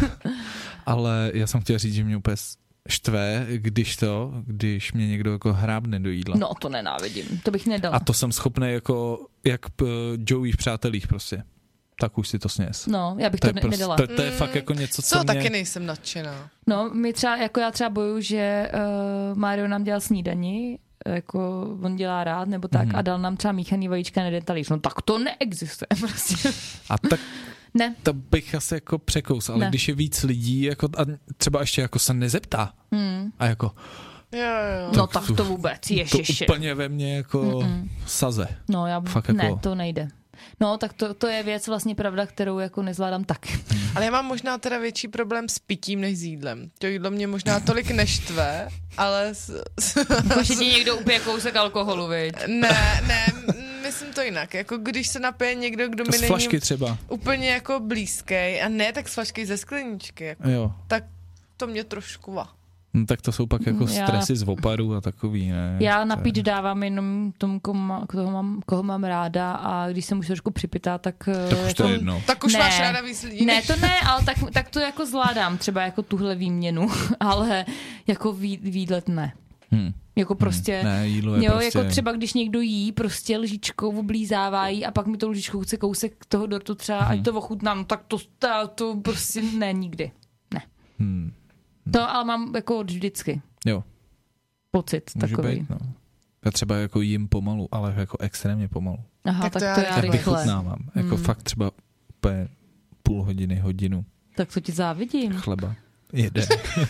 D: Ale já jsem chtěl říct, že mě úplně štve, když mě někdo jako hrábne do jídla.
C: No, to nenávidím, to bych nedala.
D: A to jsem schopný jako, jak Joey v Přátelích prostě. Tak už si to sněz.
C: No, já bych to nedala.
D: To je fakt jako něco, co mě...
B: taky nejsem nadšená.
C: No, já třeba bojuju, že Mário nám dělal snídani, jako on dělá rád, nebo tak, a dal nám třeba míchaný vajíčka na jeden talíř. No tak to neexistuje prostě.
D: A tak
C: ne.
D: To bych asi jako překous, ale když je víc lidí, jako, a třeba ještě jako se nezeptá. A jako...
B: Jo.
C: No tak to vůbec, ježiši.
D: To úplně ve mně jako saze.
C: No já
D: fakt jako...
C: Ne, to nejde. No, tak to je věc vlastně pravda, kterou jako nezvládám taky.
B: Ale já mám možná teda větší problém s pitím než s jídlem. To jídlo mě možná tolik neštve, ale...
C: Jako, že ti někdo upije kousek alkoholu, viď?
B: Ne, myslím to jinak. Jako když se napije někdo, kdo mi není
D: flašky třeba.
B: Úplně jako blízkej, a ne tak z flašky ze skleničky. Jako,
D: jo.
B: Tak to mě trošku
D: No, tak to jsou pak jako stresy z oparu a takový, ne?
C: Já na pít dávám jenom tomu, koho mám ráda, a když jsem už trošku připitá, tak...
D: Tak už to je jedno.
B: Tak už máš ráda víc lidí.
C: Ne, to ne, ale tak to jako zvládám, třeba jako tuhle výměnu, ale jako výlet ne. Jako prostě...
D: Ne, jídlo je prostě...
C: jako třeba když někdo jí prostě lžičkou, oblízává jí a pak mi tou lžičkou chce kousek toho dortu třeba, ať to ochutnám, tak to prostě ne, nikdy. Ne. To ale mám jako vždycky.
D: Jo.
C: Pocit
D: může
C: takový.
D: Být, no. Já třeba jako jím pomalu, ale jako extrémně pomalu.
C: Aha, tak to já rychle.
D: Vychutnávám. Jako fakt třeba úplně půl hodiny, hodinu.
C: Tak to ti závidím.
D: Chleba. Jeden.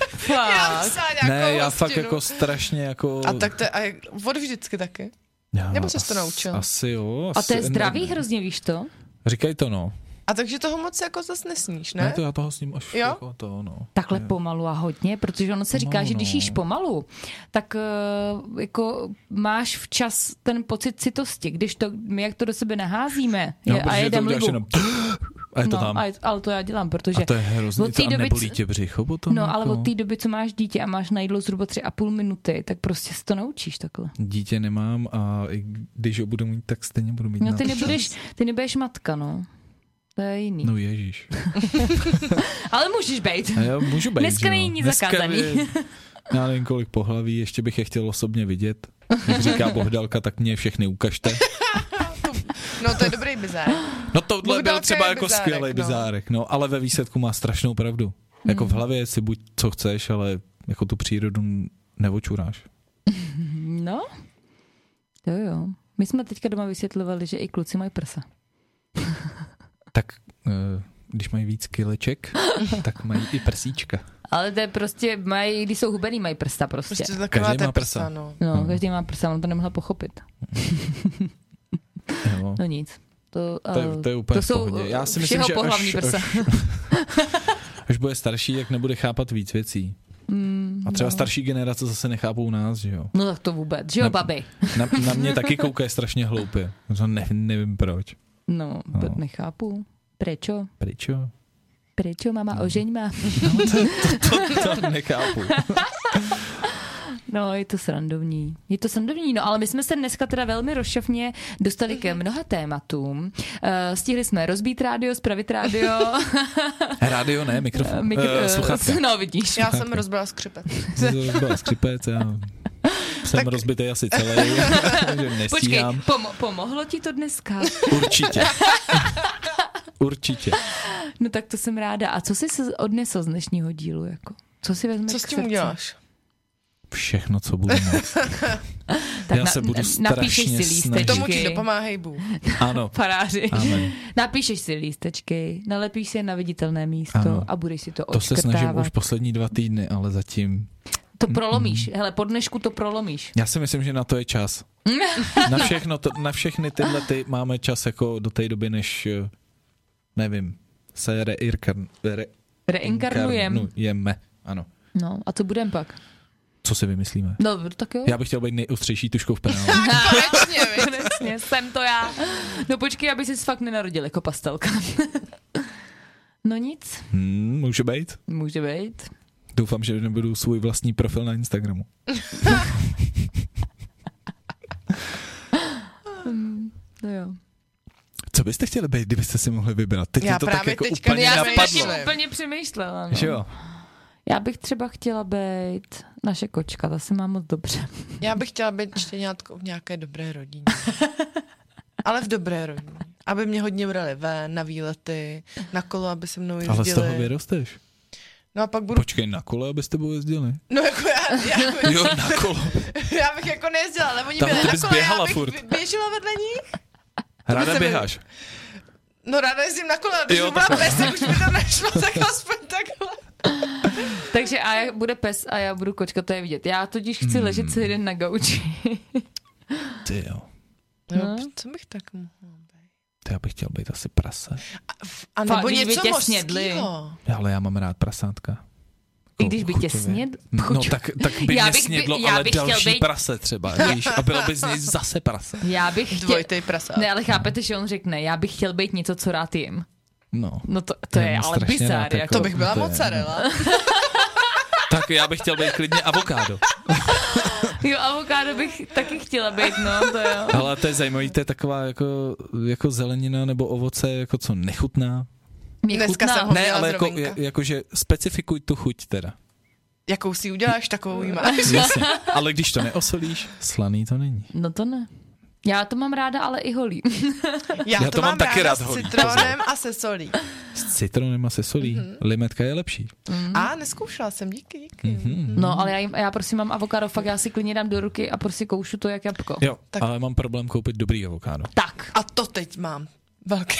B: Já
D: fakt jako strašně jako...
B: A tak to je od vždycky taky?
D: Já,
B: nebo jsi to naučil?
D: Asi jo.
C: A to je zdravý hrozně, víš to?
D: Říkaj to, no.
B: A takže toho moc jako zase nesníš, ne?
D: Ne, to já toho sním až jako to, no.
C: Takhle pomalu a hodně, protože ono se říká, že když jíš pomalu, tak jako máš včas ten pocit citosti, když to, my jak to do sebe naházíme a jedem libu.
D: A je to tam.
C: Ale to já dělám, protože...
D: A to je hrozný, a nebolí tě břicho potom?
C: No,
D: jako?
C: ale od té doby, co máš dítě a máš na jídlo zhruba 3,5 minuty, tak prostě se to naučíš takhle.
D: Dítě nemám a i když ho budu mít, tak stejně budu mít.
C: No ty nebudeš matka, no. To je jiný.
D: No ježíš.
C: Ale můžeš být.
D: A já můžu být.
C: Dneska není nic zakázaný.
D: Já nevím, kolik pohlaví, ještě bych je chtěl osobně vidět. Jak říká Bohdalka, tak mě všechny ukažte.
B: No to je dobrý bizár.
D: No tohle byl třeba jako skvělý bizárek, no, ale ve výsledku má strašnou pravdu. Jako v hlavě si buď co chceš, ale jako tu přírodu neočuráš.
C: No, to jo. My jsme teďka doma vysvětlovali, že i kluci mají prsa.
D: Tak když mají víc kileček, tak mají i prsíčka.
C: Ale to je prostě, když jsou hubený, mají prsta prostě.
D: Každý má prsa.
C: No, každý má prsa, on to nemohla pochopit. No nic.
D: To je úplně v pohodě. Já si myslím, že až bude starší, jak nebude chápat víc věcí. A třeba starší generace zase nechápou nás, že jo?
C: No tak to vůbec, že jo, babi?
D: Na mě taky koukají strašně hloupě. Nevím proč.
C: No, nechápu. Prečo? Prečo, mama, ožeň ma?
D: No, to nechápu.
C: No, je to srandovní. No, ale my jsme se dneska teda velmi rozšafně dostali ke mnoha tématům. Stihli jsme rozbít rádio, spravit rádio.
D: Rádio ne, mikrofon. Sluchátka.
C: No, vidíš.
B: Já jsem rozbila skřipec.
D: Jsem rozbitý asi celý, takže nestíhám.
C: Počkej, pomohlo ti to dneska?
D: Určitě.
C: No tak to jsem ráda. A co jsi se odnesl z dnešního dílu? Jako? Co si vezmeš?
B: Co s tím uděláš?
D: Všechno, co budu moct.
C: Tak
D: já se budu strašně
C: si lístečky.
B: Tomu ti dopomáhej Bůh.
D: Ano.
C: Faráři.
D: Amen.
C: Napíšeš si lístečky, nalepíš si je na viditelné místo a budeš si to odškrtávat.
D: To se snažím už poslední 2 týdny, ale zatím...
C: To prolomíš. Hele, po dnešku to prolomíš.
D: Já si myslím, že na to je čas. Na všechny tyhle máme čas jako do té doby, než nevím, se reinkarnujeme. Ano.
C: No, a co budem pak?
D: Co si vymyslíme?
C: No, tak jo.
D: Já bych chtěl být nejostřejší tuškou v penále.
C: Konečně, jsem to já. No počkej, aby jsi fakt nenarodil jako pastelka. No nic.
D: Může být.
C: Může být.
D: Doufám, že nebudu svůj vlastní profil na Instagramu.
C: No jo.
D: Co byste chtěli být, kdybyste si mohli vybrat? Teď
B: já
D: to
B: právě
D: tak jako
B: teďka
D: úplně
C: já
D: napadlo.
C: jsem úplně přemýšlela. No.
D: Že jo?
C: Já bych třeba chtěla být naše kočka, ta se má moc dobře.
B: Já bych chtěla být štěňátkou v nějaké dobré rodině. Ale v dobré rodině. Aby mě hodně brali ven, na výlety, na kolo, aby se mnou jezdili.
D: Ale z toho vyrosteš.
B: No a pak budu...
D: Počkej, na kole, aby s tebou jezdili?
B: No jako já
D: jo, na kolo.
B: Já bych jako nejezdila, ale oni byli na kole, já bych běžela vedle nich.
D: Ráda běháš?
B: No ráda jezdím na kole, když byla pes, už mi to nešlo, tak aspoň takhle.
C: Takže a bude pes a já budu kočka, to je vidět. Já totiž chci ležet celý den na gauči.
D: Ty jo.
B: No, co bych tak mohla být?
D: Já bych chtěl být asi prase.
B: A nebo něco mořskýho.
D: Ale já mám rád prasátka.
C: I když by tě snědl?
D: No tak by mě snědlo, ale další prase třeba, víš, a bylo by z něj zase prase.
C: Já bych chtěl...
B: Dvojitej prasák.
C: Ne, ale chápete, že on řekne, já bych chtěl být něco, co rád jim.
D: No
C: to je ale bizár. Jako.
B: To bych byla mozzarella.
D: Tak já bych chtěl být klidně avokádo.
C: Jo, avokádo bych taky chtěla být, no, to jo.
D: Ale to je zajímavý, to je taková jako zelenina nebo ovoce, jako co nechutná.
B: Dneska jsem ho
D: ne, ale jakože specifikuj tu chuť teda.
B: Jakou si uděláš, takovou jí máš.
D: Jasně, ale když to neosolíš, slaný to není.
C: No to ne. Já to mám ráda, ale i holí.
B: Já to mám taky ráda s citronem a se solí.
D: S citronem a se solí. Limetka je lepší.
B: A neskoušela jsem, díky.
C: No, ale já prosím mám avokádo, fakt já si klidně dám do ruky a prostě koušu to jak jabko.
D: Jo, tak. Ale mám problém koupit dobrý avokádo.
C: Tak.
B: A to teď mám. Velký.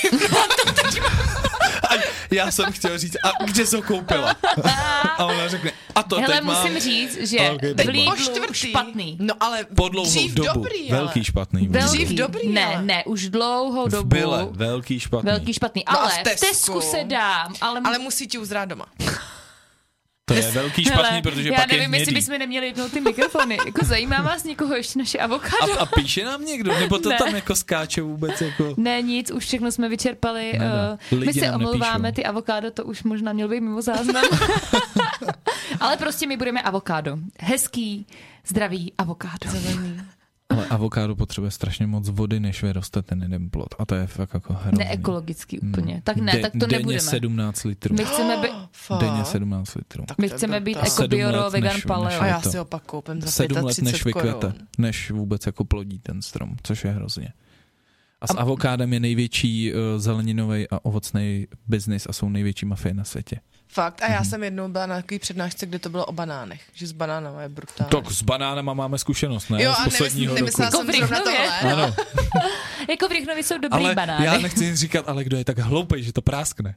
D: Já jsem chtěl říct, a kde jsi ho koupila? A ona řekne, a to
C: hele,
D: teď mám.
C: musím říct, že v Lidlu špatný.
B: No ale
D: po dlouhou dobu.
B: Dobrý,
D: velký špatný.
B: Dřív dobrý,
C: Ne, už dlouhou dobu.
D: Byle, velký špatný.
C: No ale v Tesku se dám.
B: Ale musí ti uzrát doma.
D: To je velký špatný, protože pak je hnědý.
C: Já nevím, jestli bychom neměli vypnout ty mikrofony. Jako zajímá vás někoho ještě naše avokádo?
D: A píše nám někdo? Nebo to tam jako skáče vůbec? Jako...
C: Ne, nic, už všechno jsme vyčerpali. My se omlouváme, ty avokádo, to už možná měl být mimo záznam. Ale prostě my budeme avokádo. Hezký, zdravý avokádo. Zelený.
D: Ale avokádo potřebuje strašně moc vody, než vyroste ten jeden plod. A to je fakt jako hrozný.
C: Neekologický úplně. Tak ne, tak to nebudeme.
D: Denně 17 litrů.
C: My chceme být...
D: Denně 17 litrů.
C: My chceme být jako bioro, vegan, paleo.
B: A já si opak koupím za 35
D: 7 let, než vykvete,
B: korun.
D: než vůbec jako plodí ten strom, což je hrozně. A s avokádem je největší zeleninový a ovocný biznis a jsou největší mafie na světě.
B: Fakt? A já jsem jednou byla na takový přednášce, kde to bylo o banánech. Že s banánama je brutální.
D: Tak s banánama máme zkušenost, ne?
B: Jo,
D: z posledního roku.
B: Nemyslela jsem zrovna tohle.
D: Ano.
C: Jako v Rychnově jsou dobrý
D: ale
C: banány.
D: Já nechci říkat, ale kdo je tak hloupej, že to práskne.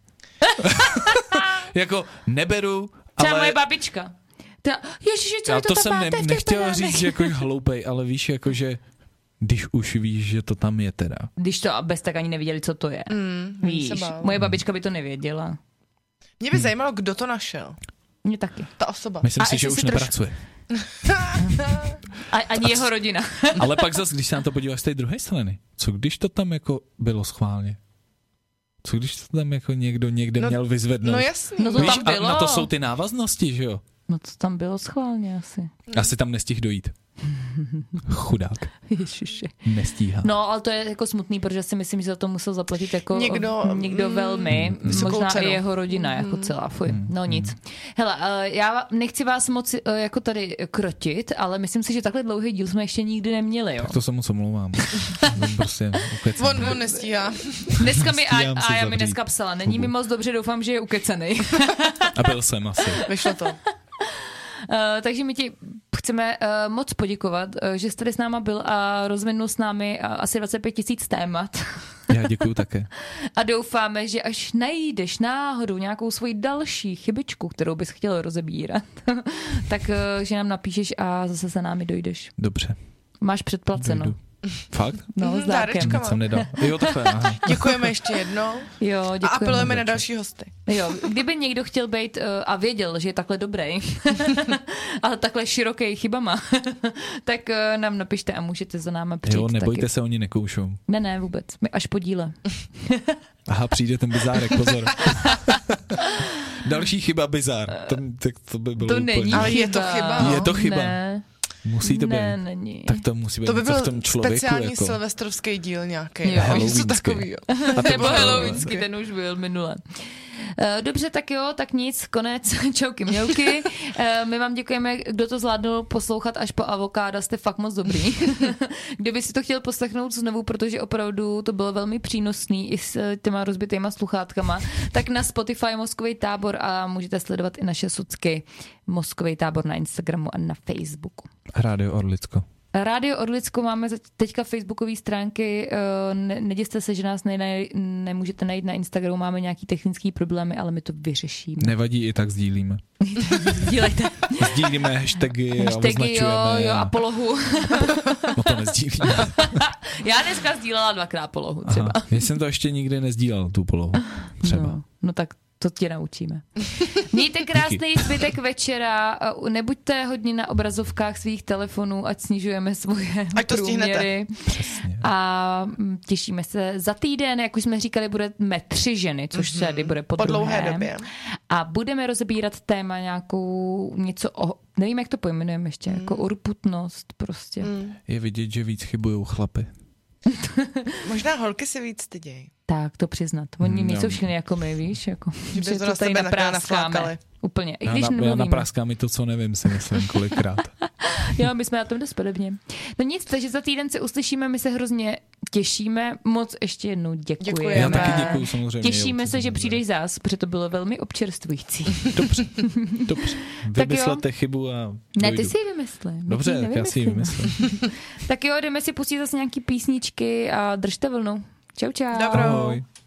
D: Jako neberu, ale...
C: Třeba moje babička. Ježiši, co je to
D: jsem nechtěl říct, že jako hloupej, ale víš, jako že když už víš, že to tam je teda.
C: Když to bez tak ani nevěděli, co to je. Víš, moje babička by to nevěděla.
B: Mě by zajímalo, kdo to našel.
C: Mě taky.
B: Ta osoba.
D: Myslím si, že už nepracuje.
C: Ani jeho rodina.
D: Ale pak zase, když se na to podíváš z té druhé strany, co když to tam jako bylo schválně? Co když to tam jako někdo někde měl vyzvednout?
B: No jasný.
C: No to
D: víš,
C: tam bylo.
D: A na to jsou ty návaznosti, že jo?
C: No to tam bylo schválně asi.
D: Asi tam nestihl dojít. Chudák.
C: Ježiši.
D: Nestíhá.
C: No, ale to je jako smutný, protože si myslím, že za to musel zaplatit jako někdo velmi, možná
B: cenu.
C: I jeho rodina jako celá, fuj. No nic. Hele, já nechci vás moc jako tady krotit, ale myslím si, že takhle dlouhý díl jsme ještě nikdy neměli, jo.
D: Tak to se moc omlouvám. Prostě
B: on nestíhá.
C: Dneska mi Aja mi dneska psala, není mi moc dobře, doufám, že je ukecenej.
D: A byl jsem asi.
B: Vyšlo to.
C: Takže my ti chceme moc poděkovat, že jsi tady s náma byl a rozvinul s námi asi 25 000 témat.
D: Já děkuju také.
C: A doufáme, že až najdeš náhodou nějakou svoji další chybičku, kterou bys chtěl rozebírat, tak že nám napíšeš a zase za námi dojdeš.
D: Dobře.
C: Máš předplaceno.
D: Dojdu. Fakt?
C: No, s dárkem.
D: Nic jsem nedal. Jo, takhle, aha.
B: Děkujeme ještě jednou.
C: Jo, děkujeme.
B: A apelujeme na další hosty.
C: Jo, kdyby někdo chtěl být a věděl, že je takhle dobrý a takhle široký chybama, tak nám napište a můžete za náma přijít.
D: Jo, nebojte
C: taky.
D: se, oni nekoušou.
C: Ne, vůbec. My až po díle.
D: Aha, přijde ten bizárek, pozor. Další chyba bizár. To by bylo
C: to
D: úplně...
C: není
B: Ale
C: chyba.
B: je to chyba.
D: Je to chyba.
C: Ne.
D: Musí to být.
C: Není.
D: Tak to musí být.
B: To by byl
D: v tom člověku,
B: speciální
D: jako...
B: silvestrovský díl nějaký.
C: Jo.
B: Něco takovýho.
C: Nebo halloweenský, ten už byl minule. Dobře, tak jo, tak nic, konec, čauky mělky. My vám děkujeme, kdo to zvládnul poslouchat až po avokáda, jste fakt moc dobrý. Kdyby si to chtěl poslechnout znovu, protože opravdu to bylo velmi přínosný i s těma rozbitýma sluchátkama, tak na Spotify Mozkový tábor a můžete sledovat i naše socky Mozkový tábor na Instagramu a na Facebooku.
D: Rádio Orlicko.
C: Rádio Orlicko máme teďka facebookové stránky, neděste se, že nás nemůžete najít na Instagramu, máme nějaký technický problémy, ale my to vyřešíme.
D: Nevadí, i tak sdílíme.
C: Sdílejte.
D: Sdílíme hashtagy a označujeme.
C: Jo, a polohu.
D: No to nezdílíme.
C: Já dneska sdílela 2x polohu třeba.
D: Aha, já jsem to ještě nikdy nezdílel, tu polohu. Třeba.
C: No tak to tě naučíme. Mějte krásný zbytek večera, nebuďte hodně na obrazovkách svých telefonů, ať snižujeme svoje průměry.
D: Přesně.
C: A těšíme se za týden, jak už jsme říkali, budeme 3 ženy, což se tady bude po
B: dlouhé době.
C: A budeme rozebírat téma něco nevím, jak to pojmenujeme ještě, jako urputnost prostě.
D: Je vidět, že víc chybujou chlapy.
B: Možná holky si víc stydějí.
C: Tak, to přiznat. Oni nejsou všichni jako my, víš, jako,
B: že to na sebe napráskáme.
C: Úplně. I když
D: já napráskám i to, co nevím, si myslím kolikrát.
C: Jo, my jsme na tom dost podobně. No nic, takže za týden se uslyšíme, my se hrozně těšíme. Moc ještě jednou děkujeme.
D: Já taky děkuju samozřejmě.
C: Těšíme se, že přijdeš zás, protože to bylo velmi občerstvující.
D: Dobře. Vymyslete chybu a
C: ne, ty si ji vymysli.
D: Dobře, tak já si ji vymyslím.
C: Tak jo, jdeme si pustit zase nějaký písničky a držte vlnu. Čau.
B: Dobrou.
D: Ahoj.